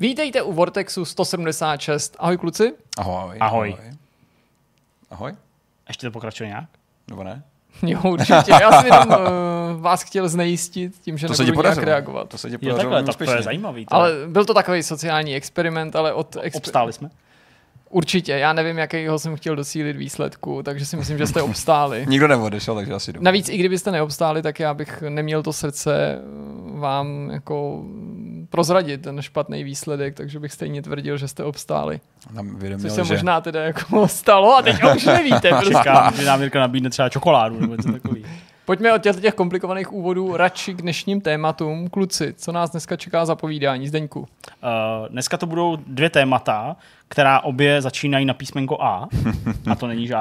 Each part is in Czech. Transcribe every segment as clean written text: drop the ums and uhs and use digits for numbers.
Vítejte u Vortexu 176. Ahoj kluci. Ahoj. Ahoj. Ahoj. Ještě to pokračuje nějak? Nebo ne? Jo, určitě. Já jsem jenom vás chtěl znejistit tím, že nebudu nějak reagovat. To se ti podařilo. podařilo Takhle, to je zajímavý. Ale byl to takový sociální experiment, ale Obstáli jsme? Určitě, já nevím, jakýho jsem chtěl docílit výsledku, takže si myslím, že jste obstáli. Nikdo neodešel, takže asi dobře. Navíc, i kdybyste neobstáli, tak já bych neměl to srdce vám jako prozradit ten špatný výsledek, takže bych stejně tvrdil, že jste obstáli. Což se možná teda jako stalo a teď už nevíte. Čekám, že nám Jirka nabídne třeba čokoládu nebo něco takový. Pojďme od těch komplikovaných úvodů radši k dnešním tématům. Kluci, co nás dneska čeká za povídání? Zdeňku. Dneska to budou 2 témata, která obě začínají na písmenko A. A to není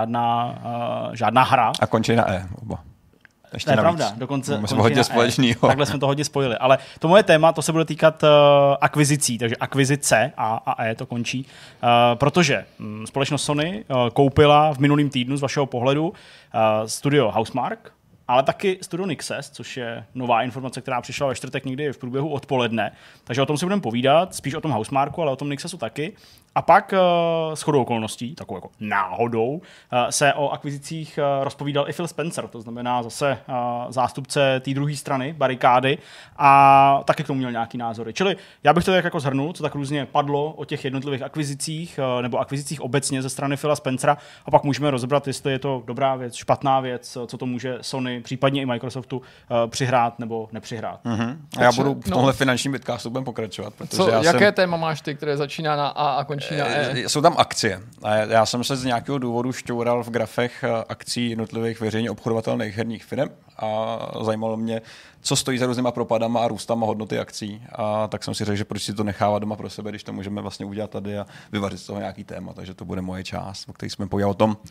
žádná hra. A končí na E oba. Ještě to je pravda, dokonce jsme hodně společný. Takhle jsme to hodně spojili. Ale to moje téma, to se bude týkat akvizicí, takže akvizice a E to končí. Protože společnost Sony koupila v minulým týdnu z vašeho pohledu studio Housemarque, ale taky studio Nixxes, což je nová informace, která přišla ve čtvrtek někdy v průběhu odpoledne. Takže o tom si budeme povídat, spíš o tom Housemarqueu, ale o tom Nixxesu taky. A pak shodou okolností, takovou jako náhodou, se o akvizicích rozpovídal i Phil Spencer, to znamená zase zástupce té druhé strany, barikády, a taky k tomu měl nějaký názory. Čili já bych to tak jako shrnul, co tak různě padlo o těch jednotlivých akvizicích nebo akvizicích obecně ze strany Phila Spencera, a pak můžeme rozebrat, jestli je to dobrá věc, špatná věc, co to může Sony, případně i Microsoftu přihrát nebo nepřihrát. Mm-hmm. A já budu v tomhle finančním vidcastu budem pokračovat. Jaké téma máš ty, které začíná na A a končí na E? Jsou tam akcie. A já jsem se z nějakého důvodu šťoural v grafech akcí jednotlivých veřejně obchodovatelných herních firm a zajímalo mě, co stojí za různýma propadama a růstama hodnoty akcí. A tak jsem si řekl, že proč si to nechávat doma pro sebe, když to můžeme vlastně udělat tady a vyvařit z toho nějaký téma. Takže to bude moje část, o které jsme povídali o tom,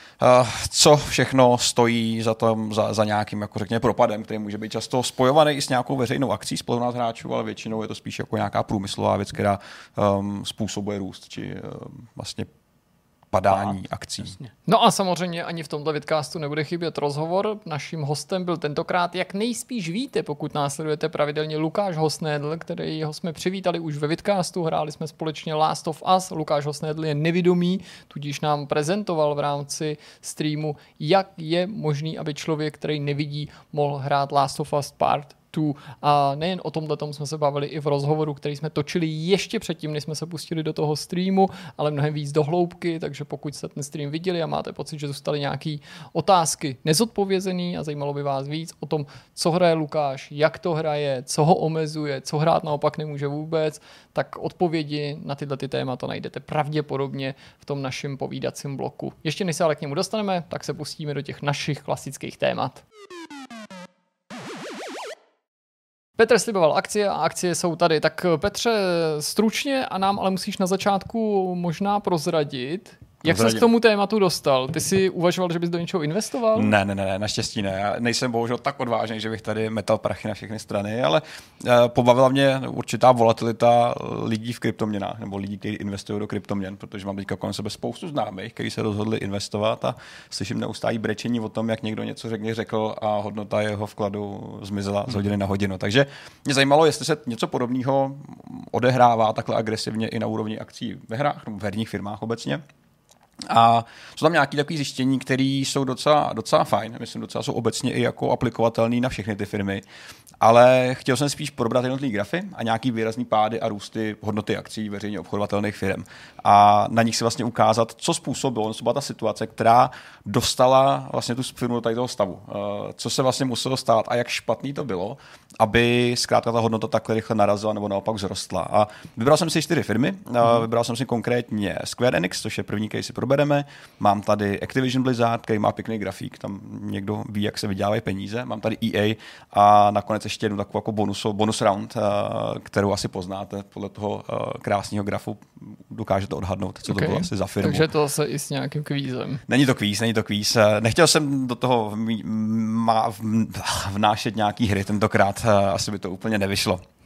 co všechno stojí za nějakým, jako řekněme, propadem, který může být často spojovaný i s nějakou veřejnou akcí spolu nás hráčů, ale většinou je to spíš jako nějaká průmyslová věc, která způsobuje růst či vlastně padání akcí. Jasně. No a samozřejmě ani v tomto vidcastu nebude chybět rozhovor. Naším hostem byl tentokrát, jak nejspíš víte, pokud následujete pravidelně, Lukáš Hosnédl, kterého jsme přivítali už ve vidcastu, hráli jsme společně Last of Us. Lukáš Hosnédl je nevidomý, tudíž nám prezentoval v rámci streamu, jak je možný, aby člověk, který nevidí, mohl hrát Last of Us Part 2. A nejen o tomhletom jsme se bavili i v rozhovoru, který jsme točili ještě předtím, než jsme se pustili do toho streamu, ale mnohem víc do hloubky, takže pokud jste ten stream viděli a máte pocit, že zůstaly nějaké otázky nezodpovězený a zajímalo by vás víc o tom, co hraje Lukáš, jak to hraje, co ho omezuje, co hrát naopak nemůže vůbec, tak odpovědi na tyhle témata najdete pravděpodobně v tom našem povídacím bloku. Ještě než se ale k němu dostaneme, tak se pustíme do těch našich klasických témat. Petr sliboval akcie a akcie jsou tady. Tak Petře, stručně a nám ale musíš na začátku možná prozradit, jak jsi k tomu tématu dostal? Ty jsi uvažoval, že bys do něčeho investoval? Ne, naštěstí ne. Já nejsem bohužel tak odvážný, že bych tady metal prachy na všechny strany, ale pobavila mě určitá volatilita lidí v kryptoměnách, nebo lidí, kteří investují do kryptoměn, protože mám teďka kolem sebe spoustu známých, kteří se rozhodli investovat a slyším neustálý brečení o tom, jak někdo něco řekl a hodnota jeho vkladu zmizela z hodiny na hodinu. Takže mě zajímalo, jestli se něco podobného odehrává takhle agresivně i na úrovni akcí ve hrách, nebo v herních firmách obecně. A jsou tam nějaké takové zjištění, které jsou docela fajn, myslím, docela jsou obecně i jako aplikovatelné na všechny ty firmy, ale chtěl jsem spíš probrat jednotlivé grafy a nějaký výrazný pády a růsty hodnoty akcí veřejně obchodovatelných firm a na nich si vlastně ukázat, co způsobilo, co byla ta situace, která dostala vlastně tu firmu do tady toho stavu, co se vlastně muselo stát a jak špatný to bylo, aby zkrátka ta hodnota takhle rychle narazila nebo naopak vzrostla. A vybral jsem si 4 firmy, vybral jsem si konkrétně Square Enix, což je první, který si probereme. Mám tady Activision Blizzard, který má pěkný grafík, tam někdo ví, jak se vydělávají peníze. Mám tady EA a nakonec ještě jednu takovou jako bonus round, kterou asi poznáte podle toho krásného grafu. Dokážete odhadnout, co to bylo asi za firmu. Takže to se i s nějakým kvízem. Není to kvíz. Nechtěl jsem do toho vnášet nějaký hry tentokrát, asi by to úplně nevyšlo.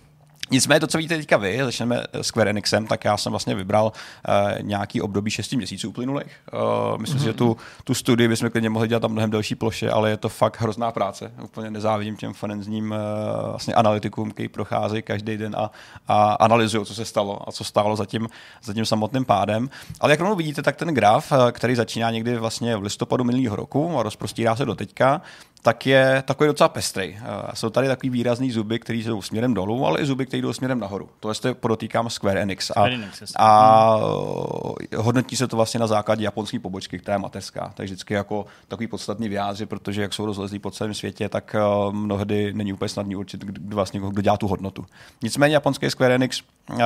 Nicméně to, co víte teďka vy, začneme Square Enixem, tak já jsem vlastně vybral nějaký období 6 měsíců uplynulých. Myslím si, že tu studii bychom klidně mohli dělat na mnohem delší ploše, ale je to fakt hrozná práce. Úplně nezávidím těm forenzním vlastně analytikům, kteří procházejí každý den a analyzují, co se stalo a co stálo za tím samotným pádem. Ale jak rovnou vidíte, tak ten graf, který začíná někdy vlastně v listopadu minulého roku a rozprostírá se do teďka, tak je takový docela pestrej. Jsou tady takový výrazný zuby, které jsou směrem dolů, ale i zuby, které jdou směrem nahoru. To je podotýkám Square Enix. A hodnotí se to vlastně na základě japonské pobočky, která je mateřská. To je vždycky jako takový podstatný vyjádři, protože jak jsou rozlezlí po celém světě, tak mnohdy není úplně snadný určit, kdo dělá tu hodnotu. Nicméně japonský Square Enix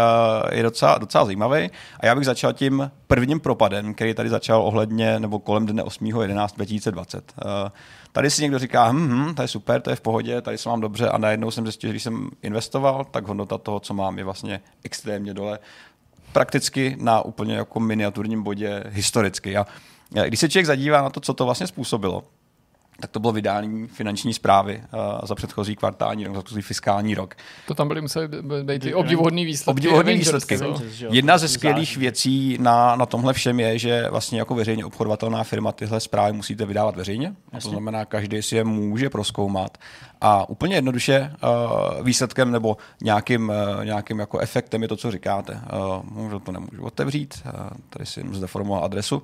je docela zajímavý. A já bych začal tím prvním propadem, který tady začal ohledně nebo kolem dne 8.11.2020. Tady si někdo říká, to je super, to je v pohodě, tady se mám dobře a najednou jsem zjistil, že když jsem investoval, tak hodnota toho, co mám, je vlastně extrémně dole. Prakticky na úplně jako miniaturním bodě historicky. A když se člověk zadívá na to, co to vlastně způsobilo, tak to bylo vydání finanční zprávy za předchozí kvartální rok, za předchozí fiskální rok. To tam museli být ty obdivuhodný výsledky. Obdivuhodný výsledky. Jedna ze skvělých věcí na tomhle všem je, že vlastně jako veřejně obchodovatelná firma tyhle zprávy musíte vydávat veřejně. To znamená, každý si je může prozkoumat. A úplně jednoduše výsledkem nebo nějakým jako efektem je to, co říkáte. Možná to nemůžu otevřít, tady si jim zdeformoval adresu.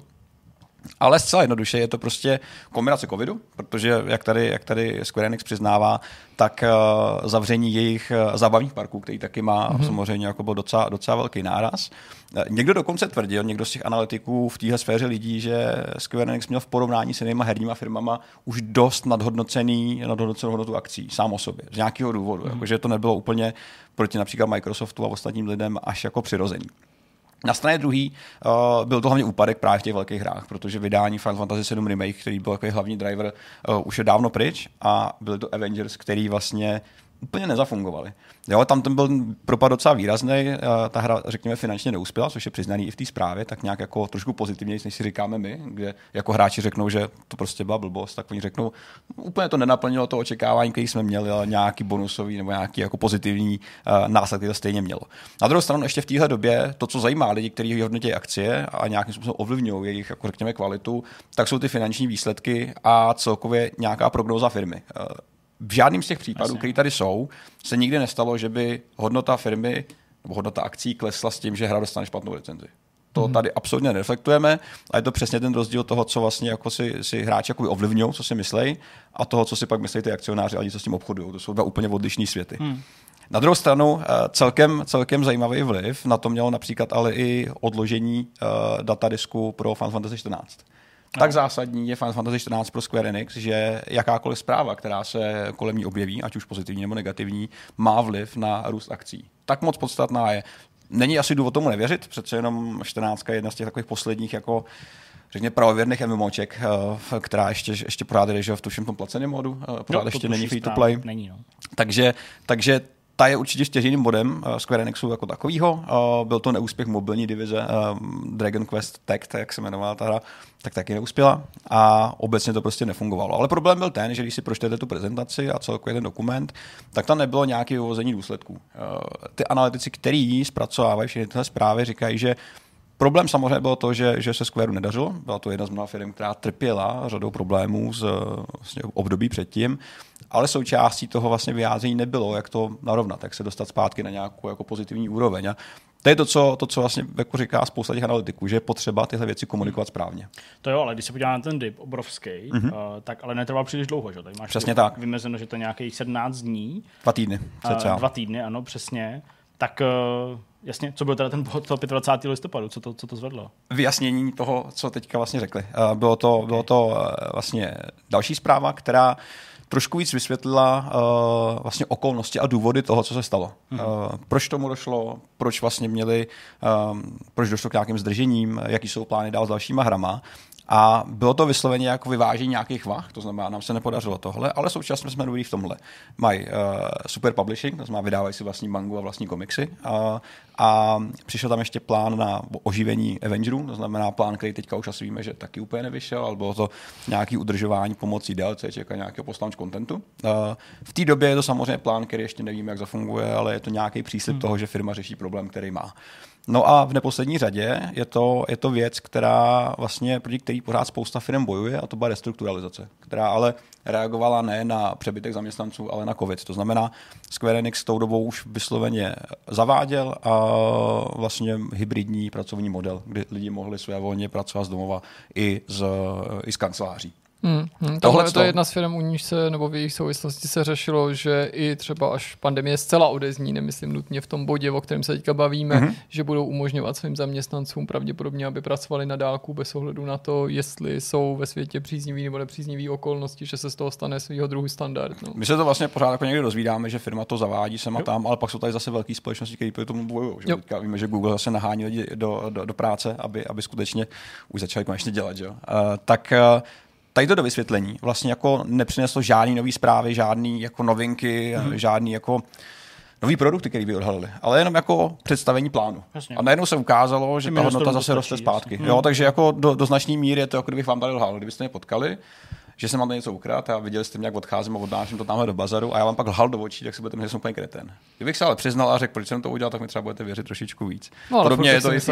Ale zcela jednoduše je to prostě kombinace covidu, protože jak tady Square Enix přiznává, tak zavření jejich zábavních parků, který taky má samozřejmě jako byl docela velký náraz. Někdo dokonce tvrdil, někdo z těch analytiků v téhle sféře lidí, že Square Enix měl v porovnání s jinýma herníma firmama už dost nadhodnocenou hodnotu akcí sám o sobě, z nějakého důvodu, jakože to nebylo úplně proti například Microsoftu a ostatním lidem až jako přirozený. Na straně druhý byl to hlavně úpadek právě v těch velkých hrách, protože vydání Final Fantasy VII Remake, který byl takový hlavní driver, už je dávno pryč a byly to Avengers, který vlastně úplně nezafungovaly. Jo, tam ten byl propad docela výrazný, ta hra, řekněme, finančně neuspěla, což je přiznaný i v té zprávě, tak nějak jako trošku pozitivněji, než si říkáme my, kde jako hráči řeknou, že to prostě byla blbost, tak oni řeknou, úplně to nenaplnilo to očekávání, které jsme měli, ale nějaký bonusový nebo nějaký jako pozitivní následky to stejně mělo. Na druhou stranu ještě v téhle době to, co zajímá lidi, kteří hodnotí akcie a nějakým způsobem ovlivňují jejich, jako řekněme, kvalitu, tak jsou ty finanční výsledky a celkově nějaká prognóza firmy. V žádném z těch případů, které tady jsou, se nikdy nestalo, že by hodnota firmy nebo hodnota akcí klesla s tím, že hra dostane špatnou licenzi. To tady absolutně nereflektujeme a je to přesně ten rozdíl toho, co vlastně jako si hráči jako ovlivňují, co si myslí, a toho, co si pak myslí ty akcionáři a co s tím obchodují. To jsou dva úplně odlišný světy. Na druhou stranu celkem zajímavý vliv na to mělo například ale i odložení datadisku pro Final Fantasy 14. Tak zásadní je Final Fantasy 14 pro Square Enix, že jakákoliv zpráva, která se kolem ní objeví, ať už pozitivní nebo negativní, má vliv na růst akcí. Tak moc podstatná je. Není asi důvod tomu nevěřit, přece jenom 14 je jedna z těch takových posledních jako řekněme pravověrných MMOček, která ještě pořád jde, že v tuším tom placeném modu, pořád ještě není free to play. Není, no. Takže ta je určitě stěžejným bodem Square Enixu jako takovýho. Byl to neúspěch mobilní divize Dragon Quest Tact, jak se jmenovala ta hra, tak taky neuspěla a obecně to prostě nefungovalo. Ale problém byl ten, že když si pročtete tu prezentaci a celkově ten dokument, tak tam nebylo nějaké vyvození důsledků. Ty analytici, kteří zpracovávají všechny tyhle zprávy, říkají, že problém samozřejmě bylo to, že se Squareu nedařilo. Byla to jedna z mnoha firm, která trpěla řadou problémů z vlastně období předtím, ale součástí toho vlastně vyjádření nebylo, jak to narovnat, jak se dostat zpátky na nějakou jako pozitivní úroveň. A to je to, co vlastně jako říká spousta těch analytiků, že je potřeba tyhle věci komunikovat správně. To jo, ale když se podíváme na ten dip obrovský, tak ale netrval příliš dlouho, že? Tady máš přesně tak. Vymezeno, že to je nějakých 17 dní. 2 týdny. 2 týdny, ano, přesně. Tak jasně, co byl teda ten bod 25. listopadu, co to zvedlo? Vyjasnění toho, co teďka vlastně řekli. Bylo to vlastně další zpráva, která trošku víc vysvětlila vlastně okolnosti a důvody toho, co se stalo. Proč tomu došlo, proč vlastně proč došlo k nějakým zdržením, jaký jsou plány dál s dalšíma hrama. A bylo to vysloveně jako vyvážení nějakých vah, to znamená, nám se nepodařilo tohle, ale současně jsme dobrý v tomhle. Mají super publishing, to znamená, vydávají si vlastní mangu a vlastní komiksy. A přišel tam ještě plán na oživení Avengerů, to znamená plán, který teďka už asi víme, že taky úplně nevyšel, ale bylo to nějaký udržování pomocí DLCček a nějakého poslaunch contentu. V té době je to samozřejmě plán, který ještě nevíme, jak zafunguje, ale je to nějaký příslib toho, že firma řeší problém, který má. No a v neposlední řadě je to věc, která vlastně proti který pořád spousta firm bojuje, a to byla restrukturalizace, která ale reagovala ne na přebytek zaměstnanců, ale na COVID. To znamená, Square Enix tou dobou už vysloveně zaváděl a vlastně hybridní pracovní model, kdy lidi mohli svévolně pracovat z domova i z kanceláří. Tohle to je jedna z firm, u níž se, nebo v jejich souvislosti se řešilo, že i třeba až pandemie zcela odezní, nemyslím nutně v tom bodě, o kterém se teďka bavíme, že budou umožňovat svým zaměstnancům pravděpodobně, aby pracovali na dálku bez ohledu na to, jestli jsou ve světě příznivý nebo nepříznivý okolnosti, že se z toho stane svýho druhu standard. No. My se to vlastně pořád jako někdy dozvídáme, že firma to zavádí sem a tam, ale pak jsou tady zase velké společnosti, které proti tomu bojují. Víme, že Google zase nahání lidi do práce, aby skutečně už začali konečně dělat. Že? Tady to do vysvětlení vlastně jako nepřineslo žádný nový zprávy, žádný jako novinky, žádný jako nový produkty, který by odhalili, ale jenom jako představení plánu. Jasně. A najednou se ukázalo, že ta hodnota zase roste zpátky. Jo, takže jako do značné míry je to, jako kdybych vám tady lhal, kdybyste mě potkali, že jsem vám tady něco ukradl a viděli jste mě, jak odcházím a odnáším to tamhle do bazaru a já vám pak lhal do očí, tak si budete myslet, že jsem úplně kretén. Kdybych se ale přiznal a řekl, proč jsem to udělal, tak mi třeba budete věřit trošičku víc. No, podobně je to i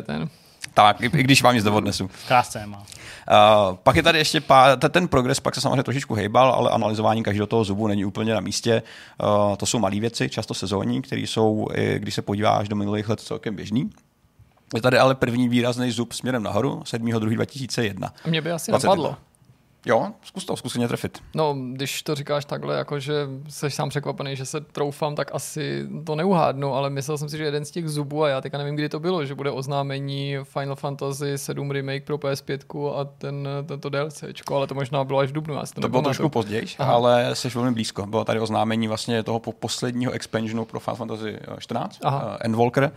tak, i když vám nic dovodnesu. Krásně má. Pak je tady ještě ten progres, pak se samozřejmě trošičku hejbal, ale analyzování každého toho zubu není úplně na místě. To jsou malé věci, často sezónní, které jsou, když se podíváš do minulých let, celkem běžný. Je tady ale první výrazný zub směrem nahoru, 7.2.2001. A mě by asi napadlo. Jo, zkus mě trefit. No, když to říkáš takhle, jakože jsi sám překvapený, že se troufám, tak asi to neuhádnu, ale myslel jsem si, že jeden z těch zubů, a já teďka nevím, kdy to bylo, že bude oznámení Final Fantasy 7 Remake pro PS5 a tento DLCčko, ale to možná bylo až v dubnu. To bylo trošku později, ale jsi velmi blízko. Bylo tady oznámení vlastně toho posledního expansionu pro Final Fantasy 14, Endwalker,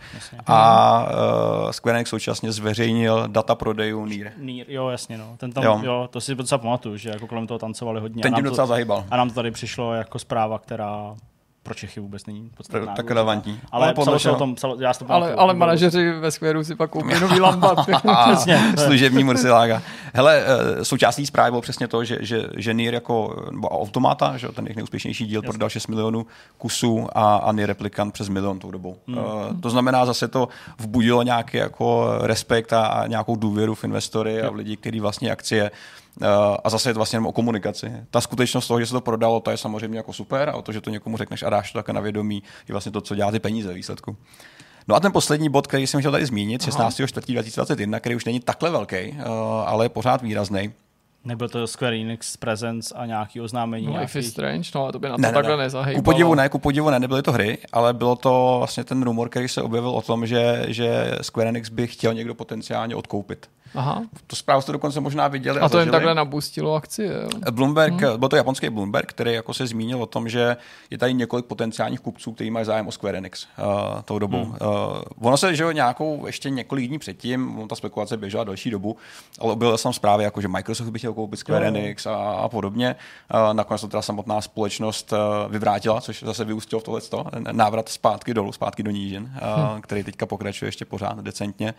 a Square Enix současně zveřejnil data prodejů Nier. Jo, jasně, no. Ten tam, jo, to si docela pamatuju, že jako kolem toho tancovali hodně. Ten tím docela zahýbal. A nám to tady přišlo jako zpráva, která pro Čechy vůbec není podstatná. Tak relevantní. Ale psalo se o tom, já to ale manažeři ve Squareu si pak koupí nový lambat. Služební murcilága. Hele, součástí zprávy bylo přesně to, že Nier jako Automata, že ten nejúspěšnější díl, prodal 6 milionů kusů a Nier Replicant přes 1 milion tou dobou. To znamená, zase to vbudilo nějaký jako respekt a nějakou důvěru v investory a v lidi, kteří vlastní akcie. A zase je to vlastně jenom o komunikaci. Ta skutečnost toho, že se to prodalo, to je samozřejmě jako super, a to, že to někomu řekneš a dáš to také na vědomí, je vlastně to, co dělá ty peníze ve výsledku. No a ten poslední bod, který jsem chtěl tady zmínit, 16.4.2021, který už není takhle velký, ale je pořád výrazný. Nebyl to Square Enix Presence a nějaký oznámení? No, Life is Strange, no a to by na to takhle nezahejbalo. Ku podivu ne, nebyly to hry, ale bylo to vlastně ten rumor, který se objevil o tom, že Square Enix by chtěl někdo potenciálně odkoupit. Aha. To zprávu jste dokonce možná viděli. A to jim takhle nabustilo akcie. Bloomberg, byl to japonský Bloomberg, který jako se zmínil o tom, že je tady několik potenciálních kupců, kteří mají zájem o Square Enix tou dobou. Ono se, že nějakou ještě několik dní předtím, ta spekulace běžela další dobu, ale objevil jsem zprávy, jako že Microsoft by chtěl koupit Square Enix a podobně. Nakonec to teda samotná společnost vyvrátila, což zase vyústilo v tohleto, návrat zpátky dolů, zpátky do nížin, který teďka pokračuje ještě pořád decentně.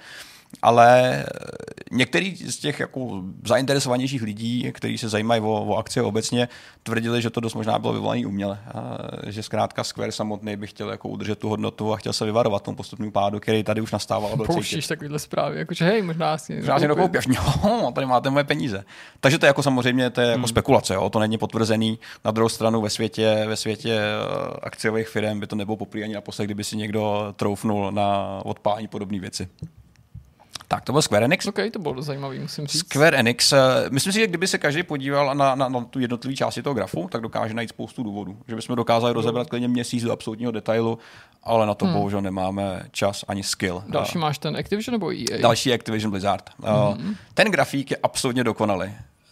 Ale některý z těch jako zainteresovanějších lidí, kteří se zajímají o akcie obecně, tvrdili, že to dost možná bylo vyvolané uměle. Že zkrátka Square samotný by chtěl jako udržet tu hodnotu a chtěl se vyvarovat tomu postupnému pádu, který tady už nastával. Pouštíš takovýhle zprávy, jakože hej, možná si dokoupíš. No, tady máte moje peníze. Takže to je jako samozřejmě to je jako spekulace, jo? To není potvrzený. Na druhou stranu ve světě akciových firm by to nebylo poprvé ani naposled, kdyby si někdo troufnul na odpálení podobné věci. Tak, to byl Square Enix. OK, to bylo zajímavý, musím říct. Square Enix, myslím si, že kdyby se každý podíval na tu jednotlivé části toho grafu, tak dokáže najít spoustu důvodů. Že bychom dokázali rozebrat klidně měsíc do absolutního detailu, ale na to bohužel nemáme čas ani skill. Další máš ten Activision nebo EA? Další Activision Blizzard. Ten grafík je absolutně dokonalý.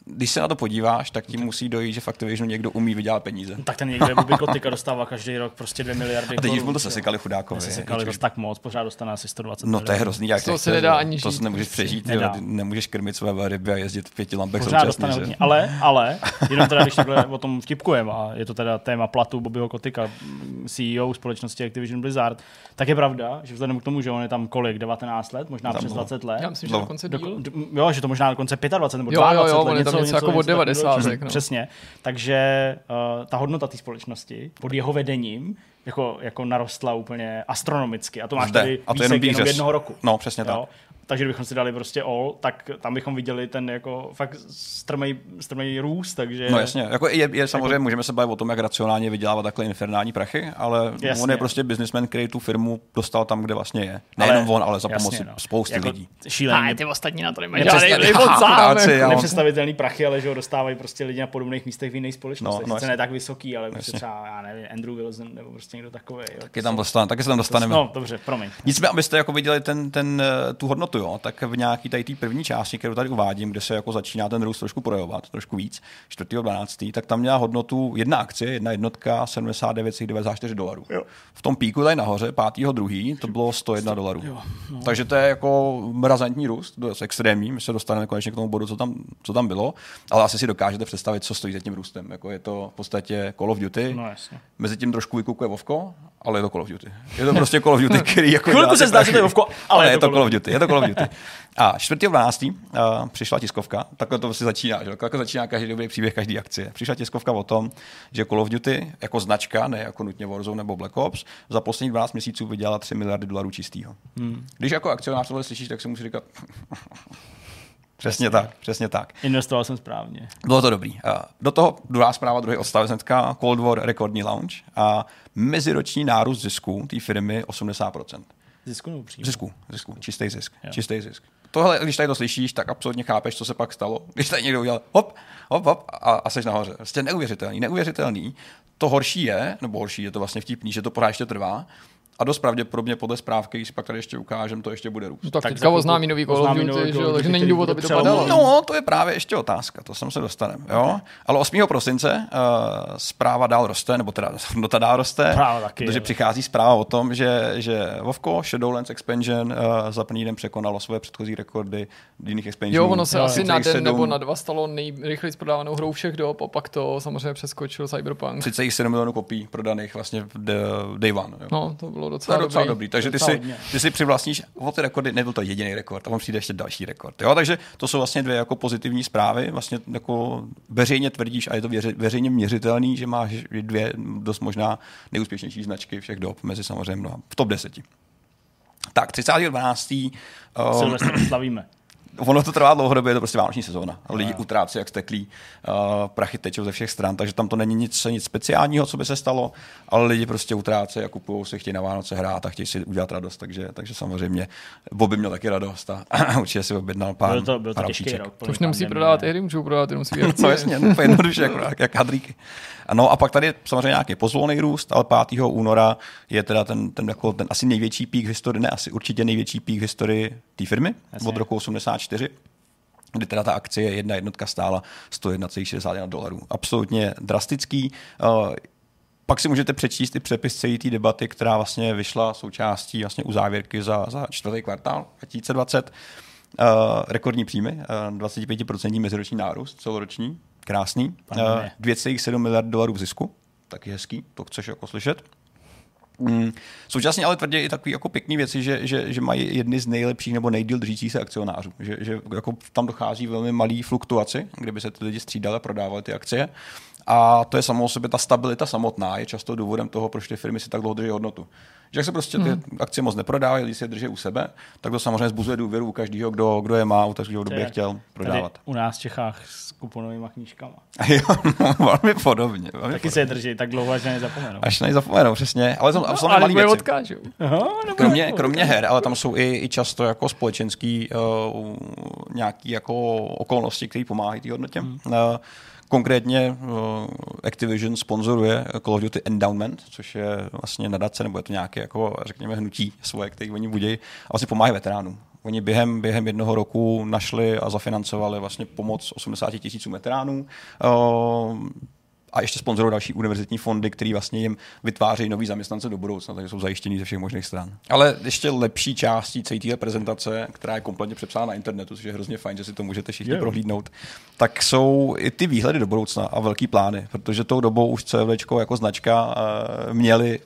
když se na to podíváš, tak ti musí dojít, že v Activisionu někdo umí vydělat peníze. Tak ten někde Bobby Kotick dostává každý rok prostě 2 miliardy korun. A teď už mu to sesekali chudákovi. Sesekali to tak moc, pořád dostane asi 120 No to je hrozný, jak to se nedá ani žít. To nemůžeš přežít, nemůžeš krmit své velryby a jezdit v 5 lampech pořád současně. Dostane hodně. Ale, jenom teda, když takhle o tom vtipkujeme, a je to teda téma platu Bobbyho Koticka, CEO společnosti Activision Blizzard, tak je pravda, že vzhledem k tomu, že on je tam kolik, 19 let, možná přes 20 let. Já myslím, že dokonce díl. Jo, že to možná dokonce 25 nebo 22 let. Jo, něco jako od 90. Přesně. Takže ta hodnota té společnosti pod jeho vedením jako narostla úplně astronomicky. A to máš tady výsek jenom jednoho roku. No, přesně tak. Takže kdybychom si dali prostě all, tak tam bychom viděli ten jako fakt strmej růst, takže... No jasně, jako je samozřejmě, můžeme se bavit o tom, jak racionálně vydělávat takhle infernální prachy, ale jasně. On je prostě businessman, který tu firmu dostal tam, kde vlastně je. Nejenom on, ale za pomoci spousty jako lidí. Šíleně. Ty ostatní na to nemají žádný nepředstavitelný prachy, ale že ho dostávají prostě lidi na podobných místech v jiných společnostech. No, Sice ne tak vysoký, ale prostě třeba, já nevím, Andrew Wilson nebo prostě někdo takový. Taky se tam dostaneme. No, dobře, promiň. Nicméně, abyste jako viděli tu hodnotu, jo, tak v nějaký tady té první části, kterou tady uvádím, kde se jako začíná ten růst trošku projevovat, trošku víc, 4.12., tak tam měla hodnotu jedna akcie, jedna jednotka $79,94. Jo. V tom píku tady nahoře, 5.2., to bylo $101. Jo, no. Takže to je jako razantní růst, dost extrémní, my se dostaneme konečně k tomu bodu, co tam bylo, ale asi si dokážete představit, co stojí za tím růstem. Jako je to v podstatě Call of Duty, no, jasně. Mezi tím trošku vykukuje Vovko, ale je to Call of Duty. Je to prostě Call of Duty, který jako... Chvilku se zdá, že to je Vovko, ale je to Call of Duty. Je to Call of Duty. A 4.12. Přišla tiskovka, takhle to vlastně začíná, že? Takhle začíná každý dobrý příběh, každý akcie. Přišla tiskovka o tom, že Call of Duty jako značka, ne jako nutně Warzone nebo Black Ops, za posledních 12 měsíců vydělala $3 miliardy čistýho. Když jako akcionář tohle slyšíš, tak si musíš říkat... Přesně tak. Investoval jsem správně. Bylo to dobrý. Do toho druhá zpráva, druhý odstavec hnedka, Cold War rekordní launch a meziroční nárůst zisku té firmy 80%. Zisku nebo příjmu? Zisku. Čistý zisk. Tohle, když tady to slyšíš, tak absolutně chápeš, co se pak stalo. Když tady někdo udělal hop a seš nahoře. Prostě neuvěřitelný. To horší je to vlastně vtipný, že to pořád ještě trvá. A dost pravděpodobně podle zprávky, když si pak tady ještě ukážem, to ještě bude růst. No, tak teďka oznámí nový Call of Duty, takže není důvod, aby to padalo. No, to je právě ještě otázka, to sem se dostaneme. Jo? Ale 8. prosince zpráva dál roste, nebo teda hodnota dál roste, protože přichází zpráva o tom, že Vovko, Shadowlands Expansion za první den překonalo svoje předchozí rekordy jiných expansionů. Jo, ono se asi na den nebo na 2 stalo nejrychleji prodávanou hrou všech dob, a pak to samozřejmě přeskočil Cyberpunk. 37 milionů kopií prodaných vlastně v Day One. Jo? No, to bylo docela dobrý. Takže ty si přivlastníš o ty rekordy, nebyl to jediný rekord, a on přijde ještě další rekord. Jo? Takže to jsou vlastně 2 jako pozitivní zprávy. Vlastně jako veřejně tvrdíš, a je to veřejně měřitelný, že máš 2 dost možná nejúspěšnější značky všech dob, mezi samozřejmě v top 10. Tak, 30.12. Silvestra slavíme. Ono to trvá dlouhodobě, je to prostě vánoční sezóna. Lidi utrácí jak steklí, prachy tečou ze všech stran, takže tam to není nic speciálního, co by se stalo, ale lidi prostě utrácí a kupují si, chtějí na Vánoce hrát a chtějí si udělat radost, takže samozřejmě Bobby měl taky radost a určitě si objednal pár byl to těžký rok. To už nemusí prodávat hry, můžou prodávat jenom svý akcie. No jasně, jednoduše jak hadríky. No a pak tady je samozřejmě nějaký pozvolný růst, ale 5. února je teda ten asi největší pík v historii, určitě největší pík v historii té firmy od roku 84, kdy teda ta akcie jedna jednotka stála $101,61. Absolutně drastický. Pak si můžete přečíst i přepis celé té debaty, která vlastně vyšla součástí vlastně u závěrky za 4. kvartál 2020. Rekordní příjmy, 25% meziroční nárůst, celoroční, krásný. 2,7 miliard dolarů v zisku, taky hezký, to chceš jako slyšet. Současně ale tvrdí i takové jako pěkné věci, že mají jedny z nejlepších nebo nejdýl držících se akcionářů. Že jako tam dochází velmi malý fluktuaci, kdyby se ty lidi střídali a prodávali ty akcie. A to je samo o sobě, ta stabilita samotná je často důvodem toho, proč ty firmy si tak dlouho drží hodnotu. Že jak se prostě ty akcie moc neprodávají, lidi si je drží u sebe, tak to samozřejmě zbuzuje důvěru u každého, kdo je má, u každého, kdo by je chtěl prodávat. U nás v Čechách s kuponovými knížkama. Jo, no, velmi podobně. Taky se je drží tak dlouho, až nezapomenou. Až nezapomenou, přesně. Ale jsou malý věci. Odkážou. Kromě her, ale tam jsou i často jako společenský nějaký jako okolnosti, které pomáhají té hodnotě. Konkrétně Activision sponzoruje Call of Duty Endowment, což je vlastně nadace, nebo je to nějaké jako, řekněme, hnutí svoje, které oni budějí a vlastně pomáhají veteránům. Oni během jednoho roku našli a zafinancovali vlastně pomoc 80 000 veteránů. A ještě sponzorují další univerzitní fondy, které vlastně jim vytvářejí nový zaměstnance do budoucna, takže jsou zajištění ze všech možných stran. Ale ještě lepší částí celé té prezentace, která je kompletně přepsána na internetu, což je hrozně fajn, že si to můžete všichni prohlídnout, tak jsou i ty výhledy do budoucna a velký plány, protože tou dobou už CVčko jako značka měli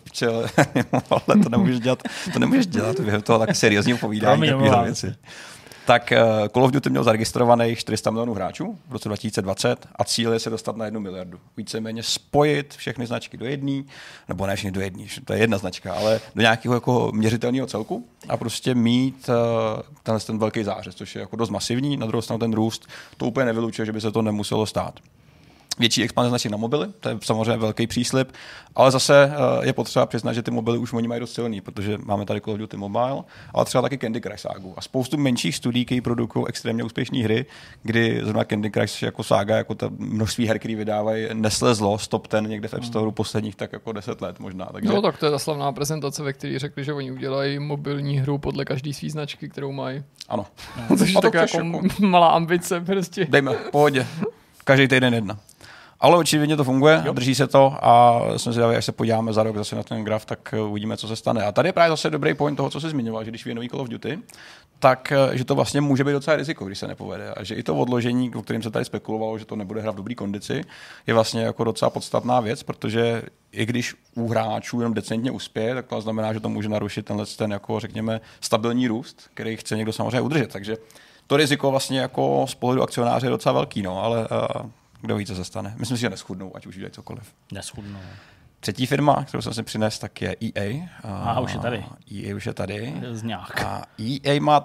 ale to nemůžeš dělat, během toho tak seriózního povídání takovýhle věci. Tak Call of Duty měl zaregistrovaných 400 milionů hráčů v roce 2020 a cíl je se dostat na 1 miliardu. Víceméně spojit všechny značky do jedné, nebo ne všechny do jedné, to je jedna značka, ale do nějakého jako měřitelného celku a prostě mít ten velký zářez, což je jako dost masivní, na druhou stranu ten růst, to úplně nevylučuje, že by se to nemuselo stát. Větší expanze značek na mobily, to je samozřejmě velký příslib, ale zase je potřeba přiznat, že ty mobily už oni mají dost silný, protože máme tady Call of Duty Mobile, ale třeba taky Candy Crush ságu a spoustu menších studií, které produkují extrémně úspěšné hry, kdy zrovna Candy Crush jako sága, jako ta množství her, které vydávají, neslezlo z top 10 někde v App Store posledních tak jako 10 let možná. Takže... No tak to je ta slavná prezentace, ve které řekli, že oni udělají mobilní hru podle každý svý značky, kterou mají. Ano. Což je taková jako malá ambice prostě. Dejme, pohodě. Každý týden jedna. Ale očividně to funguje, drží se to a jsme zvědaví, až se podíváme za rok zase na ten graf, tak uvidíme, co se stane. A tady je právě zase dobrý point toho, co jsi zmiňoval, že když vyjde nový Call of Duty, tak že to vlastně může být docela riziko, když se nepovede. A že i to odložení, o kterém se tady spekulovalo, že to nebude hra v dobré kondici, je vlastně jako docela podstatná věc, protože i když u hráčů jenom decentně uspěje, tak to znamená, že to může narušit ten jako řekněme stabilní růst, který chce někdo samozřejmě udržet. Takže to riziko vlastně jako z pohledu akcionáře je docela velký, no, ale kdo ví, co se stane. Myslím si, že neschudnou, ať už udělají cokoliv. Neschudnou. Třetí firma, kterou jsem si přinesl, tak je EA. Už je tady. EA už je tady. Zňák. A EA má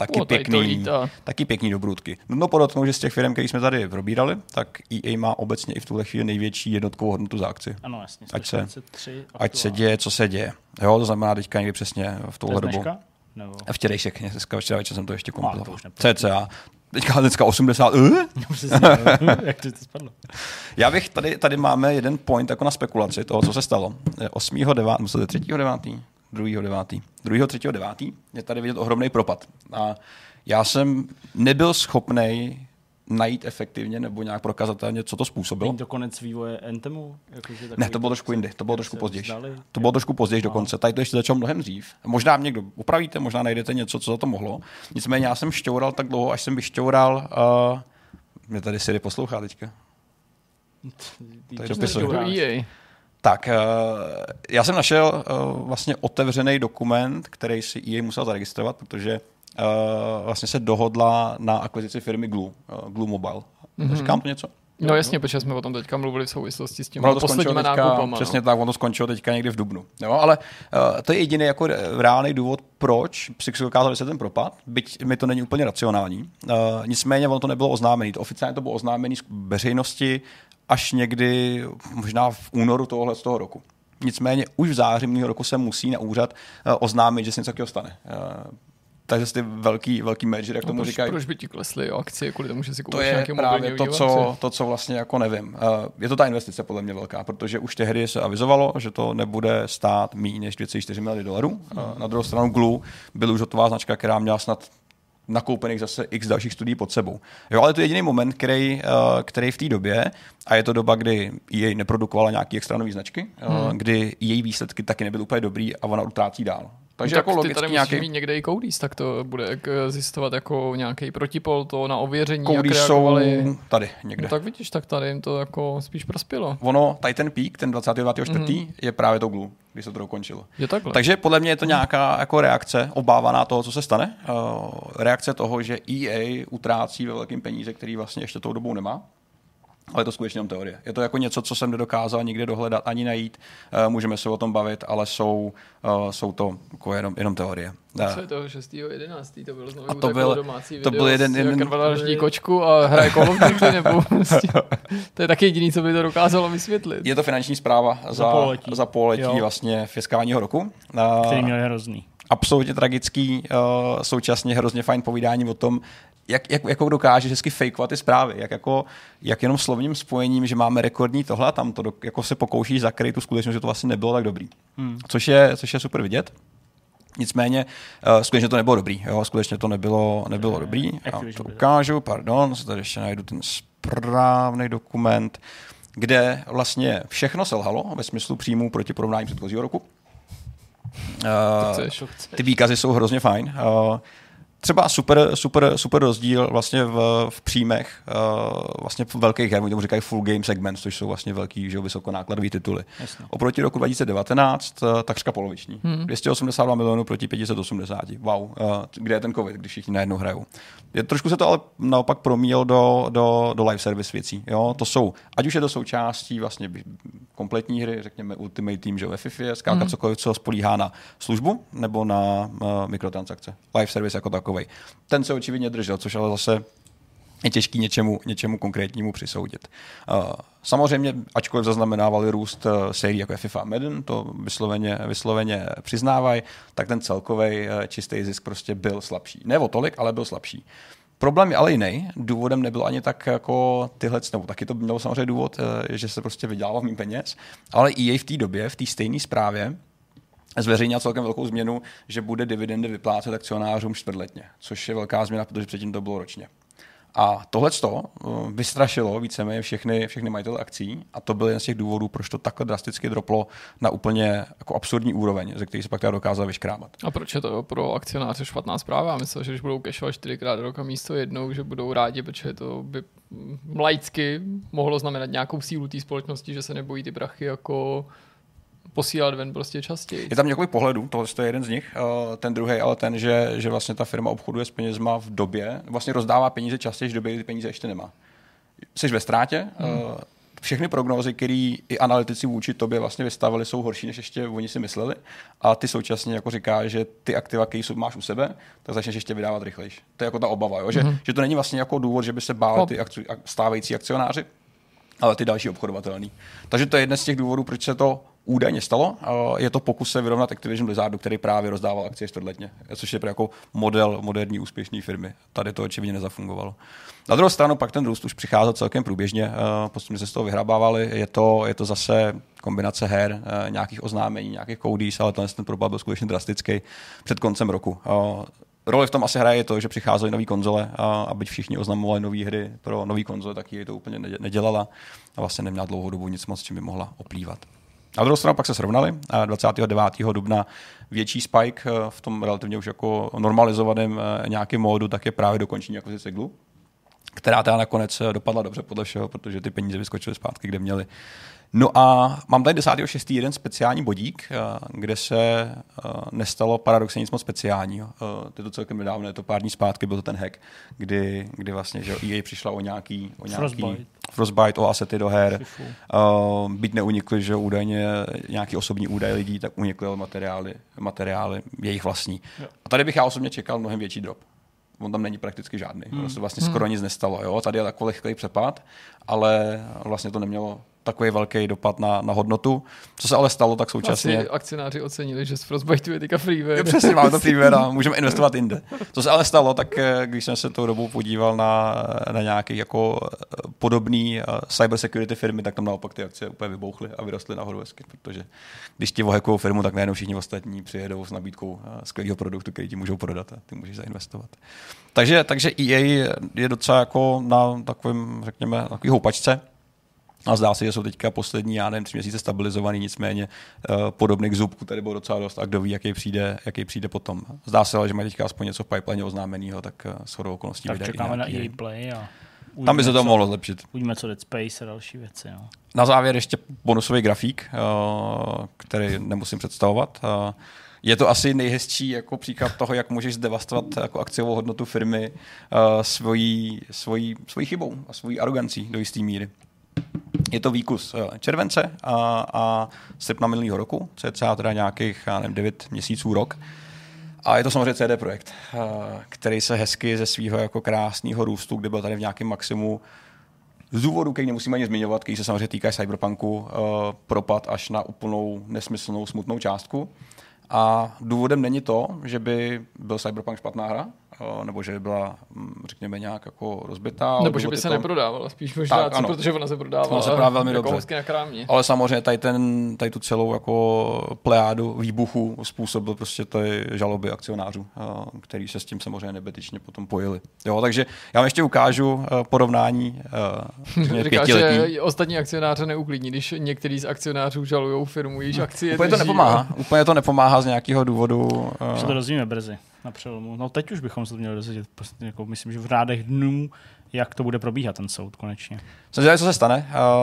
taky pěkný dobrůdky. No podotknout, že z těch firm, které jsme tady probírali, tak EA má obecně i v tuhle chvíli největší jednotkovou hodnotu za akci. Ano, jasně. Ať se děje, co se děje. Jo, to znamená teďka někdy přesně v touhle dobu. Nebo... Včerejšek, včera večer jsem to ještě kompiloval. CCA. Dneska 80. Jak to spadlo? Já bych, tady máme jeden point jako na spekulaci toho, co se stalo. 8.9., musíte 3.9., 2.9., 3.9. je tady vidět ohromný propad. A já jsem nebyl schopnej najít efektivně nebo nějak prokazatelně, co to způsobilo. Není to konec vývoje Anthemu? Ne, to bylo trošku jindy, to bylo trošku později. To bylo trošku později dokonce. Tady to ještě začalo mnohem dřív. Možná někdo upravíte, možná najdete něco, co za to mohlo. Nicméně já jsem šťoural tak dlouho, až jsem vyšťoural... Mě tady Siri poslouchá teďka. Tak, já jsem našel vlastně otevřený dokument, který si EA musel zaregistrovat, protože vlastně se dohodla na akvizici firmy Glue Mobile. Říkám to něco? No jasně, protože jsme o tom teďka mluvili v souvislosti s těmi posledníma nákupama. Přesně tak, ono skončilo teďka někdy v dubnu. Jo, ale to je jediný jako reálný důvod, proč si dokázal vysvětlit ten propad, byť mi to není úplně racionální. Nicméně ono to nebylo oznámené. Oficiálně to bylo oznámené veřejnosti až někdy možná v únoru tohohle z toho roku. Nicméně už v září minulého roku se musí na úřad oznámit, že se něco takového stane. Takže ty velký merger, jak tomu říkají. Proč by ti klesly akcie kvůli tomu, že si koupíš nějaké mobilní to, co vlastně jako nevím. Je to ta investice podle mě velká, protože už tehdy se avizovalo, že to nebude stát méně než $2,4 miliardy. Na druhou stranu Glue byl už hotová značka, která měla snad nakoupených zase x dalších studií pod sebou. Jo, ale to je jediný moment, který v té době, a je to doba, kdy EA neprodukovala nějaký extra nový značky, kdy její výsledky taky nebyly úplně dobrý a ona utrácí dál. Takže tak jako ty tady musíš mít někde i Codys, tak to bude existovat jako nějaký protipol to na ověření. Codys jsou tady někde. No tak vidíš, tak tady jim to jako spíš prospělo. Ono, tady ten pík, ten 29.4. je právě to Glue, když se to dokončilo. Je takhle. Takže podle mě je to nějaká jako reakce, obávaná toho, co se stane. Reakce toho, že EA utrácí ve velkým peníze, který vlastně ještě tou dobou nemá. Ale je to skutečně jenom teorie. Je to jako něco, co jsem nedokázal nikde dohledat ani najít. Můžeme se o tom bavit, ale jsou to jako jenom teorie. Co je to 6.11. To bylo znovu domácí video to byl jeden krvadlaždí kočku a hraje Call of Duty, nebo to je taky jediný, co by to dokázalo vysvětlit. Je to finanční zpráva za pololetí vlastně fiskálního roku. Který měl hrozný. Absolutně tragický, současně hrozně fajn povídání o tom, jak dokáže vždycky fejkovat ty zprávy, jak jenom slovním spojením, že máme rekordní tohle a tamto, jako se pokouší zakrýt tu skutečnost, že to vlastně nebylo tak dobrý. Což je super vidět. Nicméně, skutečně to nebylo dobrý. Jo? Skutečně to nebylo dobrý. Já to ukážu, pardon, se tady ještě najdu ten správný dokument, kde vlastně všechno selhalo ve smyslu příjmů proti porovnání předchozího roku. Ty výkazy jsou hrozně fajn. Třeba super rozdíl vlastně v příjmech vlastně v velkých her, oni tomu říkají full game segments, což jsou vlastně velký, že vysokonákladový tituly. Jasně. Oproti roku 2019 takřka poloviční. 282 milionů proti 580. Wow. Kde je ten covid, když všichni najednou hrajou? Trošku se to ale naopak promíjel do live service věcí. Jo? To jsou, ať už je to součástí vlastně kompletní hry, řekněme Ultimate Team, že ve FIFA, zkrátka cokoliv, co spolíhá na službu nebo na mikrotransakce. Live service jako takovej. Ten se očividně držel, což ale zase je těžký něčemu konkrétnímu přisoudit. Samozřejmě, ačkoliv zaznamenávali růst sérií jako je FIFA a Madden, to vysloveně přiznávají, tak ten celkový čistý zisk prostě byl slabší. Ne o tolik, ale byl slabší. Problém je ale jiný. Důvodem nebyl ani tak jako tyhle, nebo taky to mělo samozřejmě důvod, že se prostě vydělával méně peněz, ale EA v té době, v té stejné zprávě, zveřejnil celkem velkou změnu, že bude dividendy vyplácet akcionářům čtvrtletně, což je velká změna, protože předtím to bylo ročně. A tohleto vystrašilo víceméně všechny majitele akcí a to byl jeden z těch důvodů, proč to takhle drasticky droplo na úplně jako absurdní úroveň, ze kterých se pak dokázal vyškrábat. A proč je to pro akcionáře špatná zpráva? Myslím, že když budou cashovat 4x do roka místo jednou, že budou rádi, protože to by laicky mohlo znamenat nějakou sílu té společnosti, že se nebojí ty prachy jako posílat ven prostě častěji. Je tam několik pohledů, tohle je jeden z nich. Ten druhý, ale ten, že vlastně ta firma obchoduje s penězma v době, vlastně rozdává peníze častěji v době, kdy peníze ještě nemá. Jsi ve ztrátě, všechny prognózy, které i analytici vůči tobě vlastně vystavili, jsou horší, než ještě oni si mysleli. A ty současně jako říká, že ty aktiva, které máš u sebe, tak začneš ještě vydávat rychlejš. To je jako ta obava, jo? Že to není vlastně jako důvod, že by se báli ty stávající akcionáři, ale ty další obchodovatelní. Takže to je jeden z těch důvodů, proč se to údajně stalo. Je to pokus se vyrovnat Activision Blizzardu, který právě rozdával akcie čtvrtletně, což je jako model moderní úspěšné firmy. Tady to očividně nezafungovalo. Na druhou stranu pak ten růst už přicházel celkem průběžně, postupně se z toho vyhrabávali. Je to zase kombinace her, nějakých oznámení, nějakých codís, ale ten problém byl skutečně drastický před koncem roku. Roli v tom asi hraje to, že přicházely nové konzole a byť všichni oznamovali nové hry pro nové konzole, tak ji to úplně nedělala a vlastně neměla dlouhou dobu nic moc, čím by mohla oplývat. Na druhou stranu pak se srovnali. 29. dubna větší spike v tom relativně už jako normalizovaném nějakém módu, tak je právě dokončení akvizice Glu, která teda nakonec dopadla dobře podle všeho, protože ty peníze vyskočily zpátky, kde měly. No a mám tady 10.6. jeden speciální bodík, kde se nestalo paradoxně nic moc speciálního. Je to celkem nedávno, je to pár dní zpátky, byl to ten hack, kdy vlastně že EA přišla o nějaký Frostbite, o asety do her. Byť neunikly, že údajně nějaký osobní údaje lidí, tak unikly materiály jejich vlastní. A tady bych já osobně čekal mnohem větší drop. On tam není prakticky žádný. Vlastně skoro nic nestalo. Jo? Tady je takový lehký přepad, ale vlastně to nemělo takový velký dopad na hodnotu. Co se ale stalo, tak současně... Asi akcionáři ocenili, že z Frostbiteu je teďka freeware. Přesně, máme to freeware a můžeme investovat jinde. Co se ale stalo, tak když jsem se tou dobou podíval na nějaké jako podobné cybersecurity firmy, tak tam naopak ty akcie úplně vybouchly a vyrostly nahoru hezky, protože když ti ohekujou firmu, tak najednou všichni ostatní přijedou s nabídkou skvělého produktu, který ti můžou prodat a ty můžeš zainvestovat. Takže EA je docela jako na takovém, řekněme, takový houpačce. A zdá se, že jsou teďka poslední, 3 měsíce stabilizovaný, nicméně podobných zubků tady bylo docela dost a kdo ví, jaký přijde potom. Zdá se, ale že mají teďka aspoň něco v pipeline oznámenýho, tak shodou okolností tak čekáme na EA Play a tam by se to mohlo zlepšit. Uvidíme, co Dead Space a další věci. No. Na závěr ještě bonusový grafík, který nemusím představovat. Je to asi nejhezčí jako příklad toho, jak můžeš zdevastovat jako akciovou hodnotu firmy svojí chybou a svojí arogancí do jisté míry. Je to výkus července a srpna minulého roku, co je třeba teda nějakých 9 měsíců, rok. A je to samozřejmě CD Projekt, který se hezky ze svého jako krásného růstu, kdy byl tady v nějakém maximu z důvodu, který nemusíme ani zmiňovat, který se samozřejmě týká Cyberpunku, propad až na úplnou nesmyslnou smutnou částku. A důvodem není to, že by byl Cyberpunk špatná hra, nebo že by byla, řekněme, nějak jako rozbitá. Nebo že by se neprodávala, spíš možná, protože ona se prodávala. Ona se právě velmi jako dobře. Na krámě. Ale samozřejmě tady tu celou jako plejádu výbuchu způsobil prostě ty žaloby akcionářů, který se s tím samozřejmě nebetyčně potom pojili. Jo, takže já vám ještě ukážu porovnání Říkáš, že ostatní akcionáře neuklidní, když některý z akcionářů žalujou firmu, jejíž akcie Úplně to nepomáhá. Úplně to nepomáhá z nějakého důvodu. Už se to dozvíme brzy na přelomu. No teď už bychom se to měli dozvědět. Jako myslím, že v řádech dnů, jak to bude probíhat ten soud konečně. Jsem zvědavý, co se stane,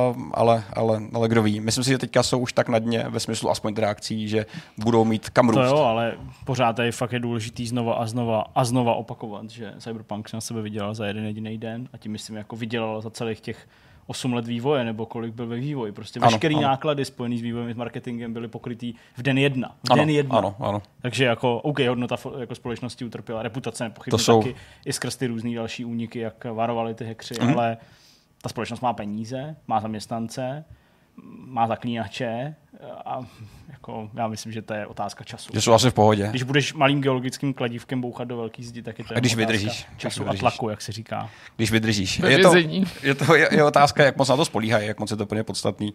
ale kdo ví. Myslím si, že teďka jsou už tak na dně ve smyslu aspoň reakcí, že budou mít kam růst. To jo, ale pořád je fakt důležitý znova opakovat, že Cyberpunk na sebe vydělal za jeden jediný den a tím myslím jako vydělal za celých těch 8 let vývoje, nebo kolik byl ve vývoji. Prostě veškerý náklady spojený s vývojem, s marketingem byli pokrytý v den jedna. Ano. Takže jako hodnota jako společnosti utrpěla, reputace nepochybně taky, i skrz ty různý další úniky, jak varovali ty hackři, ale ta společnost má peníze, má zaměstnance, má zaklínače a jako já myslím, že to je otázka času. Že jsou asi v pohodě. Když budeš malým geologickým kladívkem bouchat do velký zdi, tak je to a když vydržíš, času a tlaku, jak se říká. Když vydržíš. Je otázka, jak moc na to spolíhají, jak moc je to úplně podstatný.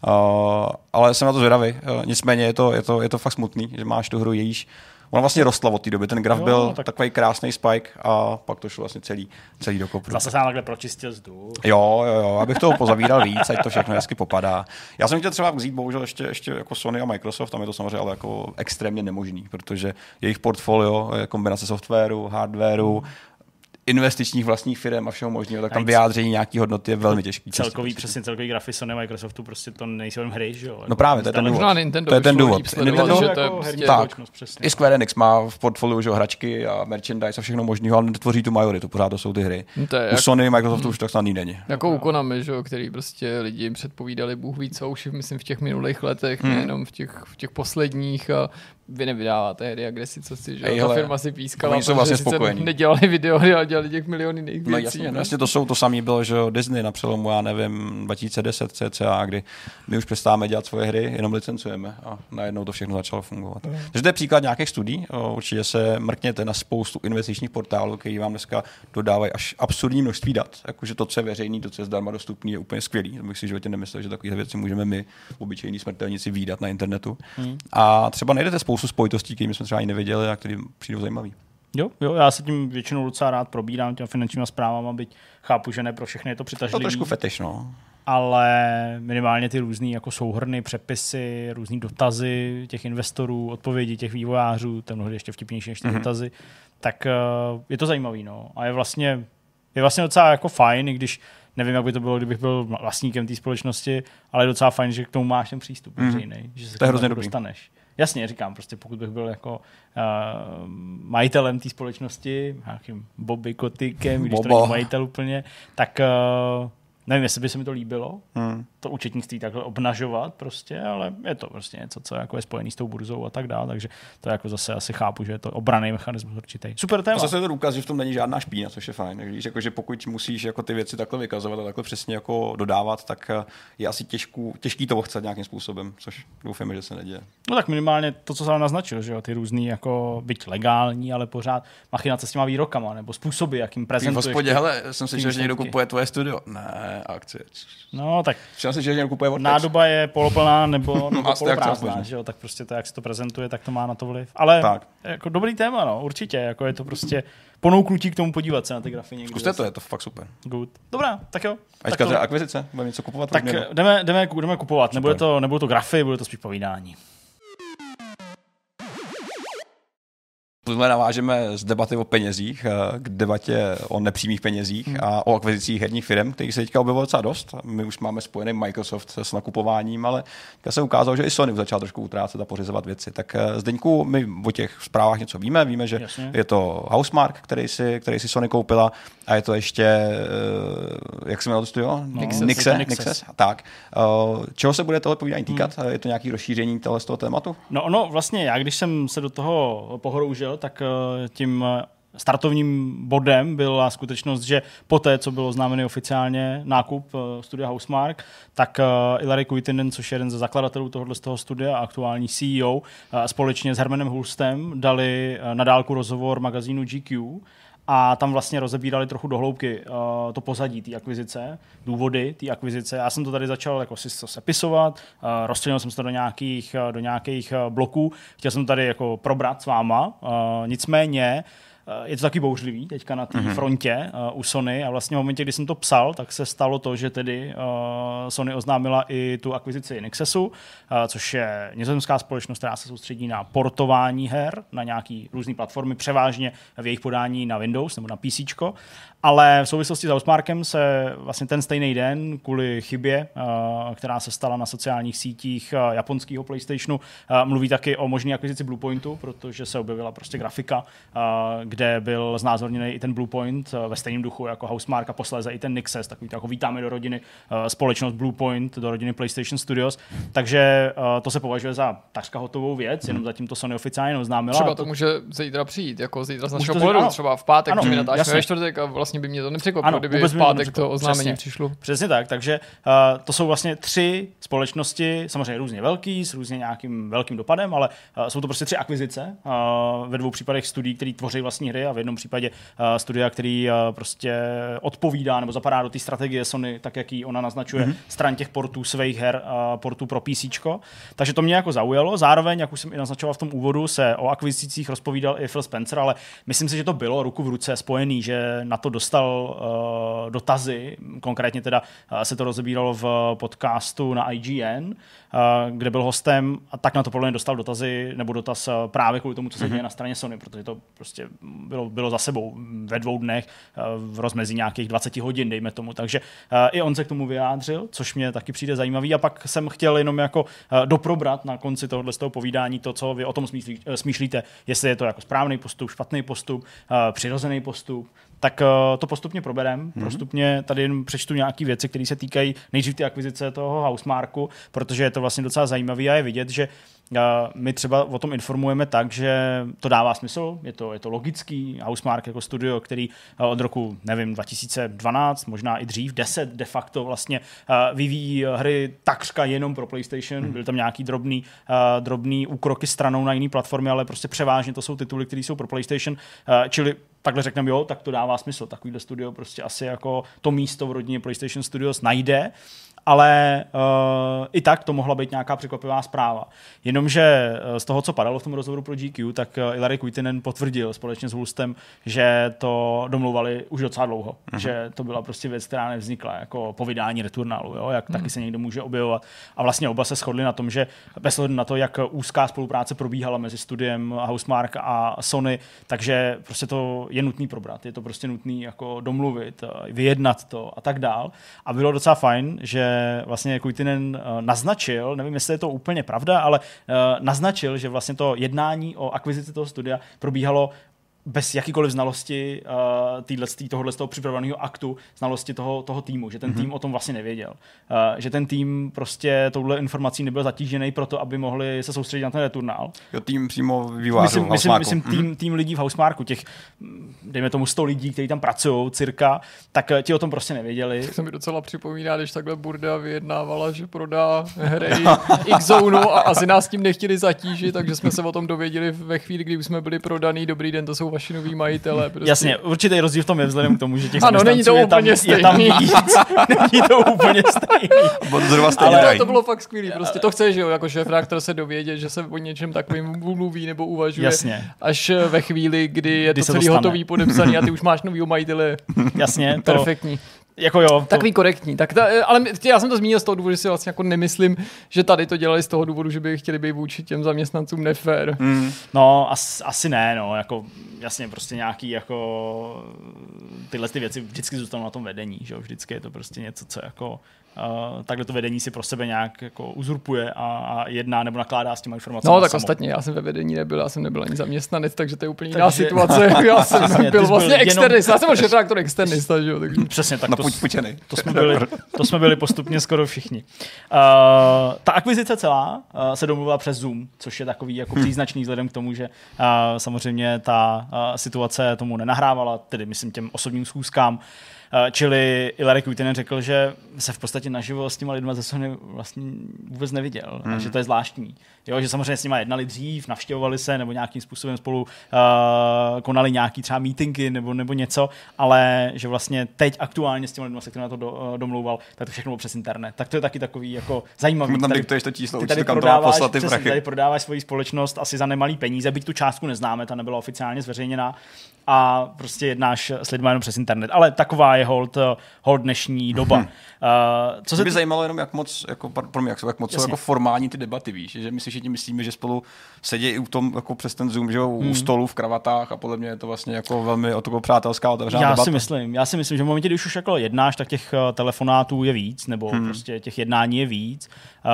Ale jsem na to zvědavý. Nicméně je to fakt smutný, že máš tu hru, jejíž ona vlastně rostla od té doby. Ten graf byl takový krásný spike a pak to šlo vlastně celý do kopru. Zase se takhle pročistil vzduch. Jo, abych toho pozavíral víc, ať to všechno hezky popadá. Já jsem chtěl třeba vzít bohužel ještě jako Sony a Microsoft, tam je to samozřejmě ale jako extrémně nemožný, protože jejich portfolio je kombinace softwaru, hardwaru, investičních vlastních firm a všeho možného, tak tam vyjádření nějaký hodnoty je velmi těžký. Celkový grafy Sony a Microsoftu prostě to nejsou jen hry, že jo? No právě, to je ten důvod. Nintendo to je ten důvod. Nintendo, že to je prostě tak. I Square Enix má v portfoliu že hračky a merchandise a všechno možného, ale netvoří tu majoritu, pořád to jsou ty hry. U Sony, Microsoftu už tak snadný není. Jako u Konami, že jo, který prostě lidi předpovídali Bůh ví co, už myslím v těch minulých letech, nejenom v těch posledních. Vy nevydáváte hry, kde si co si, že ta firma si pískala, protože vlastně spokojení. Nedělali videohry, ale dělali těch miliony jiných věcí. No jasně, to samé bylo, že Disney na přelomu, já nevím, 2010 cca, kdy my už přestáváme dělat svoje hry, jenom licencujeme a najednou to všechno začalo fungovat. Takže to je příklad nějakých studií, určitě se mrkněte na spoustu investičních portálů, který vám dneska dodávají až absurdní množství dat, jakože to, co je veřejný, to, co je zdarma dostupný, je úplně skvělý. To bych si v životě nemyslel, že takové věci můžeme my, obyčejní smrtelníci, vídat na internetu. A třeba najdete spoustu spojitostí, které jsme třeba ani nevěděli a které přijdou zajímavý. Jo, já se tím většinou docela rád probírám těm finančníma zprávama, byť chápu, že ne pro všechny je to přitažlivý. To trošku fetiš, no. Ale minimálně ty různý jako souhrny, přepisy, různý dotazy těch investorů, odpovědi těch vývojářů, to je mnohdy ještě vtipnější než ty dotazy, tak je to zajímavý, no. A je vlastně docela jako fajn, i když nevím, jak by to bylo, kdybych byl vlastníkem té společnosti, ale je docela fajn, že k tomu máš ten přístup veřejný, že se k tomu dostaneš. Jasně, říkám, prostě pokud bych byl jako majitelem té společnosti, nějakým Bobby Kotykem, když to není majitel úplně, tak nevím, jestli by se mi to líbilo, to účetnictví takhle obnažovat prostě, ale je to prostě něco, co jako je spojený s tou burzou a tak dále, takže to jako zase asi chápu, že je to obranný mechanismus určitý. Super téma. A zase je to důkaz, že v tom není žádná špína, což je fajn. Takže jako, že pokud musíš jako ty věci takhle vykazovat a takhle přesně jako dodávat, tak je asi těžký to ochcat nějakým způsobem, což doufáme, že se neděje. No tak minimálně to, co jsem naznačil, že jo, ty různý jako byť legální, ale pořád machinace s těma výrokama nebo způsoby, jakým prezentuješ. V hospodě, hele, jsem si, že někdo kupuje tvoje studio. Ne, akcie. No tak. Si, že někdo kupuje nádoba je poloplná nebo poloprázdná, že jo, tak prostě to, jak se to prezentuje, tak to má na to vliv. Ale tak. Jako dobrý téma, no, určitě, jako je to prostě ponouknutí k tomu podívat se na ty grafy někdy. Zkuste to, je to fakt super. Good. Dobrá, tak jo. A teďka teda akvizice, budeme něco kupovat? Tak jdeme kupovat, nebudou to grafy, bude to spíš povídání. Plně navážeme z debaty o penězích k debatě o nepřímých penězích a o akvizicích herních firm, kterých se teďka objevilo docela dost. My už máme spojený Microsoft s nakupováním, ale teďka se ukázalo, že i Sony začal trošku utrácet a pořizovat věci. Tak Zdeňku, my o těch zprávách něco víme, že je to Housemarque, který si Sony koupila a je to ještě, jak se jmenuje to studio? Nixes. Tak. Čeho se bude tohle povídání týkat? Je to nějaké rozšíření z toho tématu? No vlastně já, když jsem se do toho pohroužil, tak tím startovním bodem byla skutečnost, že poté, co bylo oznámený oficiálně nákup studia Housemarque, tak Ilari Kuittinen, což je jeden ze zakladatelů tohoto studia a aktuální CEO, společně s Hermanem Hulstem dali na dálku rozhovor magazínu GQ a tam vlastně rozebírali trochu do hloubky to pozadí té akvizice, důvody té akvizice. Já jsem to tady začal jako si to sepisovat, rozčlenil jsem se to do nějakých bloků, chtěl jsem to tady jako probrat s váma, nicméně je to taky bouřlivý teďka na té frontě u Sony a vlastně v momentě, kdy jsem to psal, tak se stalo to, že tedy Sony oznámila i tu akvizici Nixxesu, což je nizozemská společnost, která se soustředí na portování her na nějaký různé platformy, převážně v jejich podání na Windows nebo na PC, ale v souvislosti s Housemarquem se vlastně ten stejný den kvůli chybě, která se stala na sociálních sítích japonského PlayStationu, mluví taky o možné akvizici Bluepointu, protože se objevila prostě grafika, kde byl znázorněný i ten Bluepoint ve stejném duchu jako Housemarque a posléze i ten Nixxes, takový to jako vítáme do rodiny společnost Bluepoint, do rodiny PlayStation Studios, takže to se považuje za takřka hotovou věc, jenom zatím to Sony oficiálně oznámila. Třeba to může zítra přijít, jako zítra z našeho pohledu, třeba v pátek, když mi natáčíme ve čtvrtek a vlastně by mě to nepřekvapilo, kdyby v pátek to oznámení přišlo. Přesně tak, takže to jsou vlastně 3 společnosti, samozřejmě různě velký, s různě nějakým velkým dopadem, ale jsou to prostě 3 akvizice, ve 2 případech studií, které tvoří vlastní hry a v jednom případě studia, který prostě odpovídá nebo zapadá do té strategie Sony, tak jak ji ona naznačuje stran těch portů svých her, portů pro PC. Takže to mě jako zaujalo. Zároveň, jak už jsem i naznačoval v tom úvodu, se o akvizicích rozpovídal i Phil Spencer, ale myslím si, že to bylo ruku v ruce spojený, že na to dostal dotazy, konkrétně teda se to rozebíralo v podcastu na IGN, kde byl hostem a tak na to podle mě dostal dotazy, nebo dotaz právě kvůli tomu, co se děje na straně Sony, protože to prostě bylo za sebou ve 2 dnech v rozmezí nějakých 20 hodin, dejme tomu. Takže i on se k tomu vyjádřil, což mě taky přijde zajímavý a pak jsem chtěl jenom jako doprobrat na konci tohohle z toho povídání to, co vy o tom smýšlíte, jestli je to jako správný postup, špatný postup, přirozený postup, tak to postupně proberem. Postupně tady jen přečtu nějaké věci, které se týkají nejdřív ty akvizice toho Housemarque, protože je to vlastně docela zajímavý a je vidět, že my třeba o tom informujeme tak, že to dává smysl, je to logický. Housemarque jako studio, který od roku, nevím, 2012, možná i dřív, 10 de facto vlastně vyvíjí hry takřka jenom pro PlayStation. Byly tam nějaký drobný úkroky stranou na jiné platformy, ale prostě převážně to jsou tituly, které jsou pro PlayStation, čili takhle řekneme, jo, tak to dává smysl. Takovýhle studio prostě asi jako to místo v rodině PlayStation Studios najde, ale i tak to mohla být nějaká překvapivá zpráva. Jenomže z toho, co padalo v tom rozhovoru pro GQ, tak Ilari Kuittinen potvrdil společně s Hulstem, že to domlouvali už docela dlouho. Že to byla prostě věc, která nevznikla jako po vydání Returnalu, jo, jak taky se někdo může objevovat. A vlastně oba se shodli na tom, že bez ohledu na to, jak úzká spolupráce probíhala mezi studiem Housemarque a Sony, takže prostě to je nutný probrat. Je to prostě nutný jako domluvit, vyjednat to a tak dál. A bylo docela fajn, že vlastně Kuittinen naznačil, nevím, jestli je to úplně pravda, ale naznačil, že vlastně to jednání o akvizici toho studia probíhalo bez jakýkoliv znalosti tohohle z toho připraveného aktu, znalosti toho týmu, že ten tým o tom vlastně nevěděl. Že ten tým prostě touhle informací nebyl zatížený proto, aby mohli se soustředit na ten Returnal. Jo, tým přímo vývojářů myslím tým lidí v Housemarque, těch, dejme tomu 100 lidí, kteří tam pracují cirka, tak ti o tom prostě nevěděli. To mi docela připomíná, když takhle Burda vyjednávala, že prodá hry X-Zone a asi nás tím nechtěli zatížit, takže jsme se o tom dověděli ve chvíli, kdy jsme byli prodaný. Dobrý den, to jsou vaši noví majitele. Prostě. Jasně, určitý rozdíl v tom je vzhledem k tomu, že těch není to úplně stejný. Je tam víc. Není to úplně stejný. Ale to bylo fakt skvělý. Prostě to chceš, jo, jako šéfredaktor se dovědět, že se o něčem takovým mluví nebo uvažuje. Jasně. Až ve chvíli, kdy je to celý hotový, podepsaný a ty už máš novýho majitele. Jasně. Perfektní. Jako jo. Takový korektní. Ale já jsem to zmínil z toho důvodu, že si vlastně jako nemyslím, že tady to dělali z toho důvodu, že by chtěli být vůči těm zaměstnancům nefér. No, asi ne, no, jako jasně prostě nějaký jako tyhle ty věci vždycky zůstanou na tom vedení, že jo, vždycky je to prostě něco, co jako takhle to vedení si pro sebe nějak jako uzurpuje a jedná nebo nakládá s těma informacemi. No tak ostatně, já jsem ve vedení nebyl, já jsem nebyl ani zaměstnanec, takže to je úplně jiná situace. Já jsem byl vlastně externista, já jsem byl šéfredaktor externista, že jo. Takže... Přesně, tak to jsme byli postupně skoro všichni. Ta akvizice celá se domluvila přes Zoom, což je takový jako příznačný vzhledem k tomu, že samozřejmě ta situace tomu nenahrávala, tedy myslím těm osobním schůzkám. Čili i Larry Kuitinen řekl, že se v podstatě naživo s těma lidma ze Sony vlastně vůbec neviděl. A že to je zvláštní. Jo, že samozřejmě s nima jednali dřív, navštěvovali se nebo nějakým způsobem spolu konali nějaký třeba meetingy nebo něco, ale že vlastně teď aktuálně s těma lidma, se kterými na to domlouval, tak to všechno bylo přes internet. Tak to je taky takový jako zajímavý. Ty tady prodáváš svoji společnost asi za nemalý peníze, byť tu částku neznáme, ta nebyla oficiálně zveřejněná a prostě jednáš s lidmi jenom přes internet. Ale taková je hold dnešní doba. Co se by zajímalo jenom, jak moc, jak moc jsou jako formální ty debaty, víš, že my si všichni myslíme, že spolu sedí i u tom, jako přes ten Zoom, že u stolu v kravatách a podle mě je to vlastně jako velmi přátelská otevřená debata. Já si myslím, že v momentě, když už jako jednáš, tak těch telefonátů je víc, nebo prostě těch jednání je víc.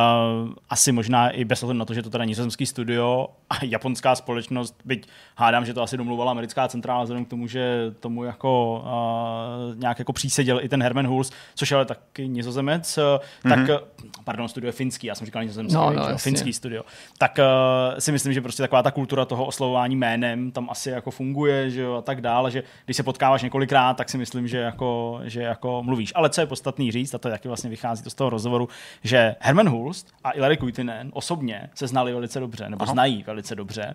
Asi možná i bez ohledu na to, že to teda nizozemský studio a japonská společnost, byť hádám, že to asi domluvala americká centrála, vzhledem k tomu, že tomu jako nějak jako příseděl i ten Herman Hulst, což je ale taky Nizozemec, pardon, studio je finský, já jsem říkal nizozemský, finský studio. Tak si myslím, že prostě taková ta kultura toho oslovování jménem tam asi jako funguje, že jo, a tak dále, že když se potkáváš několikrát, tak si myslím, že jako mluvíš. Ale co je podstatný říct, a to taky vlastně vychází z toho rozhovoru, že Herman Hulst a Larry Kuitinen osobně se znali velice dobře, nebo znají velice dobře,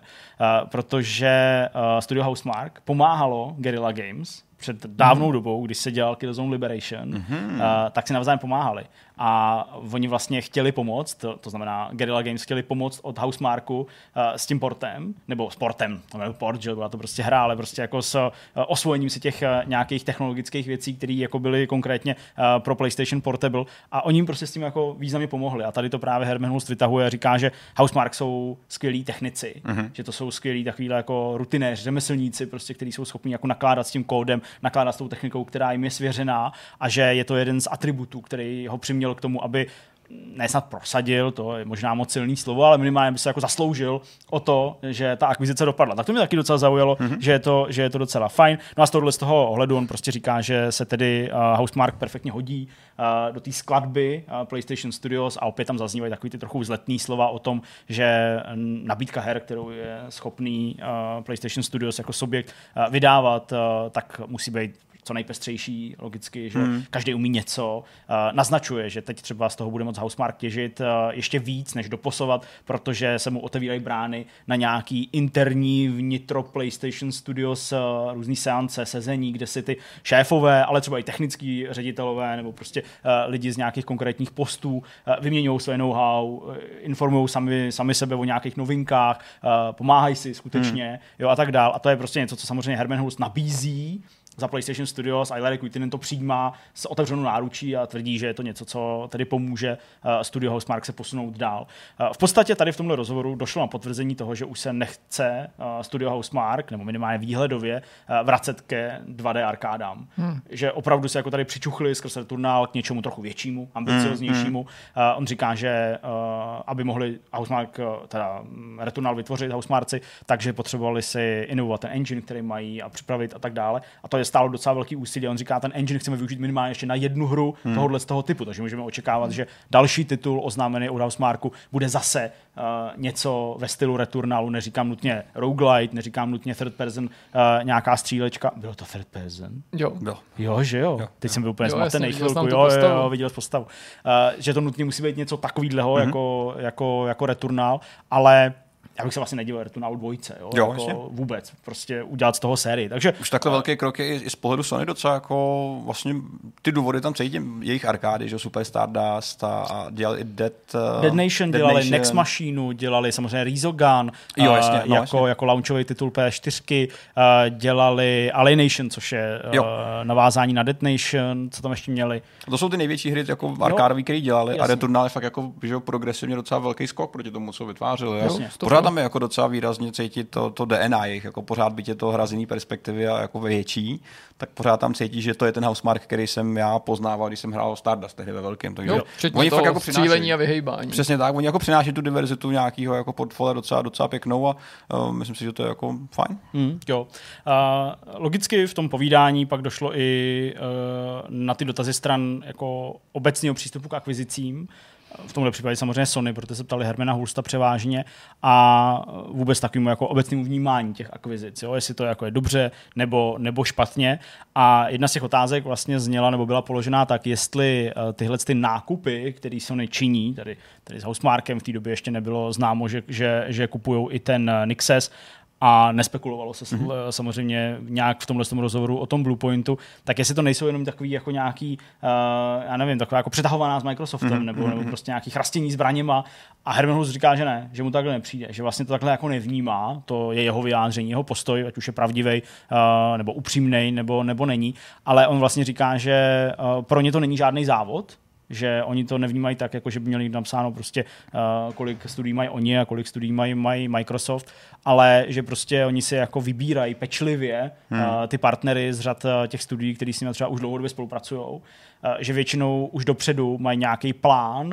protože studio Housemarque pomáhalo Guerrilla Games před dávnou dobou, když se dělal Killzone Liberation, tak si navzájem pomáhali. A oni vlastně chtěli pomoct, to znamená Guerrilla Games chtěli pomoct od Housemarque s tím portem, nebo s portem, to nebyl port, že byla to prostě hra, ale prostě jako s osvojením si těch nějakých technologických věcí, které jako byly konkrétně pro PlayStation Portable a oni jim prostě s tím jako významně pomohli. A tady to právě Herman Hulst vytahuje a říká, že Housemarque jsou skvělí technici, že to jsou skvělí takovýhle jako rutinéři, řemeslníci, prostě, kteří jsou schopni jako nakládat s tím kódem, nakládat s tou technikou, která jim je svěřená a že je to jeden z atributů, který ho přiměl k tomu, aby nesnad prosadil, to je možná moc silný slovo, ale minimálně by se jako zasloužil o to, že ta akvizice dopadla. Tak to mě taky docela zaujalo, že je to docela fajn. No a z toho ohledu on prostě říká, že se tedy Housemarque perfektně hodí do té skladby PlayStation Studios a opět tam zaznívají takový ty trochu vzletný slova o tom, že nabídka her, kterou je schopný PlayStation Studios jako subjekt vydávat, tak musí být co nejpestřejší, logicky, že každý umí něco, naznačuje, že teď třeba z toho bude moc Housemarque těžit ještě víc než doposovat, protože se mu otevírají brány na nějaký interní vnitro PlayStation Studios různý seance, sezení, kde si ty šéfové, ale třeba i technický ředitelové nebo prostě lidi z nějakých konkrétních postů vyměňují své know-how, informují sami sebe o nějakých novinkách, pomáhají si skutečně, jo, a tak dál. A to je prostě něco, co samozřejmě Herman Hulst nabízí za PlayStation Studios a Larry Kuitinen to přijímá s otevřenou náručí a tvrdí, že je to něco, co tedy pomůže studio Housemarque se posunout dál. V podstatě tady v tomhle rozhovoru došlo na potvrzení toho, že už se nechce studio Housemarque, nebo minimálně výhledově, vracet ke 2D arkádám. Že opravdu se jako tady přičuchli skrz Returnal k něčemu trochu většímu, ambicioznějšímu. On říká, že aby mohli Housemarque, teda Returnal vytvořit Housemarqueci, takže potřebovali si inovovat ten engine, který mají a připravit a tak dále. A to je stálo docela velký úsilí. On říká, ten engine chceme využít minimálně ještě na jednu hru tohohle z toho typu, takže můžeme očekávat, že další titul oznámený od Housemarque bude zase něco ve stylu Returnalu, neříkám nutně roguelite, neříkám nutně third person, nějaká střílečka. Bylo to third person? Jo. Jo, že jo? Teď jsem byl úplně zmatený chvilku. Jo, viděl postavu. Že to nutně musí být něco takovýhleho jako Returnal, ale já bych se vlastně nedíval Returnalu 2, jo jako vůbec, prostě udělat z toho sérii. Takže už takhle velký krok je i z pohledu Sony docela jako vlastně ty důvody tam cítím, jejich arkády, že Super Stardust a dělali i Dead Nation, dělali Next Machine, dělali samozřejmě Resogun, jako launchový titul PS4, dělali Alienation, což je navázání na Dead Nation, co tam ještě měli. To jsou ty největší hry jako arkádový, který dělali, a Returnal je fakt jako progresivně docela velký skok proti tomu, co vytvářeli. Pořád tam je jako docela výrazně cítit to DNA jejich, jako pořád byť je to hra z jiný perspektivy a jako větší, tak pořád tam cítí, že to je ten Housemarque, který jsem já poznával, když jsem hrál Stardust tehdy ve velkém. Takže oni fakt jako střílení a vyhejbání. Přesně tak, oni jako přináší tu diverzitu nějakého jako portfolia docela pěknou a myslím si, že to je jako fajn. Logicky v tom povídání pak došlo i na ty dotazy stran jako obecného přístupu k akvizicím. v tomhle případě samozřejmě Sony, protože se ptali Hermana Hulsta převážně a vůbec takovému jako obecnému vnímání těch akvizic, jo? Jestli to jako je dobře nebo špatně. A jedna z těch otázek vlastně zněla nebo byla položená tak, jestli tyhle ty nákupy, které Sony činí, tady s Housemarquem v té době ještě nebylo známo, že kupujou i ten Nixes, a nespekulovalo se samozřejmě nějak v tomhle rozhovoru o tom Bluepointu, tak jestli to nejsou jenom takový jako nějaký, já nevím, taková jako přetahovaná s Microsoftem nebo prostě nějaký chrastění zbraněma a Herman Hulst říká, že ne, že mu takhle nepřijde, že vlastně to takhle jako nevnímá, to je jeho vyjádření, jeho postoj, ať už je pravdivý nebo upřímnej nebo není, ale on vlastně říká, že pro ně to není žádný závod, že oni to nevnímají tak, jako že by měli napsáno prostě, kolik studií mají oni a kolik studií mají Microsoft, ale že prostě oni si jako vybírají pečlivě ty partnery z řad těch studií, který s nimi třeba už dlouhodobě spolupracují, že většinou už dopředu mají nějaký plán,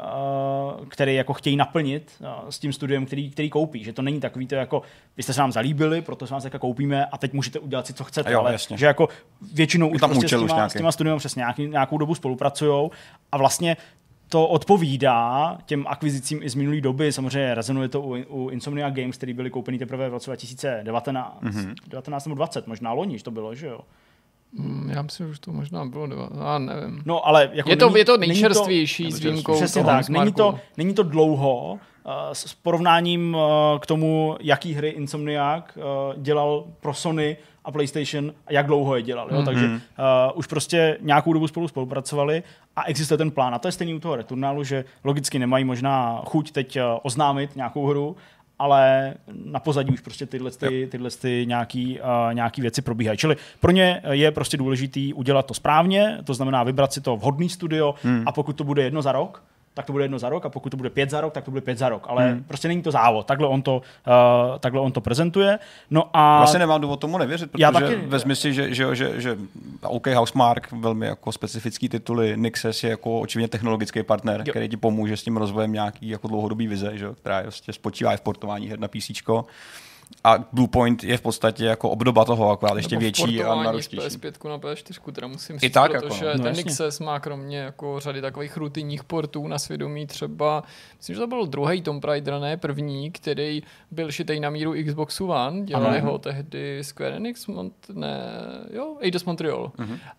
který jako chtějí naplnit s tím studiem, který koupí. Že to není takový to jako, vy jste se nám zalíbili, proto se vás teďka koupíme a teď můžete udělat si, co chcete. Jo, ale jasně. že jako většinou už prostě s těma studiemi přesně nějakou dobu spolupracujou a vlastně to odpovídá těm akvizicím i z minulé doby. Samozřejmě rezonuje to u Insomniac Games, který byly koupený teprve v roce 2019. 19 nebo 20, možná loni, to bylo, že jo? Já myslím, že už to možná bylo, já nevím. No, ale jako je to nejčerstvější s výjimkou. Přesně tak, není to dlouho s porovnáním k tomu, jaký hry Insomniac dělal pro Sony a PlayStation a jak dlouho je dělal. Jo? Takže už prostě nějakou dobu spolupracovali a existuje ten plán. A to je stejný u toho Returnalu, že logicky nemají možná chuť teď oznámit nějakou hru, ale na pozadí už prostě tyhle nějaký věci probíhají. Čili pro ně je prostě důležitý udělat to správně, to znamená vybrat si to vhodný studio a pokud to bude jedno za rok, tak to bude jedno za rok a pokud to bude 5 za rok, tak to bude 5 za rok. Ale prostě není to závod. Takhle on to prezentuje. No a vlastně nemám důvod tomu nevěřit, protože vezmi si, že OK, Housemarque, velmi jako specifický tituly, Nixes je jako očividně technologický partner, který ti pomůže s tím rozvojem nějaký jako dlouhodobý vize, že? Která vlastně spočívá v portování her na PCčko. A Bluepoint je v podstatě jako obdoba toho, akorát ještě větší a naročtější. Z PS5 na PS4 teda musím říct, tak, protože jako, ten Nixes má kromě jako řady takových rutinních portů na svědomí třeba, myslím, že to byl druhý Tomb Raider, ne první, který byl šitej na míru Xboxu One, dělali ho tehdy Square Enix, Eidos Montreal.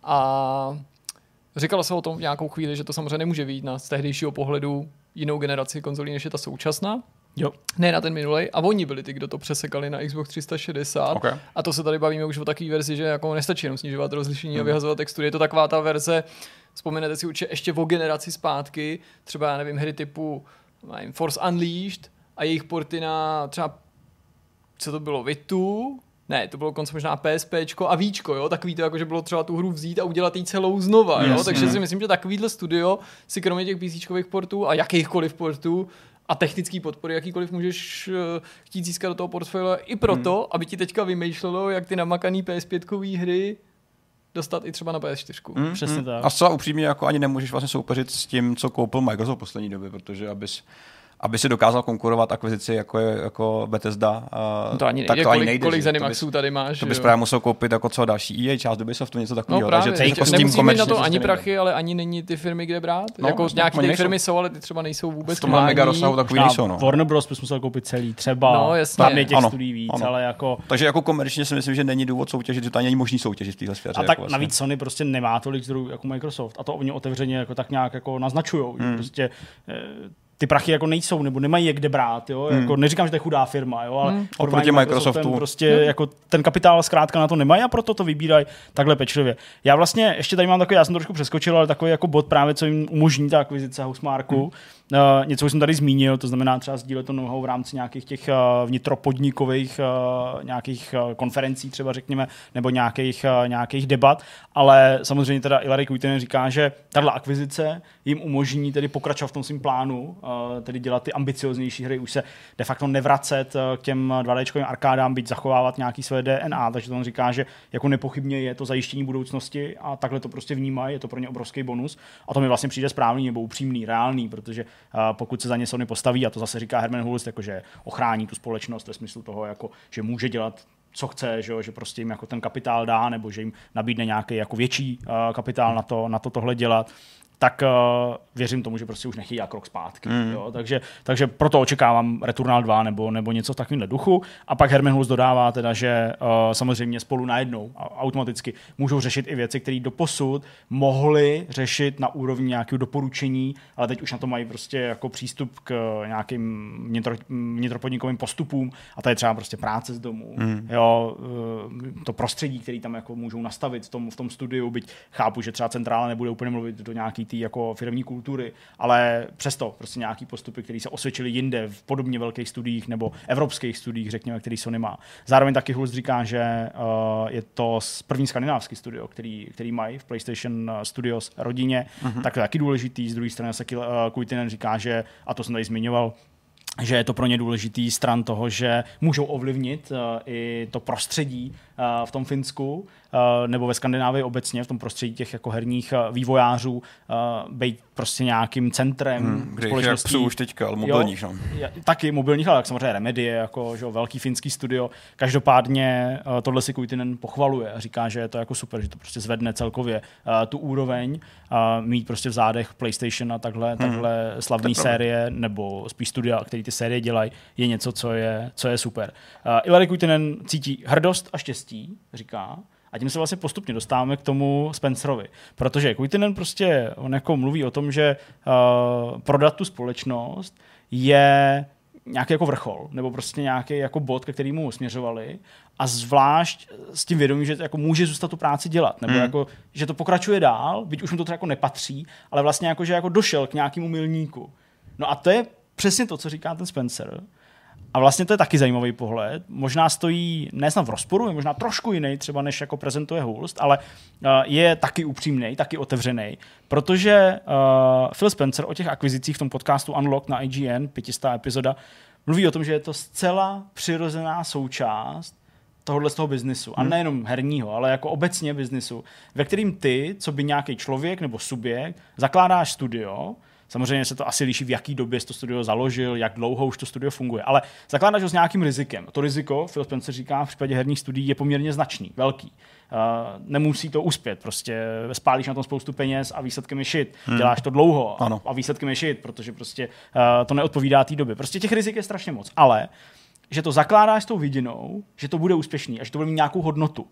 A říkalo se o tom v nějakou chvíli, že to samozřejmě nemůže vyjít z tehdejšího pohledu jinou generaci konzolí, než je ta současná. Jo. Ne na ten minulej. A oni byli ty, kdo to přesekali na Xbox 360. Okay. A to se tady bavíme už o takové verzi, že jako nestačí jenom snižovat rozlišení a vyhazovat textury. Je to taková ta verze, vzpomenete si určitě ještě o generaci zpátky, třeba, já nevím, hry typu Force Unleashed a jejich porty na třeba, co to bylo, Vitu? Ne, to bylo konce možná PSPčko a Víčko, jo? Takový to, jako, že bylo třeba tu hru vzít a udělat ji celou znova, jo? Takže si myslím, že takovýhle studio si kromě těch PCčkových portů a jakýchkoliv portů a technický podpory, jakýkoliv můžeš chtít získat do toho portfolia i proto, aby ti teďka vymýšlelo, jak ty namakaný PS5-kový hry dostat i třeba na PS4. Přesně tak. A zcela upřímně jako ani nemůžeš vlastně soupeřit s tím, co koupil Microsoft v poslední době, protože aby si dokázal konkurovat akvizici jako Bethesda, to ani nejde, tak to nejde. Kolik Zenimaxů tady máš? To bys právě musel koupit jako co další EA, část Ubisoftu, něco takového. No právě, takže jako nemusí mít na to ani prachy, ale ani není ty firmy kde brát. No, jako nějaké ty firmy jsou, ale ty třeba nejsou vůbec v tomhle mega rozsahu takový nejsou. No. Warner Bros. Bys musel koupit celý, třeba hlavně těch studií víc, ale jako... Takže jako komerčně si myslím, že není důvod soutěžit, že to ani není možný soutěžit v téhle sféře. A tak jako navíc Sony prostě nemá tolik zdrojů jako Microsoft a to oni otevřeně jako tak nějak jako naznačujou, prostě ty prachy jako nejsou, nebo nemají je kde brát, jo? Jako neříkám, že to je chudá firma, jo? Ale oproti Microsoftu prostě jako ten kapitál zkrátka na to nemají a proto to vybírají takhle pečlivě. Já vlastně ještě tady mám takový, já jsem to trošku přeskočil, ale takový jako bod právě, co jim umožní ta akvizice Housemarqueu. Něco už jsem tady zmínil, to znamená třeba sdílet to know-how v rámci nějakých těch vnitropodnikových nějakých konferencí třeba řekněme, nebo nějakých debat, ale samozřejmě teda Ilari Kuitinen říká, že tato akvizice jim umožní tedy pokračovat v tom svým plánu, tedy dělat ty ambicioznější hry, už se de facto nevracet k těm 2Dčkovým arkádám, byť zachovávat nějaký své DNA, takže to on říká, že jako nepochybně je to zajištění budoucnosti a takhle to prostě vnímají, je to pro ně obrovský bonus a to mi vlastně přijde správný nebo upřímný, reálný, protože pokud se za ně Sony postaví, a to zase říká Herman Hulst, jakože ochrání tu společnost ve smyslu toho, jako, že může dělat co chce, že prostě jim jako ten kapitál dá, nebo že jim nabídne nějaký jako větší kapitál na to tohle dělat, tak věřím tomu, že prostě už nechtějí krok zpátky. Jo? Takže proto očekávám Returnal 2 nebo něco v takovémhle duchu. A pak Herman Hulst dodává teda, že samozřejmě spolu najednou automaticky můžou řešit i věci, které doposud mohli řešit na úrovni nějakého doporučení, ale teď už na to mají prostě jako přístup k nějakým vnitropodnikovým postupům a to je třeba prostě práce z domu. Jo? To prostředí, který tam jako můžou nastavit v tom studiu, byť chápu, že třeba centrála nebude úplně mluvit do nějaký té jako firemní kultury, ale přesto prostě nějaký postupy, které se osvědčily jinde v podobně velkých studiích nebo evropských studiích, řekněme, který Sony má. Zároveň taky Hulst říká, že je to první skandinávský studio, který mají v PlayStation Studios rodině, tak to je taky důležitý. Z druhé strany se Kuitinen říká, že, a to jsem tady zmiňoval, že je to pro ně důležitý stran toho, že můžou ovlivnit i to prostředí v tom Finsku nebo ve Skandinávii obecně, v tom prostředí těch jako herních vývojářů, být prostě nějakým centrem společností. Už teďka, ale mobilních. No. Taky mobilních, ale samozřejmě Remedy, jako že velký finský studio. Každopádně tohle si Kuitinen pochvaluje a říká, že je to jako super, že to prostě zvedne celkově tu úroveň, mít prostě v zádech PlayStation a takhle slavný série, nebo spíš studia, který ty série dělají, je něco, co je super. Ilari Kuitinen cítí hrdost a štěstí, říká, a tím se vlastně postupně dostáváme k tomu Spencerovi. Protože Kuitinen prostě, on jako mluví o tom, že prodat tu společnost je nějaký jako vrchol, nebo prostě nějaký jako bod, ke kterému směřovali a zvlášť s tím vědomím, že jako může zůstat tu práci dělat, nebo jako, že to pokračuje dál, byť už mu to třeba jako nepatří, ale vlastně jako, že jako došel k nějakému milníku. No a to je přesně to, co říká ten Spencer. A vlastně to je taky zajímavý pohled. Možná stojí, ne snad v rozporu, je možná trošku jiný, třeba než jako prezentuje Hulst, ale je taky upřímnej, taky otevřený, protože Phil Spencer o těch akvizicích v tom podcastu Unlock na IGN, 500. epizoda, mluví o tom, že je to zcela přirozená součást tohohle z toho biznisu. A nejenom herního, ale jako obecně biznisu, ve kterým ty, co by nějaký člověk nebo subjekt, zakládáš studio. Samozřejmě se to asi líší, v jaký době jsi to studio založil, jak dlouho už to studio funguje, ale zakládáš ho s nějakým rizikem. To riziko, Phil Spencer říká, v případě herních studií je poměrně značný, velký. Nemusí to uspět, prostě spálíš na tom spoustu peněz a výsledkem je shit. Děláš to dlouho a výsledkem je shit, protože prostě to neodpovídá té době. Prostě těch rizik je strašně moc, ale že to zakládáš s tou vidinou, že to bude úspěšný a že to bude mít nějakou hodnotu.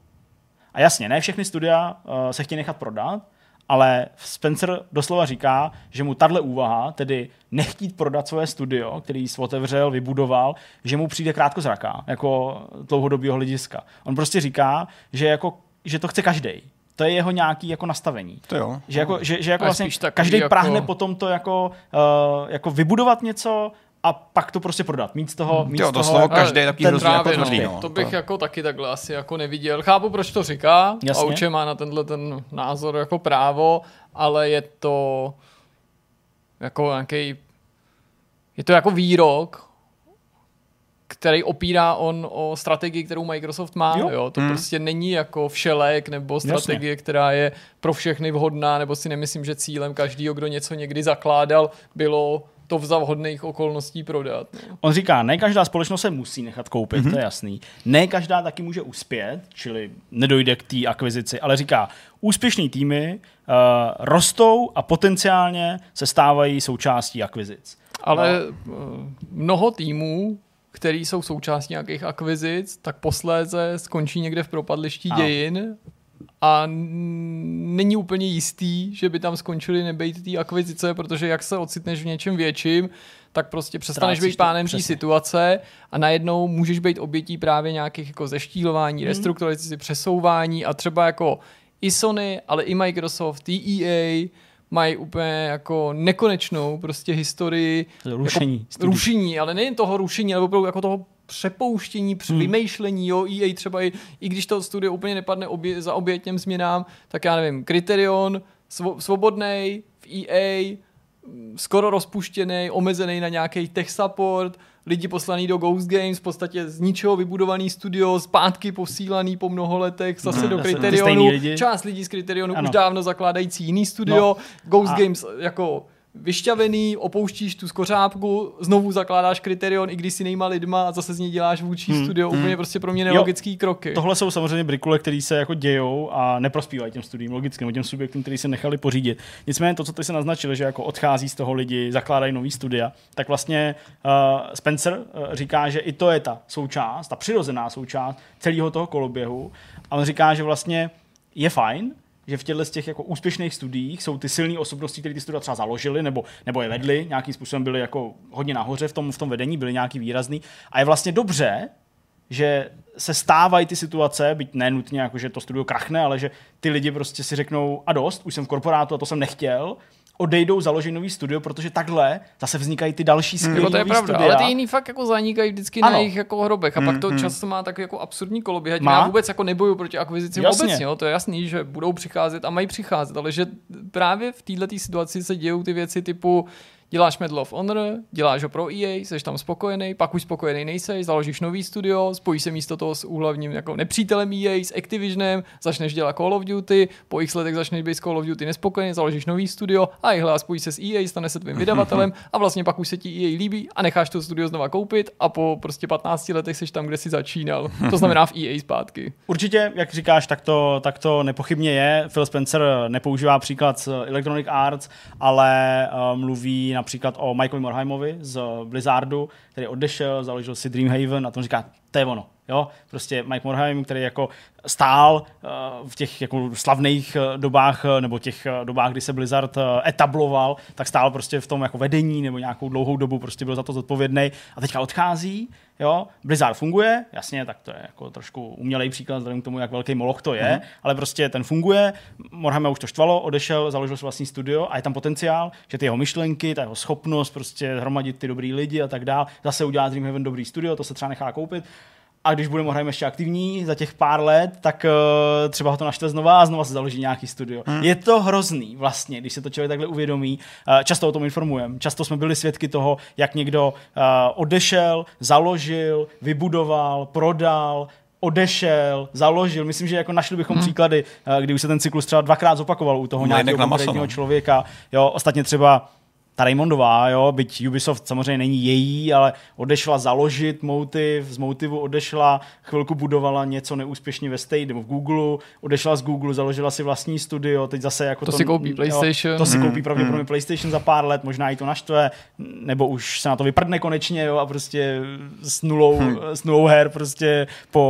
A jasně, ne všechny studia se chtějí nechat prodat, ale Spencer doslova říká, že mu tahle úvaha, tedy nechtít prodat svoje studio, který jsi otevřel, vybudoval, že mu přijde krátkozraká, jako dlouhodobýho hlediska. On prostě říká, že to chce každej. To je jeho nějaký jako nastavení. To jo. Že jako vlastně každý prahne potom to jako vybudovat něco a pak to prostě prodat. Mít z toho to slovo každý takový hrozně jako tvrdý. To bych jako taky takhle asi jako neviděl. Chápu, proč to říká. Jasně. A určitě má na tenhle ten názor jako právo, ale je to jako nějaký, je to jako výrok, který opírá on o strategii, kterou Microsoft má. Jo? To prostě není jako všelek nebo strategie, která je pro všechny vhodná, nebo si nemyslím, že cílem každého, kdo něco někdy zakládal, bylo to v vhodných okolností prodat. No. On říká, ne každá společnost se musí nechat koupit, to je jasný. Ne každá taky může uspět, čili nedojde k té akvizici, ale říká, úspěšný týmy rostou a potenciálně se stávají součástí akvizic. Ale mnoho týmů, který jsou součástí nějakých akvizic, tak posléze skončí někde v propadlišti dějin a není úplně jistý, že by tam skončili nebejt té akvizice, protože jak se ocitneš v něčem větším, tak prostě přestaneš být pánem té situace a najednou můžeš být obětí právě nějakých jako zeštílování, restrukturalizací, přesouvání a třeba jako i Sony, ale i Microsoft, i EA mají úplně jako nekonečnou prostě historii rušení, ale nejen toho rušení, ale opravdu jako toho přepouštění, vymýšlení, jo, EA třeba i když to studio úplně nepadne za oběť těm změnám, tak já nevím, Criterion, svobodnej v EA, skoro rozpuštěný, omezený na nějaký tech support, lidi poslaný do Ghost Games, v podstatě z ničeho vybudovaný studio, zpátky posílaný po mnoho letech, zase do Criterionu. Část lidí z Criterionu už dávno zakládající jiný studio. Ghost Games jako vyšťavený, opouštíš tu skořápku, znovu zakládáš Criterion, i když si nejma lidma a zase z něj děláš vůči studio, úplně prostě pro mě nelogický kroky. Tohle jsou samozřejmě brikule, které se jako dějou a neprospívají těm studiím, logicky, nebo těm subjektům, kteří se nechali pořídit. Nicméně to, co ty se naznačili, že jako odchází z toho lidi, zakládají nový studia, tak vlastně Spencer říká, že i to je ta součást, ta přirozená součást celého toho koloběhu. A on říká, že vlastně je fajn, že v těchto z těch jako úspěšných studiích jsou ty silné osobnosti, které ty studia třeba založily nebo je vedly, nějakým způsobem byly jako hodně nahoře v tom vedení, byly nějaký výrazný. A je vlastně dobře, že se stávají ty situace, byť ne nutně jako, že to studio krachne, ale že ty lidi prostě si řeknou a dost, už jsem v korporátu a to jsem nechtěl, odejdou, založí nový studio, protože takhle zase vznikají ty další skvělý to je pravda, studia. ale ty jiný fakt jako zanikají vždycky na jejich jako hrobech a pak to často má takový jako absurdní koloběh. Já vůbec jako neboju proti akvizicím obecně, to je jasný, že budou přicházet a mají přicházet, ale že právě v této situaci se dějou ty věci typu děláš Medal of Honor, děláš ho pro EA, jsi tam spokojený, pak už spokojený nejseš, založíš nový studio, spojíš se místo toho s úhlavním jako nepřítelem EA, s Activisionem, začneš dělat Call of Duty, po x letech začneš být s Call of Duty nespokojený, založíš nový studio a hle, spojíš se s EA, stane se tvým vydavatelem a vlastně pak už se ti EA líbí a necháš to studio znova koupit a po prostě 15 letech seš tam, kde jsi začínal. To znamená v EA zpátky. Určitě, jak říkáš, tak to nepochybně je. Phil Spencer nepoužívá příklad z Electronic Arts, ale mluví například o Michaelovi Morhaimovi z Blizzardu, který odešel, založil si Dreamhaven a to říká, to je ono. Jo? Prostě Mike Morhaime, který jako stál v těch jako slavných dobách nebo těch dobách, kdy se Blizzard etabloval, tak stál prostě v tom jako vedení nebo nějakou dlouhou dobu prostě byl za to zodpovědný a teďka odchází. Jo? Blizzard funguje, jasně, tak to je jako trošku umělej příklad vzhledem k tomu, jak velký moloch to je, ale prostě ten funguje. Morhaime už to štvalo, odešel, založil si vlastní studio a je tam potenciál, že ty jeho myšlenky, ta jeho schopnost prostě hromadit ty dobrý lidi a tak dál, zase udělá Dreamhaven dobrý studio, to se třeba nechá koupit. A když bude Morhaime ještě aktivní za těch pár let, tak třeba ho to naštve znova a znova se založí nějaký studio. Je to hrozný vlastně, když se to člověk takhle uvědomí. Často o tom informujeme. Často jsme byli svědky toho, jak někdo odešel, založil, vybudoval, prodal, odešel, založil. Myslím, že jako našli bychom příklady, kdy už se ten cyklus třeba dvakrát zopakoval u toho nějakého konkrétního člověka. Jo, ostatně třeba ta Raymondová, jo, byť Ubisoft samozřejmě není její, ale odešla založit Motive, z Motivu odešla, chvilku budovala něco neúspěšně ve State nebo v Google, odešla z Google, založila si vlastní studio, teď zase jako to si koupí PlayStation. Jo, to si koupí pravděpodobně PlayStation za pár let, možná jí to naštve, nebo už se na to vyprdne konečně, jo, a prostě s nulou her prostě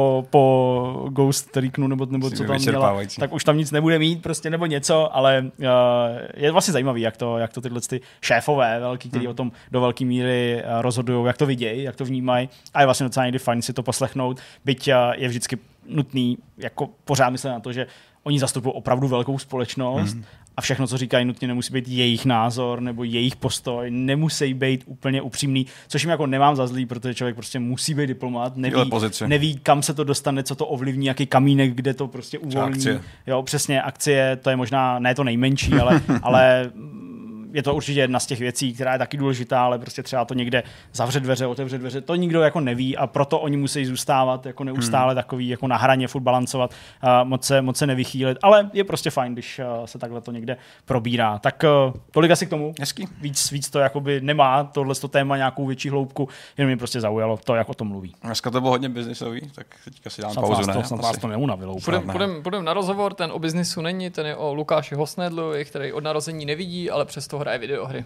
po Ghost Reconu nebo co tam dělá, tak už tam nic nebude mít prostě nebo něco, ale je vlastně zajímavý, jak to tyhle ty šéfové velký, kteří o tom do velké míry rozhodují, jak to vidějí, jak to vnímají. A je vlastně docela někdy fajn si to poslechnout, byť je vždycky nutný jako pořád myslet na to, že oni zastupují opravdu velkou společnost a všechno, co říkají, nutně nemusí být jejich názor nebo jejich postoj, nemusí být úplně upřímný, což jim jako nemám za zlý, protože člověk prostě musí být diplomat, neví, kam se to dostane, co to ovlivní, jaký kamínek, kde to prostě uvolní. Jo, přesně, akcie, to je možná ne to nejmenší, ale je to určitě jedna z těch věcí, která je taky důležitá, ale prostě třeba to někde zavře dveře, otevře dveře, to nikdo jako neví a proto oni musí zůstávat jako neustále takový jako na hraně furt balancovat, moc se nevychýlit, ale je prostě fajn, když se takhle to někde probírá. Tak tolik asi k tomu. Hezký. Víc to jakoby nemá tohleto téma nějakou větší hloubku, jenom mě prostě zaujalo to, jak o tom mluví. Dneska to bylo hodně biznisový, tak teďka si dám pauzu, ne? Snad vás to neunavilo. Půjdem na rozhovor, ten o biznisu není, ten je o Lukáši Hosnedlovi, který od narození nevidí, ale přesto hraje videohry.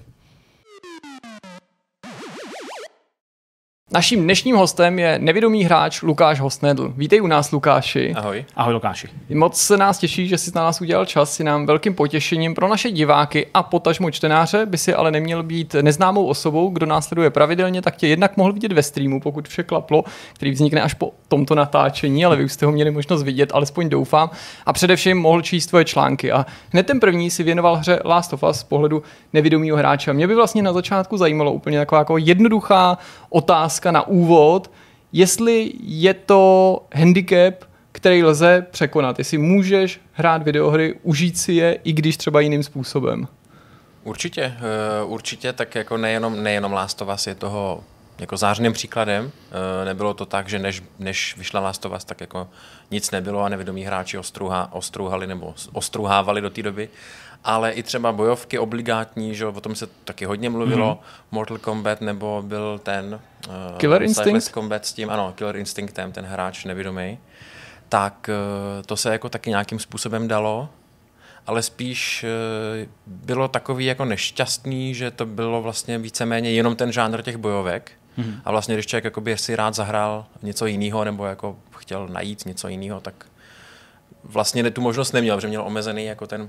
Naším dnešním hostem je nevědomý hráč Lukáš Hosnedl. Vítej u nás, Lukáši. Ahoj. Ahoj, Lukáši. Moc se nás těší, že jsi na nás udělal čas, si nám velkým potěšením. Pro naše diváky a potažmo čtenáře by si ale neměl být neznámou osobou, kdo nás sleduje pravidelně, tak tě jednak mohl vidět ve streamu, pokud vše klaplo, který vznikne až po tomto natáčení, ale vy už jste ho měli možnost vidět, alespoň doufám. A především mohl číst tvoje články. A hned ten první si věnoval hře Last of Us z pohledu nevědomého hráče. Mě by vlastně na začátku zajímalo úplně taková jako jednoduchá otázka na úvod, jestli je to handicap, který lze překonat, jestli můžeš hrát videohry, užít si je, i když třeba jiným způsobem. Určitě, tak jako nejenom Last of Us, je toho jako zářným příkladem. Nebylo to tak, že než vyšla Last of Us, tak jako nic nebylo a nevědomí hráči ostrouhali nebo ostruhávali do té doby. Ale i třeba bojovky obligátní, že o tom se taky hodně mluvilo, Mortal Kombat, nebo byl ten Killer Instinct Combat s tím, ano, Killer Instinctem, ten hráč nevědomý. Tak to se jako taky nějakým způsobem dalo, ale spíš bylo takový jako nešťastný, že to bylo vlastně víceméně jenom ten žánr těch bojovek. A vlastně, když člověk jakoby si rád zahrál něco jiného, nebo jako chtěl najít něco jiného, tak vlastně tu možnost neměl, protože měl omezený jako ten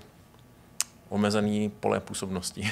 omezený pole působnosti.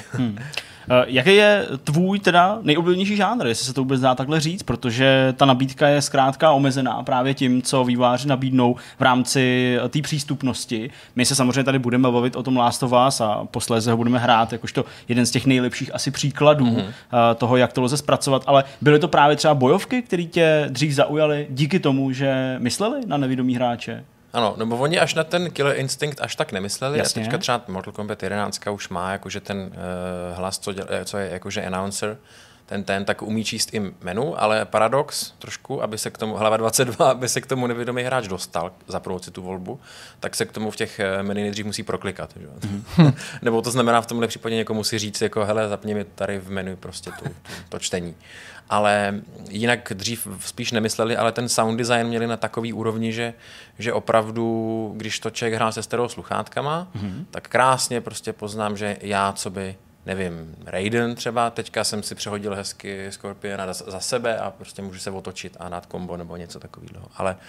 Jaký je tvůj teda nejoblíbenější žánr, jestli se to vůbec dá takhle říct, protože ta nabídka je zkrátka omezená právě tím, co vývojáři nabídnou v rámci té přístupnosti. My se samozřejmě tady budeme bavit o tom Last of Us a posléze ho budeme hrát jakožto jeden z těch nejlepších asi příkladů toho, jak to lze zpracovat, ale byly to právě třeba bojovky, které tě dřív zaujaly díky tomu, že mysleli na nevědomí hráče? Ano, nebo oni až na ten Killer Instinct až tak nemysleli. Jasně. A teďka třeba Mortal Kombat 11 už má jakože ten hlas, co je jakože announcer, ten tak umí číst i menu, ale paradox trošku, aby se k tomu, hlava 22, aby se k tomu nevědomý hráč dostal, zaprout si tu volbu, tak se k tomu v těch menu nejdřív musí proklikat. Že? Nebo to znamená v tomhle případě někomu si říct, jako hele, zapni mi tady v menu prostě to čtení. Ale jinak dřív spíš nemysleli, ale ten sound design měli na takový úrovni, že opravdu, když to člověk hrál se stereo sluchátkama, tak krásně prostě poznám, že já, co by nevím, Raiden třeba, teďka jsem si přehodil hezky Scorpiona za sebe a prostě můžu se otočit a dát kombo nebo něco takového.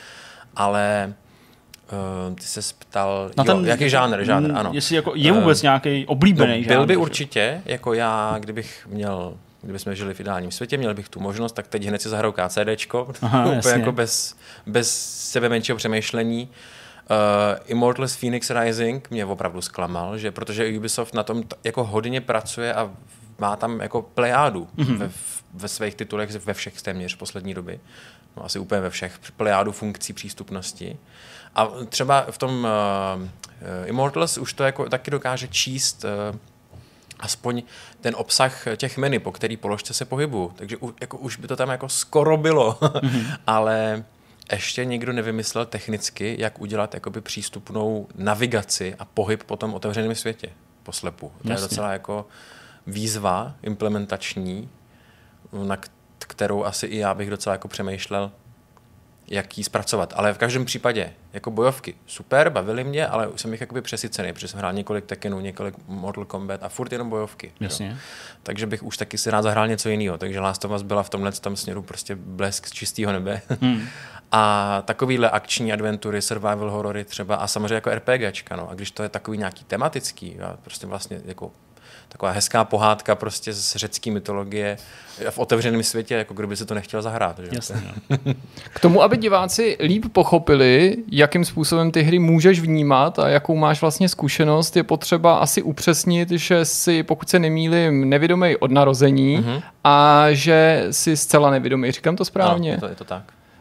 Ale ty se ptal, jaký žánr, ano. Jestli jako je vůbec nějaký oblíbený žánr. Byl by určitě, jako já, kdybychom žili v ideálním světě, měl bych tu možnost, tak teď hned si zahraju KCDčko, úplně jako bez sebe menšího přemýšlení. Immortals Phoenix Rising mě opravdu zklamal, že protože Ubisoft na tom jako hodně pracuje a má tam jako plejádu ve svých titulech, ve všech téměř v poslední doby. No, asi úplně ve všech. Plejádu funkcí přístupnosti. A třeba v tom Immortals už to jako taky dokáže číst aspoň ten obsah těch menu, po který položce se pohybuju. Takže jako už by to tam jako skoro bylo. Ale ještě nikdo nevymyslel technicky, jak udělat jakoby přístupnou navigaci a pohyb po tom otevřeném světě poslepu. To je docela jako výzva implementační, na kterou asi i já bych docela jako přemýšlel, jak ji zpracovat. Ale v každém případě jako bojovky super, bavily mě, ale už jsem jich jakoby přesycený, protože jsem hrál několik Tekkenů, několik Mortal Kombat a furt jenom bojovky. Jasně. Takže bych už taky si rád zahrál něco jiného. Takže Last of Us byla v tomhle směru prostě blesk z čistého nebe. A takovýhle akční adventury, survival horory třeba a samozřejmě jako RPGčka. No. A když to je takový nějaký tematický, prostě vlastně jako taková hezká pohádka prostě z řecké mytologie v otevřeném světě, jako kdo by si to nechtěl zahrát. Že? Jasně. K tomu, aby diváci líp pochopili, jakým způsobem ty hry můžeš vnímat a jakou máš vlastně zkušenost, je potřeba asi upřesnit, že si, pokud se nemýlím, nevědomý od narození a že jsi zcela nevědomý. Říkám to správně? No, je to tak.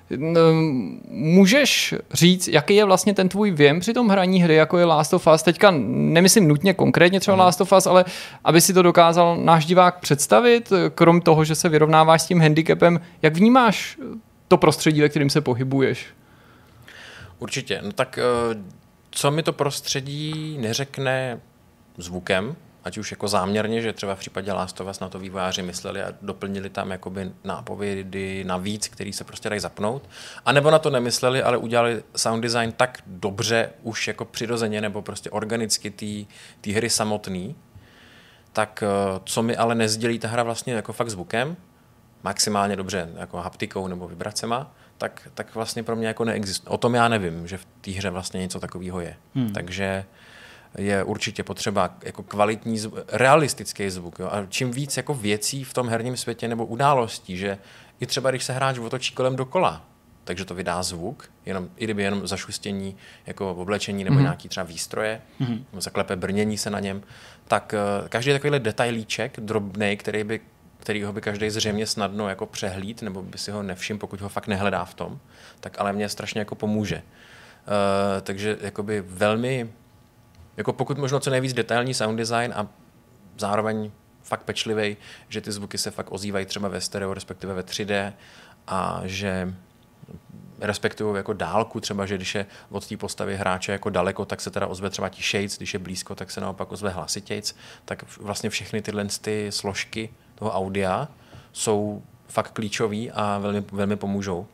Můžeš říct, jaký je vlastně ten tvůj věm při tom hraní hry, jako je Last of Us? Teďka nemyslím nutně konkrétně třeba Last of Us, ale aby si to dokázal náš divák představit, krom toho, že se vyrovnáváš s tím handicapem, jak vnímáš to prostředí, ve kterém se pohybuješ? Určitě. No tak co mi to prostředí neřekne zvukem, ať už jako záměrně, že třeba v případě Last of Us na to vývojáři mysleli a doplnili tam jakoby nápovědy navíc, který se prostě dají zapnout. A nebo na to nemysleli, ale udělali sound design tak dobře už jako přirozeně nebo prostě organicky té hry samotný, tak co mi ale nezdělí ta hra vlastně jako fakt zvukem, maximálně dobře jako haptikou nebo vibracema, tak vlastně pro mě jako neexistuje. O tom já nevím, že v té hře vlastně něco takového je. Takže je určitě potřeba jako kvalitní realistický zvuk. Jo? A čím víc jako věcí v tom herním světě nebo událostí, že i třeba když se hráč otočí kolem dokola, takže to vydá zvuk, i kdyby jenom zašustění jako oblečení nebo nějaký třeba výstroje, nebo zaklepe brnění se na něm, tak každý takovýhle detailíček drobnej, kterýho by každý zřejmě snadno jako přehlíd, nebo by si ho nevšiml, pokud ho fakt nehledá v tom, tak ale mě strašně jako pomůže. Takže jakoby velmi, jako pokud možno co nejvíc detailní sound design a zároveň fakt pečlivý, že ty zvuky se fakt ozývají třeba ve stereo, respektive ve 3D a že respektují jako dálku, třeba, že když je od té postavy hráče jako daleko, tak se teda ozve třeba tišejc, když je blízko, tak se naopak ozve hlasitějc, tak vlastně všechny tyhle ty složky toho audia jsou fakt klíčový a velmi, velmi pomůžou.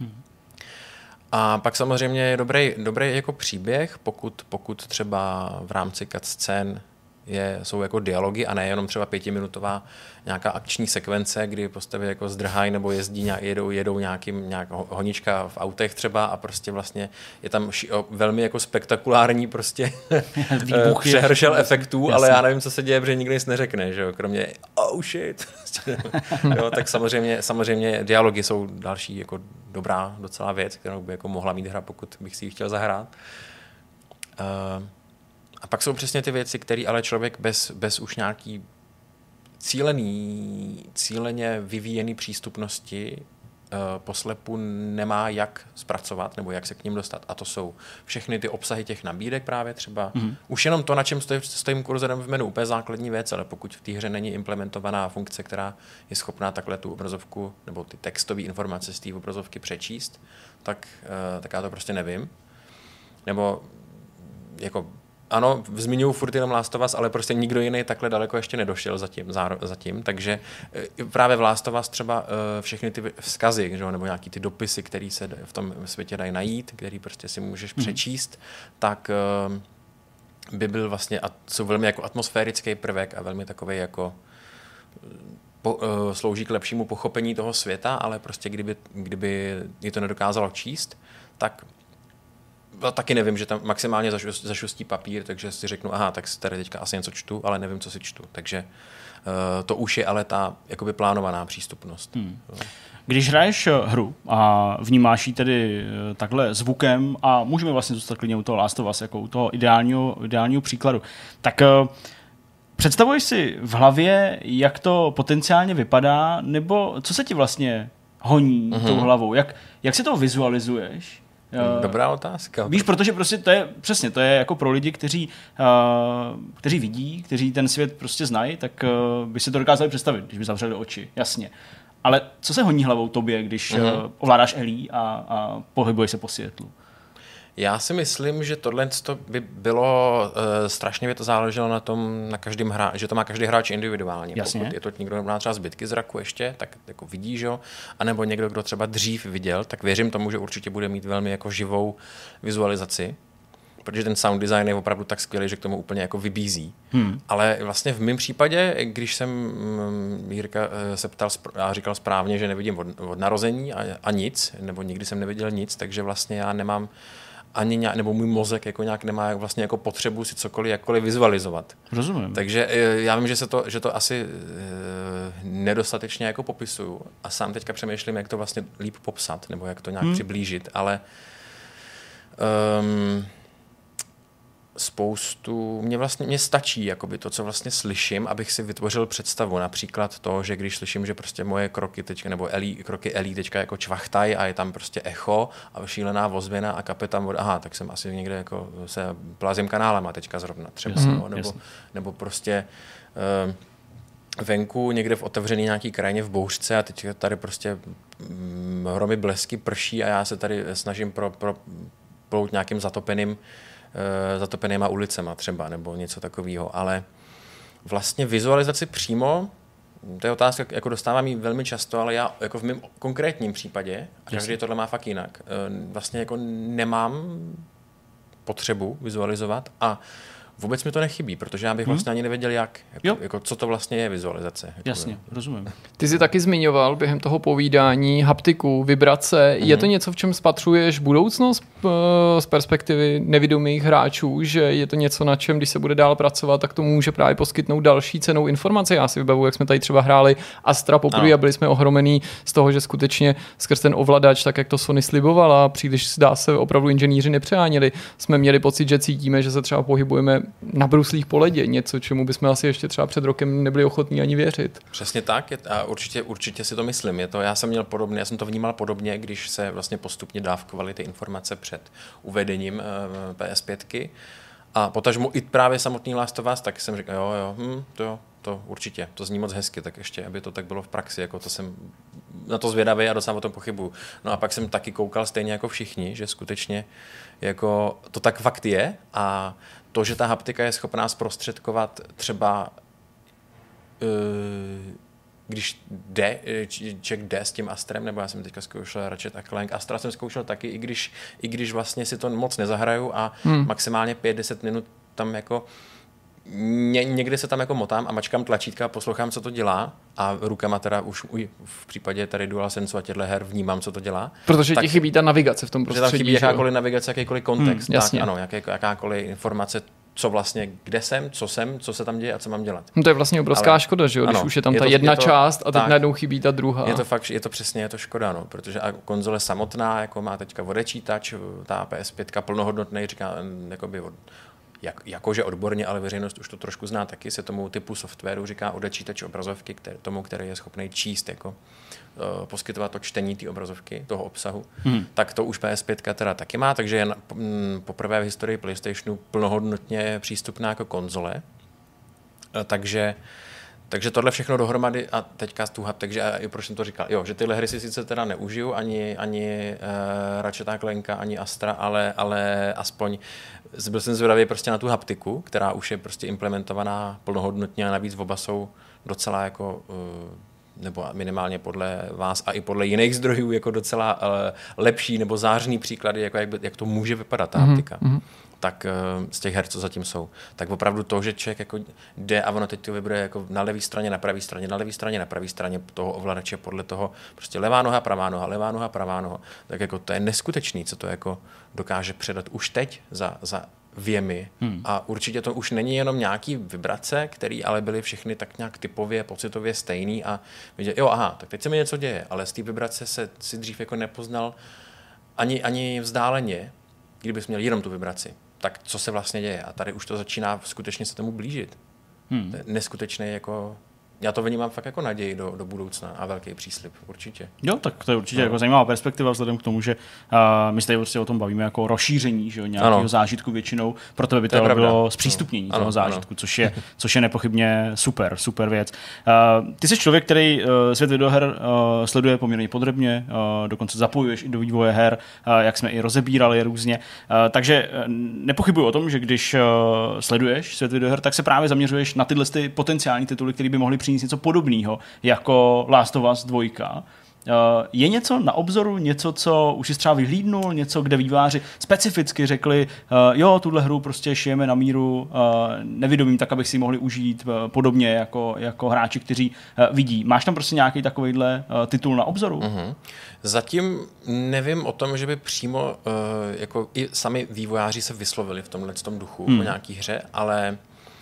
A pak samozřejmě je dobrý jako příběh, pokud třeba v rámci cutscén jsou jako dialogy a nejenom třeba 5minutová nějaká akční sekvence, kdy postavy jako zdrhají nebo jedou nějaká honička v autech třeba a prostě vlastně je tam velmi jako spektakulární prostě přehršel efektů, ale já nevím, co se děje, protože nikdo nic neřekne, že jo, kromě oh shit. Jo, tak samozřejmě dialogy jsou další jako dobrá docela věc, kterou by jako mohla mít hra, pokud bych si ji chtěl zahrát. A pak jsou přesně ty věci, které ale člověk bez už nějaký cíleně vyvíjený přístupnosti poslepu nemá jak zpracovat nebo jak se k ním dostat. A to jsou všechny ty obsahy těch nabídek právě třeba. Už jenom to, na čem stojím kurzorem v menu, úplně základní věc, ale pokud v té hře není implementovaná funkce, která je schopná takhle tu obrazovku nebo ty textové informace z té obrazovky přečíst, tak já to prostě nevím. Nebo jako ano, zmiňuji furt jenom Last of Us, ale prostě nikdo jiný takhle daleko ještě nedošel zatím, takže právě v Last of Us třeba všechny ty vzkazy, že, nebo nějaký ty dopisy, které se v tom světě dají najít, který prostě si můžeš přečíst, tak by byl vlastně, a jsou velmi jako atmosférický prvek a velmi takový jako slouží k lepšímu pochopení toho světa, ale prostě kdyby je to nedokázalo číst, tak taky nevím, že tam maximálně zašustí papír, takže si řeknu, aha, tak tady teďka asi něco čtu, ale nevím, co si čtu. Takže to už je ale ta jakoby plánovaná přístupnost. Když hraješ hru a vnímáš ji tedy takhle zvukem a můžeme vlastně zůstat klidně u toho Last of Us, jako u toho ideálního příkladu, tak představuješ si v hlavě, jak to potenciálně vypadá, nebo co se ti vlastně honí tou hlavou? Jak si to vizualizuješ? Dobrá otázka. Víš, protože prostě to je jako pro lidi, kteří vidí, kteří ten svět prostě znají, tak by si to dokázali představit, když by zavřeli oči, jasně. Ale co se honí hlavou tobě, když ovládáš Ellie a pohybuješ se po světlu? Já si myslím, že tohle by bylo strašně by to záleželo na tom, na každém hráči, že to má každý hráč individuálně. Jasně. Pokud je to někdo má třeba zbytky zraku ještě, tak jako vidí, že jo, anebo někdo, kdo třeba dřív viděl, tak věřím tomu, že určitě bude mít velmi jako živou vizualizaci, protože ten sound design je opravdu tak skvělý, že k tomu úplně jako vybízí. Ale vlastně v mém případě, když jsem Jirka se ptal a říkal správně, že nevidím od narození a nic, nebo nikdy jsem neviděl nic, takže vlastně já nemám ani nebo můj mozek jako nějak nemá vlastně jako potřebu si cokoliv jakkoliv vizualizovat. Rozumím. Takže já vím, že to asi nedostatečně jako popisuju a sám teďka přemýšlím, jak to vlastně líp popsat nebo jak to nějak přiblížit, ale mě stačí jakoby to, co vlastně slyším, abych si vytvořil představu. Například to, že když slyším, že prostě moje kroky teďka, nebo kroky Ellie teďka jako čvachtají a je tam prostě echo a šílená ozvěna a kape tam aha, tak jsem asi někde jako se plázím kanálama teďka zrovna třeba. Nebo prostě venku někde v otevřený nějaký krajině v bouřce a teď tady prostě hromy blesky prší a já se tady snažím proplout nějakým zatopenýma ulicema třeba, nebo něco takového, ale vlastně vizualizaci přímo, to je otázka, jako dostávám ji velmi často, ale já jako v mém konkrétním případě, a každý tohle má fakt jinak, vlastně jako nemám potřebu vizualizovat a vůbec mi to nechybí, protože já bych vlastně ani nevěděl, jako co to vlastně je vizualizace. Jasně, rozumím. Ty jsi taky zmiňoval během toho povídání haptiku, vibrace. Je to něco, v čem spatřuješ budoucnost z perspektivy nevidomých hráčů, že je to něco, na čem, když se bude dál pracovat, tak to může právě poskytnout další cennou informaci. Já si vybavuji, jak jsme tady třeba hráli Astra poprvé a byli jsme ohromení z toho, že skutečně skrz ten ovladač, tak jak to Sony slibovala, příliš zdá se opravdu inženýři nepřeháněli. Jsme měli pocit, že cítíme, že se třeba pohybujeme na bruslích po ledě, něco, čemu bychom asi ještě třeba před rokem nebyli ochotní ani věřit. Přesně tak, a určitě si to myslím. Já jsem to vnímal podobně, když se vlastně postupně dávkovaly ty informace před uvedením PS5. A potažmo i právě samotný Last of Us, tak jsem říkal, to určitě, to zní moc hezky, tak ještě, aby to tak bylo v praxi, jako to jsem na to zvědavý a docela o tom pochybuju. No a pak jsem taky koukal stejně jako všichni, že skutečně jako to tak fakt je a to, že ta haptika je schopná zprostředkovat třeba když člověk jde s tím Astrem, nebo já jsem teďka zkoušel Ratchet & Clank, Astra jsem zkoušel taky, i když vlastně si to moc nezahraju a maximálně 5-10 minut tam jako někde se tam jako motám a mačkám tlačítka a poslouchám, co to dělá a rukama teda už v případě tady DualSense a těchto her vnímám, co to dělá. Protože ti chybí ta navigace v tom prostředí. Že tam chybí jakákoliv navigace, jakýkoliv kontext. Jasně. Tak, ano, jakákoliv informace, co vlastně, kde jsem, co se tam děje a co mám dělat. No to je vlastně obrovská škoda, že jo? Když už je tam ta jedna část a teď najednou chybí ta druhá. Je to fakt, je to přesně škoda, no, protože a konzole samotná, jako má teďka odečítač, ta PS5 plnohodnotný, říká, jakoby jakože odborně, ale veřejnost už to trošku zná taky, se tomu typu softwaru říká odečítač obrazovky, který je schopný číst, jako poskytovat to čtení té obrazovky, toho obsahu. Tak to už PS5 teda taky má, takže je poprvé v historii PlayStationu plnohodnotně přístupná jako konzole. Takže tohle všechno dohromady a teďka takže proč jsem to říkal, že tyhle hry si sice teda neužiju, ani Ratchet & Clank, ani Astra, ale aspoň byl jsem zvědavý prostě na tu haptiku, která už je prostě implementovaná plnohodnotně a navíc oba jsou docela jako nebo minimálně podle vás a i podle jiných zdrojů jako docela lepší nebo zářný příklady, jako jak to může vypadat ta haptika. Tak z těch her, co zatím jsou. Tak opravdu to, že člověk jako jde a ono teď to vybruje jako na levé straně, na pravé straně, na levé straně, na pravé straně toho ovladače podle toho prostě levá noha, pravá noha, tak jako to je neskutečný, co to jako dokáže předat už teď za věmy. A určitě to už není jenom nějaký vibrace, které ale byly všechny tak nějak typově, pocitově stejný a vidět, tak teď se mi něco děje, ale z té vibrace si dřív jako nepoznal ani vzdáleně, kdybys měl jenom tu vibraci, tak co se vlastně děje? A tady už to začíná skutečně se tomu blížit. To je neskutečný jako... Já to vnímám fakt jako naději do budoucna a velký příslib, určitě. Jo, tak to je určitě jako zajímavá perspektiva vzhledem k tomu, že my se tady prostě o tom bavíme jako rozšíření, že jo, nějakého zážitku většinou, proto by to bylo zpřístupnění toho zážitku, což je nepochybně super věc. Ty jsi člověk, který svět videoher sleduje poměrně podrobně, dokonce zapojuješ i do vývoje her, jak jsme i rozebírali různě. Takže nepochybuji o tom, že když sleduješ svět videoher, tak se právě zaměřuješ na tyhle potenciální tituly, které by mohly přinést něco podobného jako Last of Us 2. Je něco na obzoru, něco, co už jsi třeba vyhlídnul, něco, kde vývojáři specificky řekli, tuhle hru prostě šijeme na míru nevědomým, tak abych si mohli užít podobně jako hráči, kteří vidí. Máš tam prostě nějaký takovejhle titul na obzoru? Zatím nevím o tom, že by přímo jako i sami vývojáři se vyslovili v tomhle duchu o nějaký hře, ale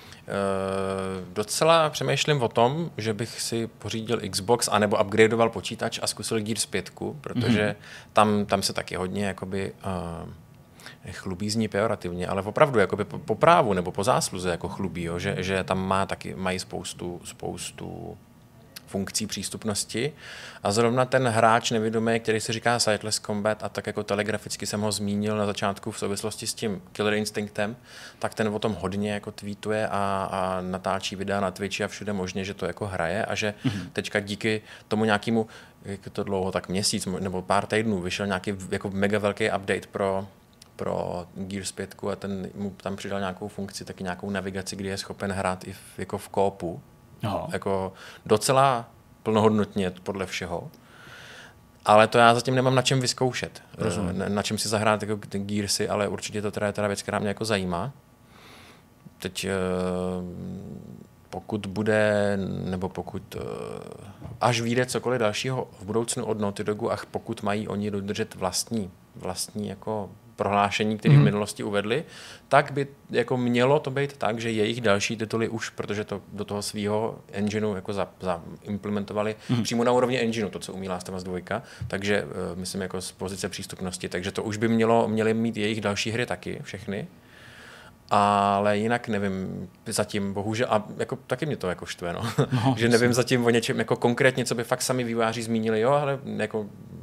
docela přemýšlím o tom, že bych si pořídil Xbox anebo upgradeoval počítač a zkusil Gears 5, protože tam se taky hodně jakoby chlubí zní pejorativně, ale opravdu jakoby po právu nebo po zásluze jako chlubí, že tam mají spoustu funkcí přístupnosti a zrovna ten hráč nevědomý, který se říká Sightless Combat a tak jako telegraficky jsem ho zmínil na začátku v souvislosti s tím Killer Instinctem, tak ten o tom hodně jako tweetuje a natáčí videa na Twitchi a všude možně, že to jako hraje a že teďka díky tomu nějakému, jak to dlouho, tak měsíc nebo pár týdnů vyšel nějaký jako mega velký update pro Gears 5 a ten mu tam přidal nějakou funkci, taky nějakou navigaci, kdy je schopen hrát i jako v koopu. Jako docela plnohodnotně podle všeho. Ale to já zatím nemám na čem vyzkoušet. Na čem si zahrát jako ty Gearsy, ale určitě to teda je věc, která mě jako zajímá. Teď pokud bude, nebo pokud až vyjde cokoliv dalšího v budoucnu od Naughty Dogu a pokud mají oni dodržet vlastní jako prohlášení, které v minulosti uvedli, tak by jako mělo to být tak, že jejich další tituly už, protože to do toho svého engineu jako zaimplementovali přímo na úrovni engineu, to, co umí Last of Us 2, takže myslím jako z pozice přístupnosti, takže to už by měly mít jejich další hry taky, všechny. Ale jinak nevím zatím, bohužel, a jako taky mě to jako štve, že nevím zatím o něčem jako konkrétně, co by fakt sami vývojáři zmínili, ale jako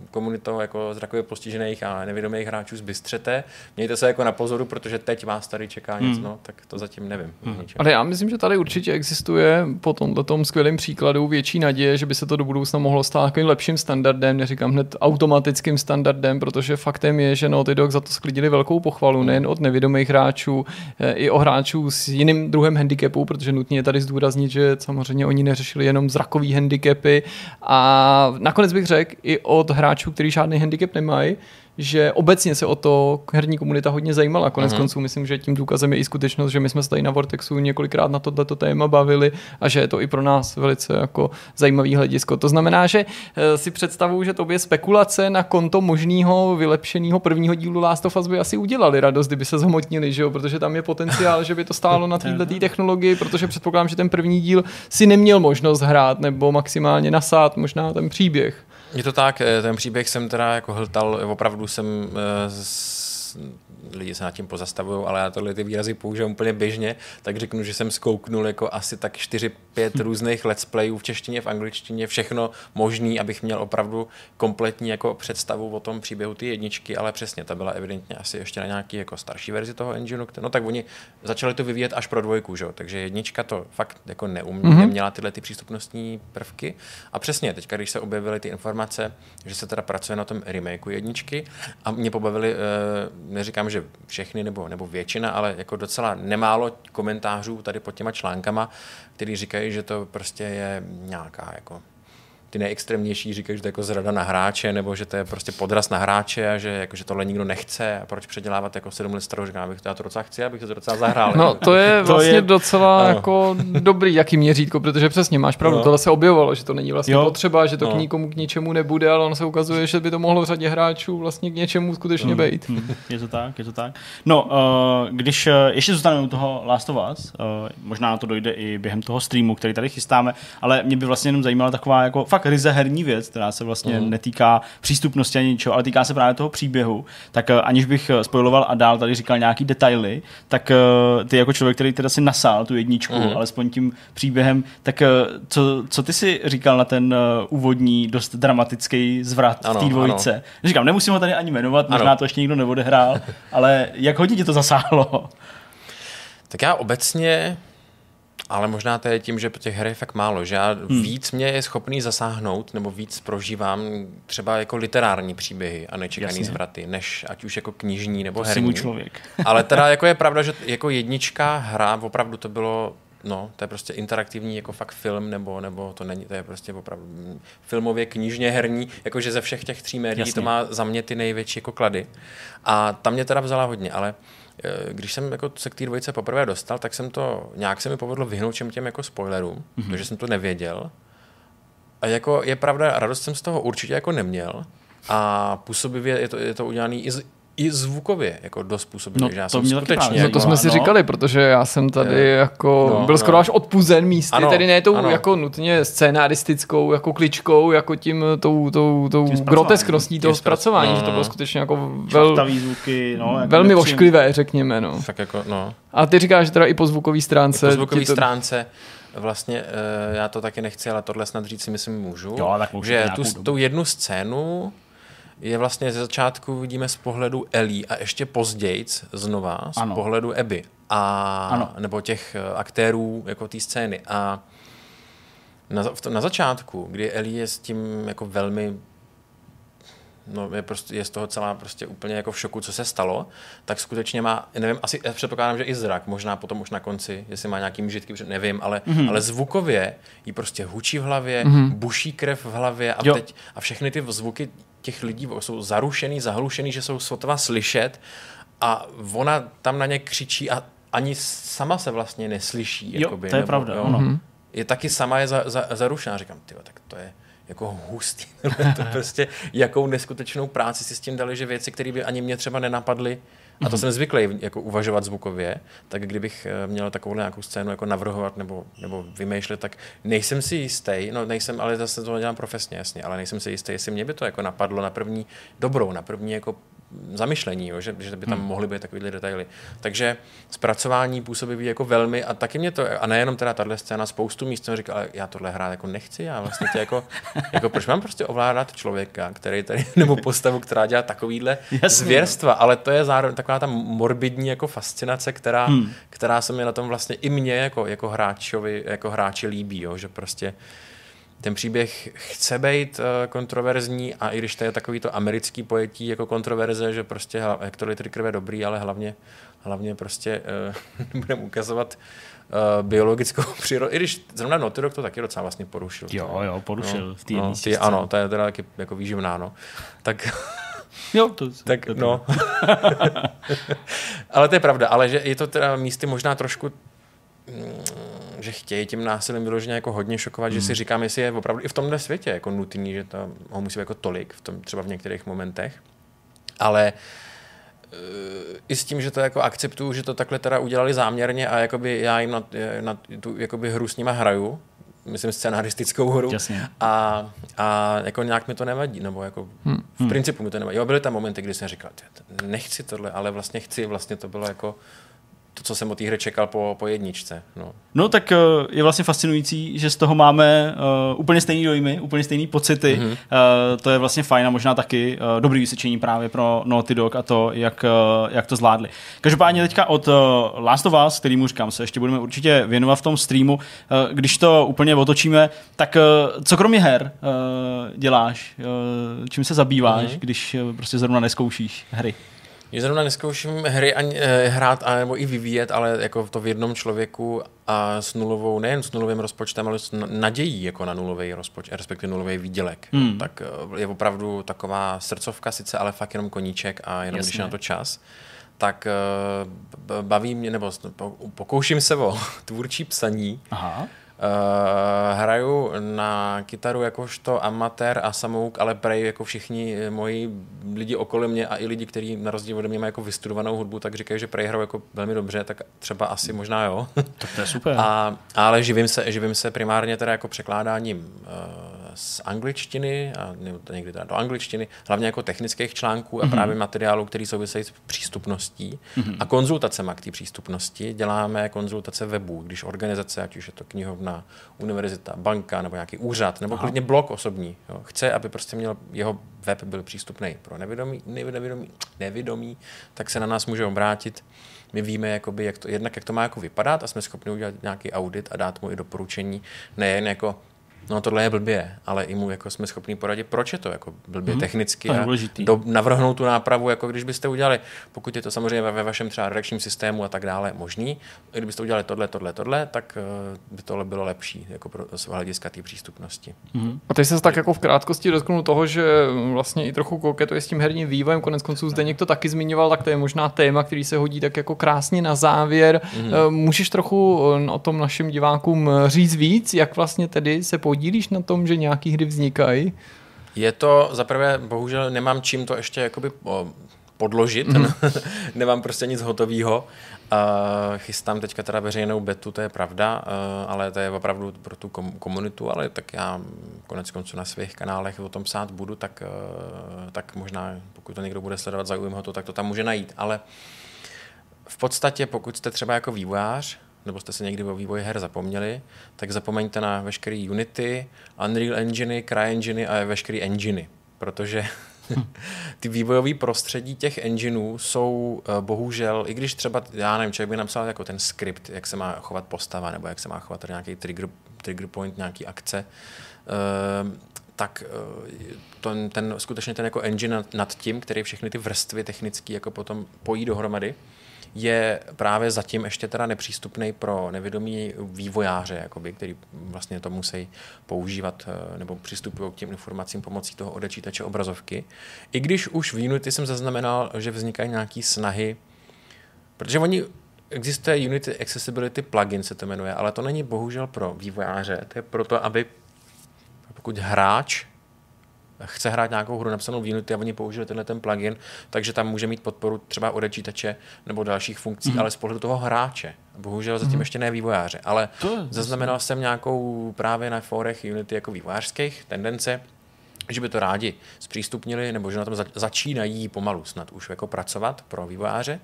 komunitou jako zrakově postižených a nevědomých hráčů zbystřete. Mějte se jako na pozoru, protože teď vás tady čeká něco, no, tak to zatím nevím. Ale já myslím, že tady určitě existuje po tomto skvělém příkladu větší naděje, že by se to do budoucna mohlo stát takovým lepším standardem, neříkám hned automatickým standardem, protože faktem je, že Naughty Dog za to sklidili velkou pochvalu nejen od nevědomých hráčů, i o hráčů s jiným druhem handicapu, protože nutně je tady zdůraznit, že samozřejmě oni neřešili jenom zrakový handicapy a nakonec bych řekl i od hráčů, kteří žádný handicap nemají, že obecně se o to herní komunita hodně zajímala. Konec konců myslím, že tím důkazem je i skutečnost, že my jsme se tady na Vortexu několikrát na tohleto téma bavili a že je to i pro nás velice jako zajímavý hledisko. To znamená, že si představuju, že tobě spekulace na konto možného vylepšeného prvního dílu Last of Us by asi udělali radost, kdyby se zhmotnili, že jo? Protože tam je potenciál, že by to stálo na této technologii, protože předpokládám, že ten první díl si neměl možnost hrát nebo maximálně nasát možná ten příběh. Je to tak, ten příběh jsem teda jako hltal, opravdu jsem lidi se nad tím pozastavují, ale já tohle ty výrazy používám úplně běžně, tak řeknu, že jsem zkouknul jako asi tak 4-5 různých let's playů v češtině, v angličtině, všechno možný, abych měl opravdu kompletní jako představu o tom příběhu ty jedničky, ale přesně, ta byla evidentně asi ještě na nějaký jako starší verzi toho engineu, no tak oni začali to vyvíjet až pro dvojku, že? Takže jednička to fakt jako neměla tyhle ty přístupnostní prvky a přesně, teďka, když se objevily ty informace, že se teda pracuje na tom remakeu jedničky a mě pobavili, neříkám, že všechny nebo většina, ale jako docela nemálo komentářů tady pod těma článkama, který říkají, že to prostě je nějaká jako ty nejextrémnější říkají, že to je jako zrada na hráče, nebo že to je prostě podraz na hráče a že, jako, že tohle nikdo nechce a proč předělávat jako 7 let starou, říkám, já to docela chci, abych to docela zahrál. No to je vlastně docela jako dobrý jaký měřítko, protože přesně máš pravdu, tohle se objevovalo, že to není vlastně potřeba, že to k nikomu k ničemu nebude, ale ono se ukazuje, že by to mohlo v řadě hráčů vlastně k něčemu skutečně být. Je to tak. No, když ještě zůstaneme u toho Last of Us, možná to dojde i během toho streamu, který tady chystáme, ale mě by vlastně jenom zajímala taková jako fakt ryze herní věc, která se vlastně netýká přístupnosti ani ničeho, ale týká se právě toho příběhu. Tak aniž bych spoiloval a dál tady říkal nějaký detaily, tak ty jako člověk, který teda si nasál tu jedničku, alespoň tím příběhem, tak co ty si říkal na ten úvodní dost dramatický zvrat v té dvojce? Ano. Říkám, nemusím ho tady ani jmenovat, možná to ještě nikdo neodehrál, ale jak hodně tě to zasáhlo? Tak já obecně, ale možná to je tím, že těch her je fakt málo, že já víc mě je schopný zasáhnout, nebo víc prožívám třeba jako literární příběhy a nečekaný zvraty, než ať už jako knižní nebo herní. Můj člověk. Ale teda jako je pravda, že jako jednička hra, opravdu to bylo, no, to je prostě interaktivní jako fakt film, nebo to není, to je prostě opravdu filmově, knižně, herní, jakože ze všech těch 3 médií to má za mě ty největší jako klady. A tam mě teda vzala hodně, ale když jsem jako se k té dvojce poprvé dostal, tak jsem to, nějak se mi povedlo vyhnout těm jako spoilerům, protože jsem to nevěděl. A jako je pravda, radost jsem z toho určitě jako neměl a působivě je to udělané i zvukově, jako dost působivě, že já jsem skutečně... No to jsme si říkali, protože já jsem tady jako byl skoro až odpuzen místy, tedy ne tou jako nutně scénaristickou jako kličkou, jako tou groteskností toho zpracování, že to bylo skutečně jako zvuky, jako velmi ošklivé, řekněme. No. Tak jako, no. A ty říkáš, že teda i po zvukové stránce... I po zvukové stránce vlastně já to taky nechci, ale tohle snad říct si myslím můžu, že tu jednu scénu je vlastně ze začátku vidíme z pohledu Ellie a ještě později znova z pohledu Abby a nebo těch aktérů jako té scény a na začátku, kdy Ellie je s tím jako velmi je z toho celá prostě úplně jako v šoku, co se stalo, tak skutečně má, nevím, asi předpokládám, že i zrak, možná potom už na konci, jestli má nějaký mžitky, nevím, ale zvukově jí prostě hučí v hlavě, buší krev v hlavě a všechny ty zvuky těch lidí jsou zarušený, zahlušený, že jsou sotva slyšet a ona tam na ně křičí a ani sama se vlastně neslyší. Jakoby, to je pravda. Je taky sama je zarušená. Říkám, tyjo, tak to je jako hustý. To prostě, jakou neskutečnou práci si s tím dali, že věci, které by ani mě třeba nenapadly, a to jsem zvyklý jako uvažovat zvukově, tak kdybych měl takovou nějakou scénu jako navrhovat nebo vymýšlet, tak nejsem si jistý, nejsem, ale zase to dělám profesně, jasně, ale nejsem si jistý, jestli mě by to jako napadlo na první jako zamyšlení, jo, že by tam mohly být takovýhle detaily. Takže zpracování působí jako velmi, a taky mě to, a nejenom teda tahle scéna, spoustu míst jsem říkal, ale já tohle hrát jako nechci, já vlastně tě jako proč mám prostě ovládat člověka, který tady, nebo postavu, která dělá takovýhle zvěrstva, ale to je zároveň taková ta morbidní jako fascinace, která se mi na tom vlastně i mě jako hráči líbí, jo, že prostě ten příběh chce být kontroverzní a i když to je takový to americký pojetí jako kontroverze, že prostě hektolitry krve dobrý, ale hlavně prostě budeme ukazovat biologickou přírodu. I když zrovna Naughty Dog to taky docela vlastně porušil. Jo, porušil v té ano, to je teda taky jako výživná, no. Tak... Jo, no. Ale to je pravda, ale že je to teda místy možná trošku že chtějí tím násilím vyloženě jako hodně šokovat, že si říkám, jestli je opravdu i v tomhle světě jako nutný, že to ho musí jako tolik, třeba v některých momentech. Ale i s tím, že to jako akceptuju, že to takhle teda udělali záměrně a jakoby já jim na tu jakoby hru s nima hraju, myslím scenaristickou hru. Jasně. A jako nějak mi to nevadí, nebo jako v principu mi to nevadí. Jo, byly tam momenty, kdy jsem říkal, nechci tohle, ale vlastně chci, vlastně to bylo jako to, co jsem od té hry čekal po jedničce. No tak je vlastně fascinující, že z toho máme úplně stejný dojmy, úplně stejný pocity. To je vlastně fajn a možná taky dobrý vysvědčení právě pro Naughty Dog a to, jak to zvládli. Každopádně teďka od Last of Us, kterýmu říkám, se ještě budeme určitě věnovat v tom streamu. Když to úplně otočíme, tak co kromě her děláš? Čím se zabýváš, když prostě zrovna neskoušíš hry? Já zrovna neskouším hry ani hrát, nebo i vyvíjet, ale jako to v jednom člověku a nejen s nulovým rozpočtem, ale s nadějí jako na nulový rozpočet, respektive nulový výdělek. Tak je opravdu taková srdcovka sice, ale fakt jenom koníček a jenom když je na to čas. Tak baví mě, nebo pokouším se o tvůrčí psaní. Aha. Hraju na kytaru jakožto amatér a samouk, ale prej jako všichni moji lidi okolo mě a i lidi, kteří na rozdíl ode mě mají jako vystudovanou hudbu, tak říkají, že prej hraju jako velmi dobře, tak třeba asi možná jo. Tak to je super. Ale živím se primárně teda jako překládáním z angličtiny a někdy teda do angličtiny, hlavně jako technických článků a právě materiálů, který souvisejí s přístupností a konzultacema k té přístupnosti. Děláme konzultace webů, když organizace, ať už je to knihovna, univerzita, banka nebo nějaký úřad, nebo klidně blog osobní. Jo. Chce, aby prostě jeho web byl přístupný pro nevědomí, tak se na nás může obrátit. My víme, jakoby, jak to má jako vypadat a jsme schopni udělat nějaký audit a dát mu i doporučení, nejen jako no tohle je blbě, ale i mu jako jsme schopni poradit, proč je to jako blbě technicky a navrhnout tu nápravu, jako když byste udělali, pokud je to samozřejmě ve vašem třeba redakčním systému a tak dále možný, kdybyste udělali tohle, tak by tohle bylo lepší jako z hlediska té přístupnosti. A teď se tak jako v krátkosti dotknul toho, že vlastně i trochu koketuje s tím herním vývojem, konec konců Zdeněk to taky zmiňoval, tak to je možná téma, který se hodí tak jako krásně na závěr. Můžeš trochu o tom našim divákům říct víc, jak vlastně tedy se podílíš na tom, že nějaký hry vznikají? Je to, zaprvé, bohužel nemám čím to ještě jakoby podložit, nemám prostě nic hotového. Chystám teďka teda veřejnou betu, to je pravda, ale to je opravdu pro tu komunitu, ale tak já konec konců na svých kanálech o tom psát budu, tak možná, pokud to někdo bude sledovat, zaujím ho to, tak to tam může najít. Ale v podstatě, pokud jste třeba jako vývojář, nebo jste se někdy o vývoji her zapomněli, tak zapomeňte na veškerý Unity, Unreal Engine, CryEngine a veškerý enginy, protože ty vývojové prostředí těch engineů jsou bohužel, i když třeba, já nevím, člověk by napsal jako ten skript, jak se má chovat postava, nebo jak se má chovat nějaký trigger point, nějaký akce, tak skutečně ten jako engine nad tím, který všechny ty vrstvy technické jako potom pojí dohromady, je právě zatím ještě teda nepřístupný pro nevědomí vývojáře, jakoby, který vlastně to musí používat nebo přistupují k těm informacím pomocí toho odečítače obrazovky. I když už v Unity jsem zaznamenal, že vznikají nějaké snahy, protože existuje Unity Accessibility plugin, se to jmenuje, ale to není bohužel pro vývojáře, to je proto, aby pokud hráč chce hrát nějakou hru napsanou v Unity a oni použili ten plugin, takže tam může mít podporu třeba odečítače nebo dalších funkcí, ale z pohledu toho hráče. Bohužel zatím ještě ne vývojáře, ale zaznamenal jsem nějakou právě na fórech Unity jako vývojářských tendence, že by to rádi zpřístupnili, nebo že na tom začínají pomalu snad už jako pracovat pro vývojáře.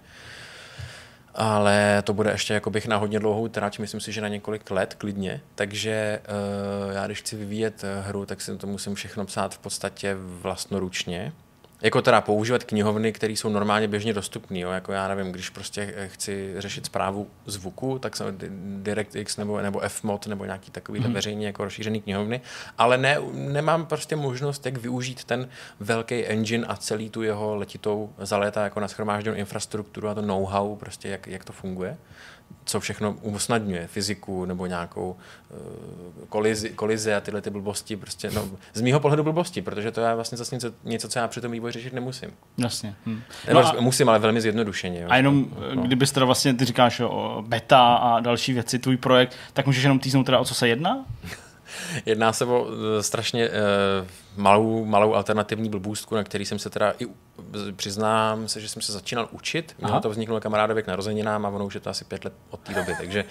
Ale to bude ještě jako bych na hodně dlouhou trať, myslím si, že na několik let klidně. Takže já když chci vyvíjet hru, tak si to musím všechno psát v podstatě vlastnoručně. Jako teda používat knihovny, které jsou normálně běžně dostupné. Jako já nevím, když prostě chci řešit správu zvuku, tak jsem DirectX nebo Fmod nebo nějaký takový veřejně jako rozšířený knihovny, ale nemám prostě možnost, jak využít ten velký engine a celý tu jeho letitou za léta jako nashromážděnou infrastrukturu a to know-how, prostě jak to funguje, co všechno usnadňuje, fyziku nebo nějakou kolizi a tyhle ty blbosti, prostě, no, z mýho pohledu blbosti, protože to je vlastně zase něco, co já při tom vývoji řešit nemusím. Jasně. Musím, ale velmi zjednodušeně. Jo. A jenom, kdybys teda vlastně, ty říkáš o beta a další věci, tvůj projekt, tak můžeš jenom týznout teda, o co se jedná? Jedná se o strašně malou alternativní blbůstku, na který jsem se teda i přiznám se, že jsem se začínal učit. Mělo to vzniklo kamarádovi k narozeninám a ono už je to asi 5 let od té doby, takže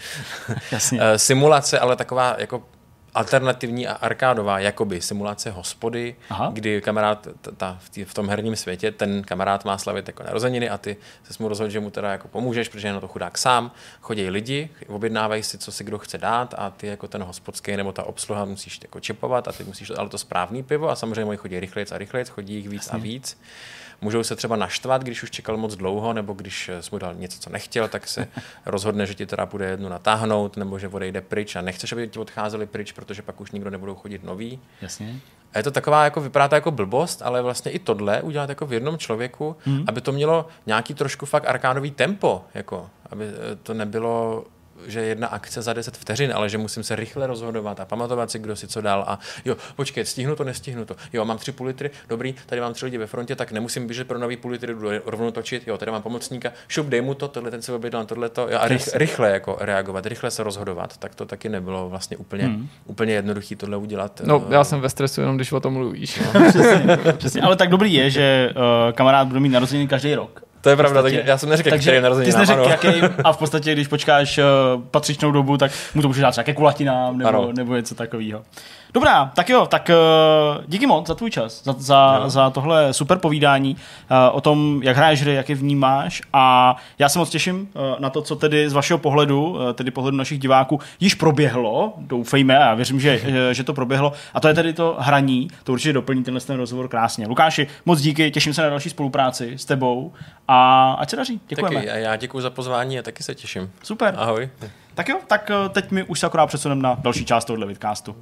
simulace, ale taková jako alternativní a arkádová, jakoby simulace hospody, kdy kamarád v tom herním světě, ten kamarád má slavit jako narozeniny a ty se mu rozhodl, že mu teda jako pomůžeš, protože je na to chudák sám. Chodí lidi, objednávají si, co si kdo chce dát a ty jako ten hospodský nebo ta obsluha musíš jako čipovat a ty musíš ale to správný pivo a samozřejmě mají chodí rychlejc a rychlejc, chodí jich víc a víc. Můžou se třeba naštvat, když už čekal moc dlouho, nebo když jsi mu dal něco, co nechtěl, tak se rozhodne, že ti teda bude jednu natáhnout, nebo že odejde pryč a nechceš, aby ti odcházeli pryč, protože pak už nikdo nebudou chodit nový. Jasně. A je to taková, jako vypadá to jako blbost, ale vlastně i tohle udělat jako v jednom člověku, aby to mělo nějaký trošku fakt arkádový tempo, jako, aby to nebylo, že jedna akce za 10 vteřin, ale že musím se rychle rozhodovat a pamatovat si, kdo si co dal a jo, počkej, stihnu to, nestihnu to. Jo, mám 3 půl litry, dobrý, tady mám 3 lidi ve frontě, tak nemusím běžet pro nový půl litry, jdu rovnou točit, jo, tady mám pomocníka, šup, dej mu to, tohle ten se objednal, tohleto, jo, a rychle jako reagovat, rychle se rozhodovat, tak to taky nebylo vlastně úplně jednoduchý tohle udělat. No, já jsem ve stresu jenom, když o tom mluvíš. No. Přesně, ale tak dobrý je, že kamarád bude mít narozeniny každý rok. To je pravda, takže já jsem neřekl, který narozeninám. Ty jsi neřekl, jaký, a v podstatě, když počkáš patřičnou dobu, tak mu to může dát nějaké kulatinám nebo něco takového. Dobrá, tak jo, tak díky moc za tvůj čas, za tohle super povídání o tom, jak hraješ hry, jak je vnímáš a já se moc těším na to, co tedy z vašeho pohledu, tedy pohledu našich diváků, již proběhlo, doufejme a věřím, že to proběhlo a to je tedy to hraní, to určitě doplní tenhle rozhovor krásně. Lukáši, moc díky, těším se na další spolupráci s tebou a ať se daří, děkujeme. Taky, a já děkuji za pozvání a taky se těším. Super. Ahoj. Tak jo, tak teď mi už se akorát přesuneme na další část tohoto vidcastu.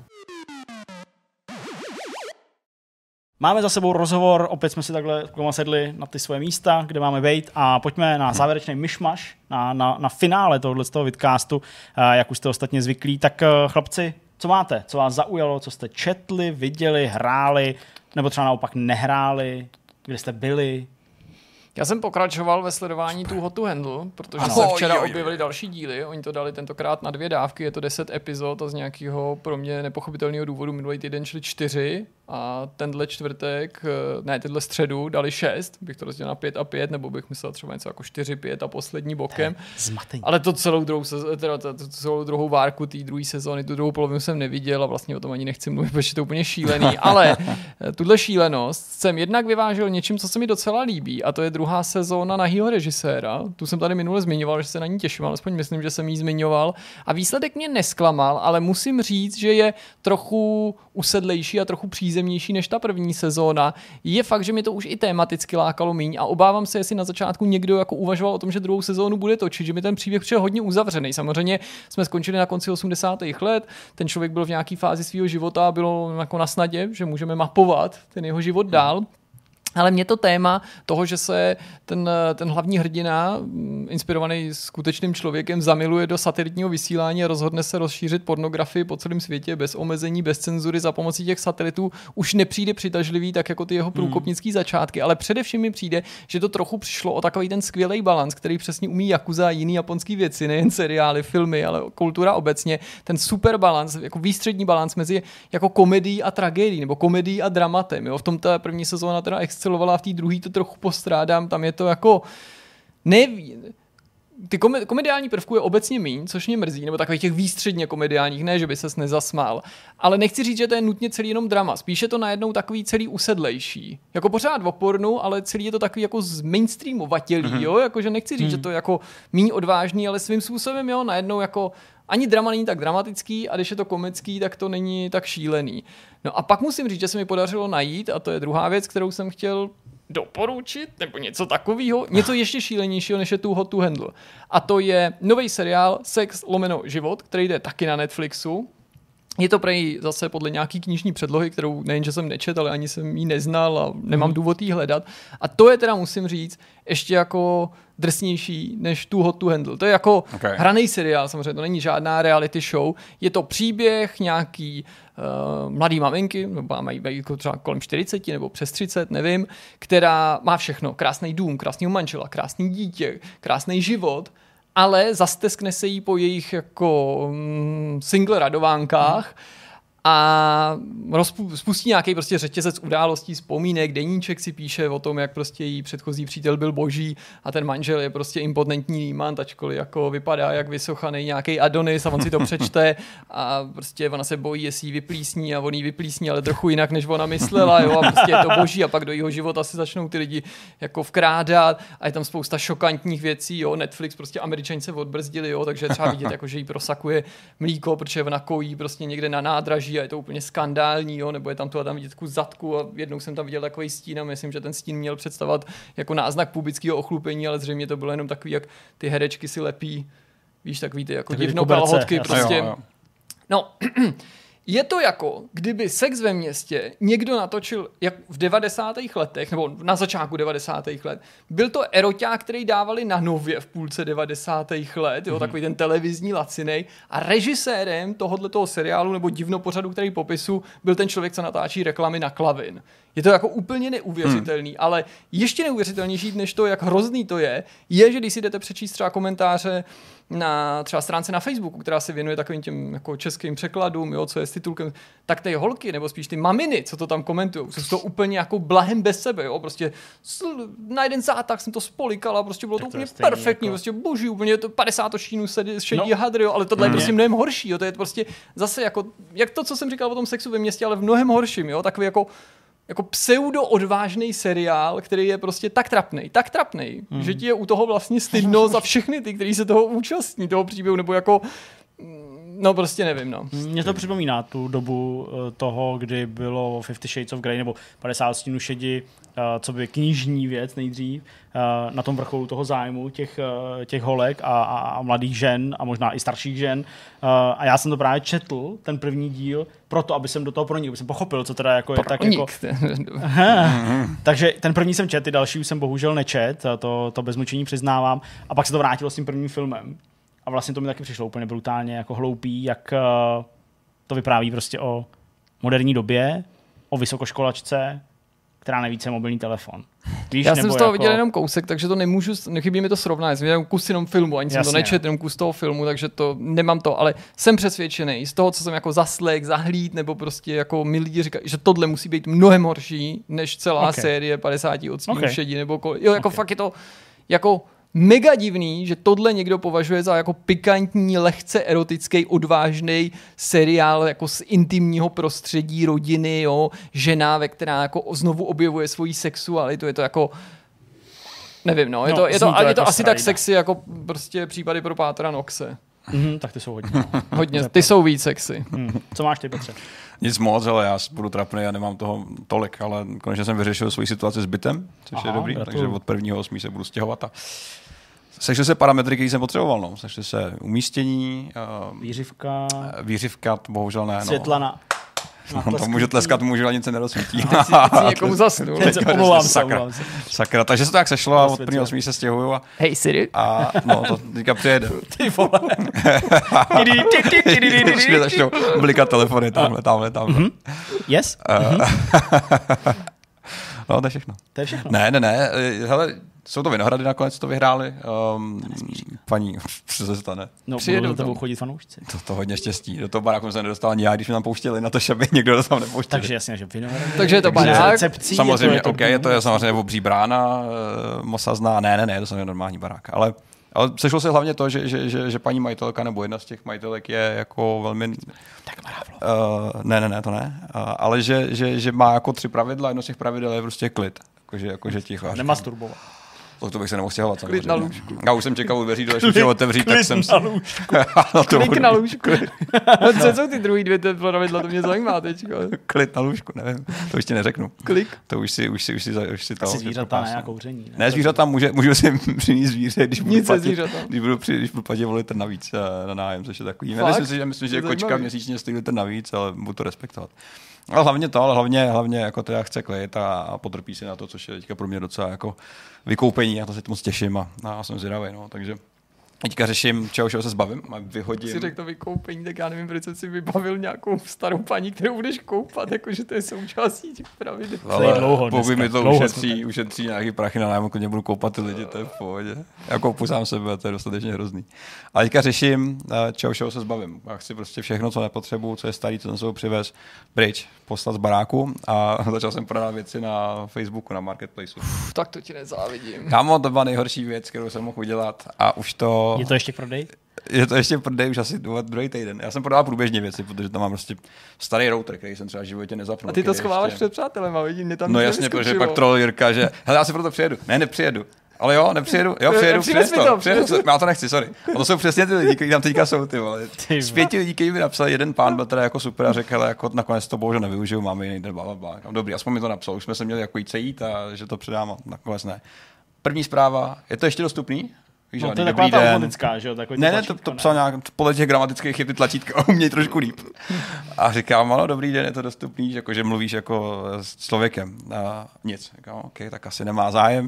Máme za sebou rozhovor, opět jsme si takhle sedli na ty svoje místa, kde máme být a pojďme na závěrečný myšmaš, na finále tohoto vidcastu, jak už jste ostatně zvyklí. Tak chlapci, co máte? Co vás zaujalo? Co jste četli, viděli, hráli, nebo třeba naopak nehráli? Kde jste byli? Já jsem pokračoval ve sledování Too Hot to Handle, protože se včera objevily další díly. Oni to dali tentokrát na 2 dávky, je to 10 epizod a z nějakého pro mě nepochopitelného důvodu minulý týden šli 4 a tenhle čtvrtek, ne, tenhle středu dali 6, bych to rozdělil na 5 a 5, nebo bych myslel třeba něco jako 4, 5 a poslední bokem. Ale to celou druhou várku té druhé sezóny, tu druhou polovinu jsem neviděl a vlastně o tom ani nechci mluvit, protože je to úplně šílený. Ale tuhle šílenost jsem jednak vyvážel něčím, co se mi docela líbí a to je druhá sezóna nahýho režiséra. Tu jsem tady minule zmiňoval, že se na ní těším, alespoň myslím, že jsem ji zmiňoval. A výsledek mě nesklamal, ale musím říct, že je trochu usedlejší a trochu přízemnější než ta první sezóna. Je fakt, že mi to už i tematicky lákalo míň a obávám se, jestli na začátku někdo jako uvažoval o tom, že druhou sezónu bude točit, že mi ten příběh přijde hodně uzavřený. Samozřejmě jsme skončili na konci 80. let, ten člověk byl v nějaké fázi svého života a bylo jako na snadě, že můžeme mapovat ten jeho život dál. Ale mě to téma toho, že se ten hlavní hrdina, inspirovaný skutečným člověkem, zamiluje do satelitního vysílání a rozhodne se rozšířit pornografii po celém světě bez omezení, bez cenzury za pomocí těch satelitů, už nepřijde přitažlivý, tak jako ty jeho průkopnický začátky. Ale především mi přijde, že to trochu přišlo o takový ten skvělý balans, který přesně umí Yakuza a jiný japonský věci, nejen seriály, filmy, ale kultura obecně. Ten super balans, jako výstřední balans mezi jako komedií a tragédií, nebo komedií a dramatem. Jo? V tom ta první sezóna teda excelovala, v té druhé to trochu postrádám, tam je to jako ty komediální prvků je obecně míň, což mě mrzí, nebo takových těch výstředně komediálních, ne, že by ses nezasmál. Ale nechci říct, že to je nutně celý jenom drama. Spíš je to najednou takový celý usedlejší. Jako pořád o pornu, ale celý je to takový jako z mainstreamovatělý, jo? Jakože nechci říct, že to je jako míň odvážný, ale svým způsobem, jo, najednou jako ani drama není tak dramatický a když je to komický, tak to není tak šílený. No a pak musím říct, že se mi podařilo najít, a to je druhá věc, kterou jsem chtěl doporučit, nebo něco takového, něco ještě šílenějšího, než je Too Hot to Handle. A to je nový seriál Sex/Život, který jde taky na Netflixu. Je to prej zase podle nějaký knižní předlohy, kterou nejenže jsem nečet, ale ani jsem ji neznal a nemám důvod jí hledat. A to je teda, musím říct, ještě jako drsnější než Too Hot to Handle. To je jako hraný seriál, samozřejmě, to není žádná reality show. Je to příběh nějaký mladý maminky, mají jako třeba kolem 40 nebo přes 30, nevím, která má všechno. Krásný dům, krásného manžela, krásný dítě, krásný život, ale zasteskne se jí po jejich jako single radovánkách a spustí nějaký prostě řetězec událostí, vzpomínek, deníček si píše o tom, jak prostě její předchozí přítel byl boží a ten manžel je prostě impotentní límant, ačkoliv jako vypadá jak vysochaný nějaký Adonis a on si to přečte a prostě ona se bojí, jestli jí vyplísní a on jí vyplísní, ale trochu jinak, než ona myslela, jo, a prostě je to boží a pak do jeho života si začnou ty lidi jako vkrádat a je tam spousta šokantních věcí, jo, Netflix, prostě Američani se odbrzdili, jo, takže třeba vidět, jako, že jí prosakuje mlíko, protože ona kojí prostě někde na nádraží a je to úplně skandální, jo, nebo je tam tu a tam vidět kus zadku a jednou jsem tam viděl takový stín a myslím, že ten stín měl představovat jako náznak pubického ochlupení, ale zřejmě to bylo jenom takový, jak ty herečky si lepí, víš, takový ty jako divno kalhotky prostě. Jo. No, je to jako, kdyby Sex ve městě někdo natočil jak v 90. letech, nebo na začátku 90. let. Byl to eroťák, který dávali na Nově v půlce 90. let, jo, takový ten televizní lacinej. A režisérem tohoto seriálu nebo divnopořadu, který popisu, byl ten člověk, co natáčí reklamy na Klavin. Je to jako úplně neuvěřitelný, ale ještě neuvěřitelnější než to, jak hrozný to je, že když si jdete přečíst třeba komentáře na třeba stránce na Facebooku, která se věnuje takovým těm jako českým překladům, jo, co je s titulkem, tak ty holky, nebo spíš ty maminy, co to tam komentují, jsou to úplně jako blahem bez sebe, jo, prostě na jeden zátah jsem to spolikala, prostě bylo to úplně perfektní, jako... prostě boží, úplně to 50 štínů šedí hadry, jo, ale tohle je prostě mnohem horší, jo, to je prostě zase jako, jak to, co jsem říkal o tom sexu ve městě, ale v mnohem horším, jo, takový jako pseudo-odvážný seriál, který je prostě tak trapnej, že ti je u toho vlastně stydno za všechny ty, kteří se toho účastní, toho příběhu, nebo jako, no prostě nevím, no. Mně to připomíná tu dobu toho, kdy bylo 50 Shades of Grey, nebo 50 stínů šedi, co by knižní věc nejdřív, na tom vrcholu toho zájmu těch holek a mladých žen a možná i starších žen. A já jsem to právě četl, ten první díl, proto, aby jsem do toho pronikl, aby jsem pochopil, co teda jako je tak jako... Takže ten první jsem četl, ty další už jsem bohužel nečet, to bez mučení přiznávám. A pak se to vrátilo s tím prvním filmem. A vlastně to mi taky přišlo úplně brutálně jako hloupý, jak to vypráví prostě o moderní době, o vysokoškolačce, která neví, co je mobilní telefon. Víš, já jsem z toho viděl jenom kousek, takže to nemůžu, nechybí mi to srovnat. Já jsem viděl kus jenom filmu, ani jsem to nečetl, jenom kus toho filmu, takže to nemám to, ale jsem přesvědčený z toho, co jsem jako zaslech, zahlíd, nebo prostě jako mi lidi říkají, že tohle musí být mnohem horší, než celá série 50 odstínů šedí, nebo jo, jako fakt je to jako mega divný, že tohle někdo považuje za jako pikantní, lehce erotický, odvážný seriál jako z intimního prostředí rodiny, jo, žena, ve která jako znovu objevuje svoji sexualitu, je to jako nevím, no, je to jako asi tak sexy jako prostě případy pro Pátra Noxe. Tak ty jsou hodně. Hodně, ty jsou víc sexy. Co máš ty, Petře? Nic moc, ale já budu trapný a nemám toho tolik, ale konečně jsem vyřešil svoji situaci s bytem, což je dobrý, takže od 1.8. se budu stěhovat a sešly se parametry, které jsem potřeboval. No. Sešly se umístění, výřivka, bohužel ne. Světlana. No, to můžu tleskat, můžu, ale nic se nerozsvítí. Teď si někomu zasnu. Omlouvám se. Sakra, takže se to tak sešlo a od 1.8. se stěhuju. Hej Siri. A no, to teďka přijede. Ty vole. Už mě začnou blikat telefony, tamhle. Yes? No, to je všechno. To je všechno. Ne. Hele, jsou to Vinohrady nakonec, to vyhráli. Paní, co se stane? No, budou to chodit fanoušci. To hodně štěstí. Do toho baráku jsem nedostal ani já, když mě tam pouštěli na to, že by někdo do toho nepouštěli. Takže jasně, že Vinohrady. Takže je to barák. Samozřejmě, je to samozřejmě obří brána, Mosazná. Ne, je to samozřejmě normální barák. Ale Ale sešlo se hlavně to, že paní majitelka nebo jedna z těch majitelek je jako velmi... Tak Ne, to ne. Ale že má jako 3 pravidla, jedno z těch pravidel je prostě klid. Jakože ticho. Nemasturbovat. To bych se nemohl stěhovat. Klid na lůžku. Já už jsem čekal u dveří, než je otevřít, tak jsem na lůžku. Klik na lůžku. Co jsou ty druhý 2 pravidla, to mě zajímá teď. Klid na lůžku, nevím. To už ti neřeknu. Klik. To už si to. Asi zvířata ne, kouření. Ne, zvířata můžu si přinést zvíře, když budu platit litr navíc na nájem, což je takový. Myslím, že kočka měsíčně stojí litr navíc, ale budu to respektovat. Ale hlavně jako teda chce klid a potrpí si na to, což je teďka pro mě docela jako vykoupení, a to se moc těším a jsem zvědavý, no, takže teďka řeším, čeho se zbavím, vyhodím. Si řekl to vykoupení, tak já nevím, proč jsem si vybavil nějakou starou paní, kterou budeš koupat, jakože to je součástí těch pravidel. Ale pokud mi to ušetří nějaký prachy na nájmu, když budu koupat ty lidi, to je v pohodě. Já koupu sám sebe, to je dostatečně hrozný. A teďka řeším, čeho se zbavím. Já chci prostě všechno, co nepotřebuju, co je starý, co jsem sebou přivez, pryč, poslat z baráku a začal jsem prodávat věci na Facebooku, na Marketplaceu. Tak to ti nezávidím. Kámo, to byla nejhorší věc, kterou jsem mohl udělat a už to... Je to ještě k prodej? Je to ještě prodej už asi druhý týden. Já jsem prodával průběžně věci, protože tam mám prostě starý router, který jsem třeba v životě nezapnul. A ty to schováváš před přátelema, vidím, mě tam no jasně, protože pak troll Jirka, že hele, já si proto přijedu. Ne, nepřijedu. Ale jo, nepřijedu, přines to. Já to nechci, sorry. A to jsou přesně ty lidi, kteří tam teďka jsou, ty vole. Z 5 lidí, kteří mi napsali, jeden pán byl teda jako super a řekl, hele, jako nakonec to bohužel nevyužiju, máme jiný den, blablabla. Dobrý, aspoň mi to napsal, už jsme se měli jako jít sejít a že to předám, a nakonec ne. První zpráva, je to ještě dostupný? Víš, no, to je taková ta automatická, že jo? Ne, to psal nějak podle těch gramatických chyb, ty tlačítka umějí trošku líp. A říkám, ano, dobrý den, je to dostupný, že mluvíš jako s člověkem. A nic. Říkám, OK, tak asi nemá zájem.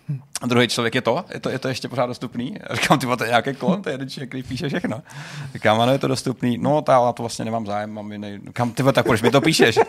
A druhý člověk je to ještě pořád dostupný. A říkám, ty to je nějaký klon, to je jeden člověk, který píše všechno. Říkám, ano, je to dostupný. No, já to vlastně nemám zájem, mám jiný. Kam ty tak proč mi to píšeš?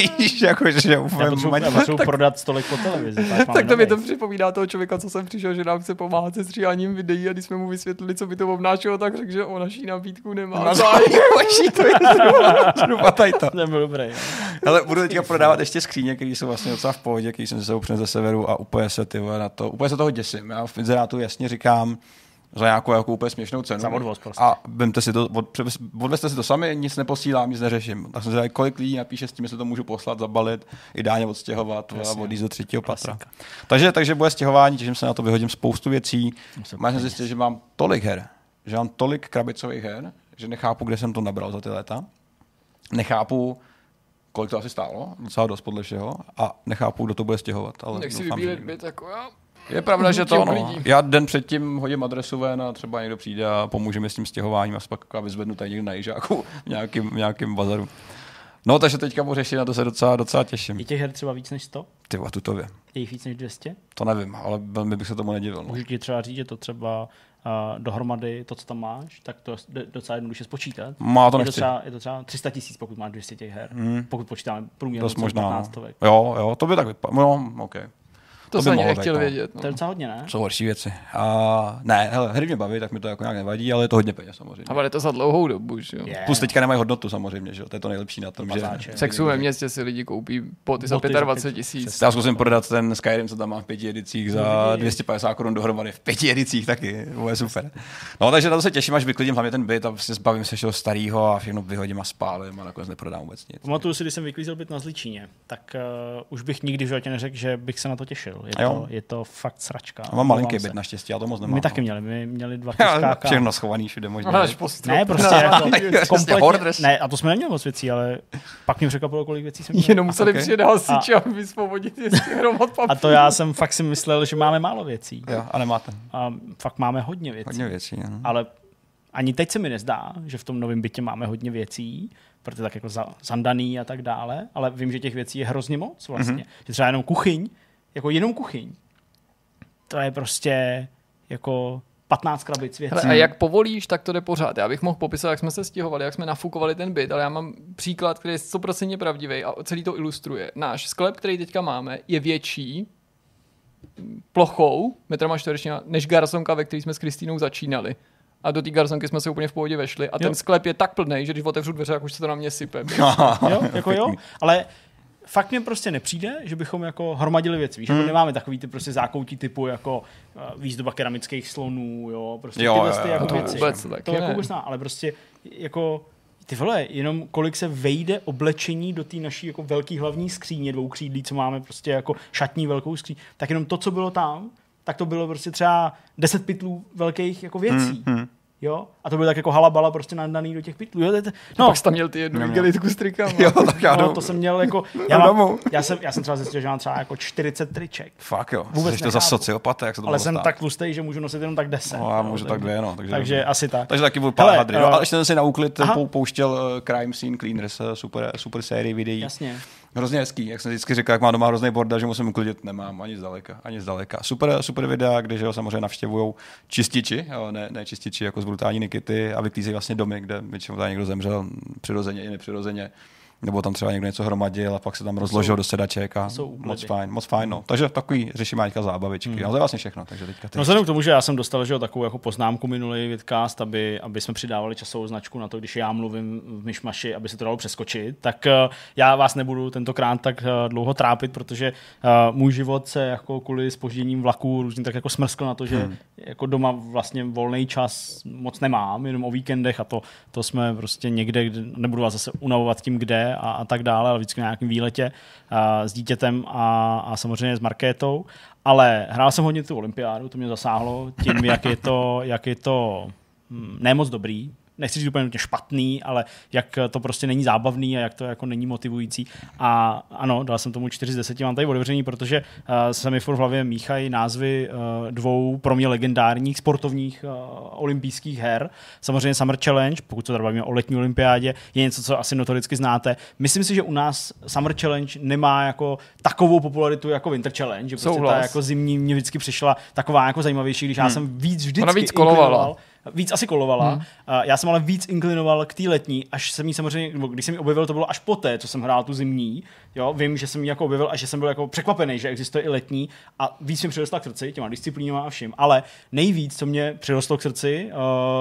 jako, že já potřebuji prodat stolek po televizi. Tak to mi to připomíná toho člověka, co jsem přišel, že nám chce pomáhat se stříháním videí, a když jsme mu vysvětlili, co by to obnášelo, tak řekl, že o naší nabídku nemá zájem. To je zhruba tady to. Nebyl dobrý. Ale budu teďka prodávat ještě skříně, které jsou vlastně docela v pohodě, které jsem se sebou přinesl ze severu a úplně se toho děsím. Já v inzerátu jasně říkám za nějakou jako úplně směšnou cenu. Za odvoz prostě. A odvezte si to sami, nic neposílám, nic neřeším. Tak jsem říkal, kolik lidí napíše s tím, že to můžu poslat, zabalit, ideálně odstěhovat a odjíst do 3. patra. Takže bude stěhování, těším se na to, vyhodím spoustu věcí. Máš zjistit, že mám tolik her, že mám tolik krabicových her, že nechápu, kde jsem to nabral za ty léta. Nechápu, kolik to asi stálo, docela dost podle všeho, a nechápu, kdo to bude stěhovat. Ale jak si vybílet byt, jako já. Je pravda, že to já den předtím hodím adresu ven a třeba někdo přijde a pomůže mi s tím stěhováním a pak vyzvednu tady někde na Jižáku v nějakým bazaru. No, takže teďka budu řešit, na to se docela těším. Je těch her třeba víc než 100? Ty a tutově. Je jich víc než 200? To nevím, ale velmi bych se tomu nedivil. No. Můžu ti třeba říct, že to třeba dohromady to, co tam máš, tak to je docela jednoduše spočítat. Má to je to třeba 300 000, pokud máš 200 těch her. Pokud počítáme průměr dost možná. 15. Jo, to by tak vypadalo. No, OK. To jsem ani nechtěl vědět. No. To je docela hodně, ne? Jsou horší věci. Ne, hele, hry mě baví, tak mi to jako nějak nevadí, ale je to hodně peněz samozřejmě. Ale je to za dlouhou dobu, že jo? Yeah. Plus teďka nemají hodnotu samozřejmě, že jo? To je to nejlepší na tom, že Sexu ve městě si lidi koupí boty za 25 000. Já zkusím prodat ten Skyrim, co tam má v 5 edicích za 250 Kč dohromady v 5 edicích taky. To je super. No, takže na to se těším, až vyklidím hlavně ten byt a vlastně zbavím se všeho starého a všechno vyhodím a spálím a nakonec neprodám vůbec nic. Pamatuju si, když jsem vyklízel byt na Zličíně, tak už bych nikdy v životě neřekl, že bych se na to těšil. Je to fakt sračka. Mám malinký byt naštěstí, já to moc nemám. My taky měli 2 pískáka. Všechno schovaný všude možná. Ne, prostě jako kompletně. Ne, a to jsme neměli moc věcí, ale pak mě překvapilo, kolik věcí jsem měl. Jenom museli přijet hasiči a vysvobodit hromad papíru. A to já jsem fakt si myslel, že máme málo věcí. Jo, a nemáte. A fakt máme hodně věcí. Hodně věcí, ano. Ale ani teď se mi nezdá, že v tom novém bytě máme hodně věcí, protože tak jako zandaný a tak dále, ale vím, že těch věcí je hrozně moc vlastně. Že třeba jenom kuchyň. To je prostě jako 15 krabic věcí. Hele, a jak povolíš, tak to jde pořád. Já bych mohl popisovat, jak jsme se stěhovali, jak jsme nafukovali ten byt, ale já mám příklad, který je 100% pravdivý a celý to ilustruje. Náš sklep, který teďka máme, je větší plochou, metrama čtverečního, než garsonka, ve který jsme s Kristýnou začínali. A do té garsonky jsme se úplně v pohodě vešli. A ten sklep je tak plný, že když otevřu dveře, jak už se to na mě sype. Jo, ale fakt mě prostě nepřijde, že bychom jako hromadili věci. Víš, jako nemáme takový ty prostě zákoutí typu jako výzdoba keramických slonů, jo, prostě tyhle jako to věci. Vůbec, to jako vůbec ale prostě jako ty vole, jenom kolik se vejde oblečení do té naší jako velký hlavní skříně, dvoukřídlí, co máme prostě jako šatní velkou skříň, tak jenom to, co bylo tam, tak to bylo prostě třeba 10 pytlů velkých jako věcí. Jo? A to byl tak jako halabala prostě nadaný do těch pytlů. Jo? No. Pak jsi tam měl ty jednu igelitku s trikama. Jo, tak já to jsem měl jako... Já jsem třeba zjistil, že mám třeba jako 40 triček. Fakt jo. Vůbec to za sociopata, jak se to ale jsem tak tlustý, že můžu nosit jenom tak 10. No, já můžu tak 2, no. Takže asi tak. Takže taky budu pár hadry. Ale ještě jsem si na úklid pouštěl Crime Scene Cleaners, super série videí. Jasně. Hrozně hezký, jak jsem vždycky říkal, jak mám doma hrozný bordel, že musím uklidit, nemám ani zdaleka. Super videa, kde ho samozřejmě navštěvujou čističi, jo, ne čističi jako z brutální Nikity a vyklízejí vlastně domy, kde většinou tady někdo zemřel přirozeně i nepřirozeně. Nebo tam třeba někdo něco hromadil a pak se tam rozložil do sedaček a moc fajn. No. Takže takový řešíme teďka zábavičky. Ale to je vlastně všechno. Takže teďka no vzhledem k tomu, že já jsem dostal že takovou jako poznámku minulý vidcast, aby jsme přidávali časovou značku na to, když já mluvím v myšmaši, aby se to dalo přeskočit, tak já vás nebudu tentokrát tak dlouho trápit, protože můj život se jako kvůli zpožděním vlaků různě tak jako smrskl na to, že jako doma vlastně volný čas moc nemám, jenom o víkendech a to jsme prostě někde, kde nebudu vás zase unavovat tím, kde a tak dále, ale vždycky na nějakém výletě s dítětem a samozřejmě s Markétou. Ale hrál jsem hodně tu olympiádu, to mě zasáhlo tím, jak je to nemoc dobrý. Nechci říct úplně špatný, ale jak to prostě není zábavný a jak to jako není motivující. A ano, dal jsem tomu 4 z 10, mám tady otevřený, protože se mi furt v hlavě míchají názvy 2 pro mě legendárních sportovních olympijských her. Samozřejmě Summer Challenge, pokud se tady bavíme o letní olympiádě, je něco, co asi notoricky znáte. Myslím si, že u nás Summer Challenge nemá jako takovou popularitu jako Winter Challenge, že prostě ta jako zimní mě vždycky přišla taková jako zajímavější, když já jsem vždycky kolovala. Víc asi kolovala. Já jsem ale víc inklinoval k té letní, až jsem jí samozřejmě, když jsem ji objevil, to bylo až poté, co jsem hrál tu zimní. Jo, vím, že jsem ji jako objevil a že jsem byl jako překvapený, že existuje i letní a víc mi přirostla k srdci těma disciplínama a vším. Ale nejvíc, co mě přirostlo k srdci,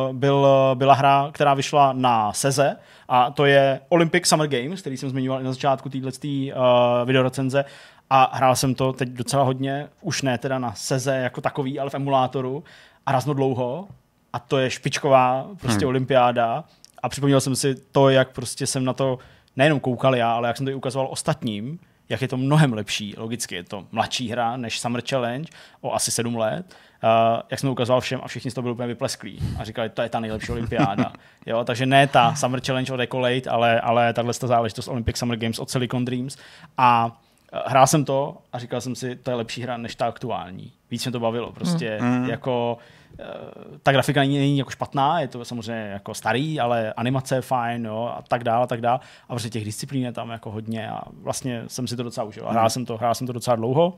byla hra, která vyšla na Seze a to je Olympic Summer Games, který jsem zmiňoval na začátku této videorecenze. A hrál jsem to teď docela hodně, už ne teda na Seze jako takový, ale v emulátoru a hrozně dlouho. A to je špičková prostě olympiáda. A připomněl jsem si to, jak prostě jsem na to nejenom koukal já, ale jak jsem to i ukazoval ostatním, jak je to mnohem lepší. Logicky je to mladší hra než Summer Challenge o asi 7 let. Jak jsem to ukazoval všem a všichni z toho byli úplně vyplesklí. A říkali, to je ta nejlepší olympiáda. Jo, takže ne ta Summer Challenge od Ecolate, ale tahle záležitost Olympic Summer Games od Silicon Dreams. A hrál jsem to a říkal jsem si, to je lepší hra než ta aktuální. Víc mě to bavilo. Prostě jako ta grafika není jako špatná, je to samozřejmě jako starý, ale animace je fajn, jo, a tak dál. A prostě těch disciplín je tam jako hodně a vlastně jsem si to docela užil. A hrál jsem to docela dlouho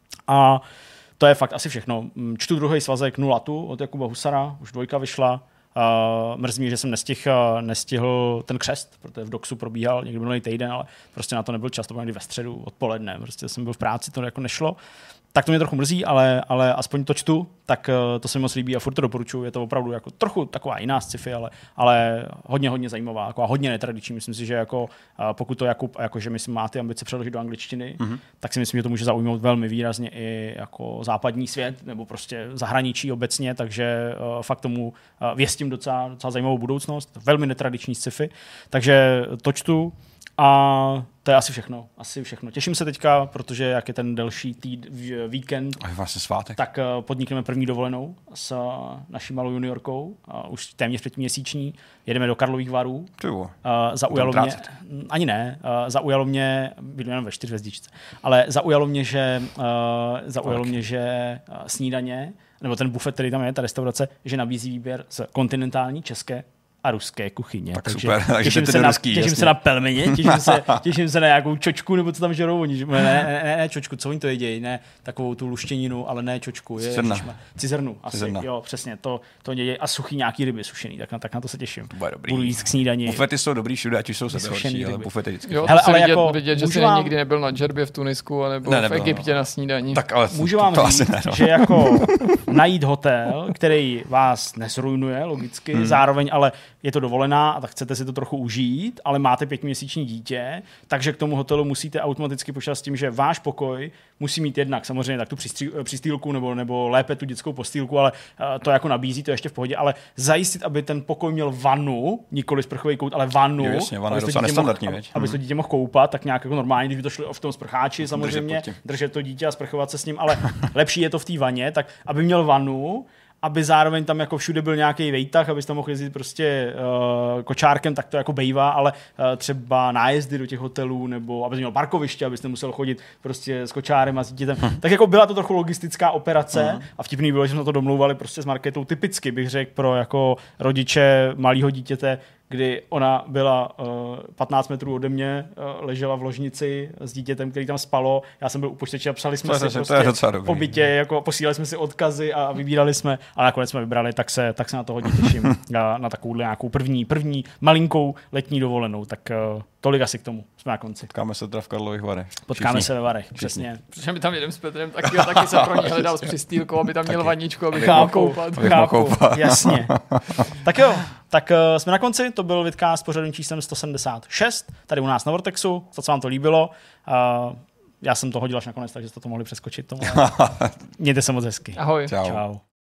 a to je fakt asi všechno. Čtu druhý svazek Nulatu od Jakuba Husara, už 2 vyšla. Mrzí mě, že jsem nestihl ten křest, protože v Doxu probíhal někdy minulý týden, ale prostě na to nebyl čas, to bylo někdy ve středu odpoledne, prostě jsem byl v práci, to jako nešlo. Tak to mě trochu mrzí, ale aspoň to čtu, tak to se mi moc líbí a furt to doporučuji. Je to opravdu jako trochu taková jiná sci-fi, ale hodně zajímavá, jako hodně netradiční. Myslím si, že jako, pokud to Jakub, jakože myslím, má ty ambice přeložit do angličtiny, tak si myslím, že to může zaujmout velmi výrazně i jako západní svět nebo prostě zahraničí obecně, takže fakt tomu věstím docela zajímavou budoucnost. Velmi netradiční sci-fi, takže to čtu. A to je asi všechno. Těším se teďka, protože jak je ten delší víkend, vlastně svátek, tak podnikneme první dovolenou s naší malou juniorkou, už téměř 5měsíční. Jedeme do Karlových Varů. Zaujalo mě, ani ne, zaujalo mě, bydlím jenom ve 4 hvězdičce, ale zaujalo mě, že snídaně, nebo ten bufet, který tam je, ta restaurace, že nabízí výběr z kontinentální, české a ruské kuchyně. Tak takže super. Těším se na pelmeně, těším se na nějakou čočku, nebo co tam žerou oni. Ne čočku, co oni to jedí, ne takovou tu luštěninu, ale ne čočku. Cizrnu. Asi, jo, přesně, to jedí a suchý nějaký ryby sušený, tak na to se těším. Budu jíst k snídani. Bufety jsou dobrý všude, ať už jsou sebehorší, ale bufety vždycky. Jo, ale jako vidět, že jsi nikdy nebyl na džerbě v Tunisku, nebo v Egyptě na snídani. Tak ale můžu vám říct, že jako najít hotel, který vás nezrujnuje logicky, zároveň ale je to dovolená a tak chcete si to trochu užít, ale máte 5měsíční dítě, takže k tomu hotelu musíte automaticky počítat s tím, že váš pokoj musí mít jednak samozřejmě tak tu přistýlku nebo lépe tu dětskou postýlku, ale to jako nabízí, to ještě v pohodě, ale zajistit, aby ten pokoj měl vanu, nikoli sprchový kout, ale vanu, aby to dítě mohl koupat, tak nějak jako normálně, když by to šlo v tom sprcháči samozřejmě, držet to dítě a sprchovat se s ním, ale lepší je to v té vaně, tak aby měl vanu, aby zároveň tam jako všude byl nějaký vejtah, abyste mohl jezdit prostě kočárkem, tak to jako bejvá, ale třeba nájezdy do těch hotelů, nebo aby měl parkoviště, abyste musel chodit prostě s kočárem a s dítětem. Tak jako byla to trochu logistická operace a vtipný bylo, že jsme to domlouvali prostě s Markétou typicky, bych řekl, pro jako rodiče malého dítěte, kdy ona byla 15 metrů ode mě, ležela v ložnici s dítětem, který tam spalo. Já jsem byl u počítače a psali jsme si prostě po bytě, jako posílali jsme si odkazy a vybírali jsme, a nakonec jsme vybrali, tak se na to hodně těším. Na takovouhle nějakou první malinkou letní dovolenou. Tak tolik asi k tomu. Jsme na konci. Potkáme se teda v Karlových Varech. Potkáme se ve Varech, přesně. Protože my tam jedeme s Petrem, taky se pro ní hledal s přistýlkou, aby tam měl vaničku, aby mohl koupat. Jasně. Tak jo, tak jsme na konci, to byl vidcast s pořadovým číslem 176, tady u nás na Vortexu, co se vám to líbilo. Já jsem to hodil až nakonec, takže jste to mohli přeskočit tomu. Mějte se moc hezky. Ahoj. Čau.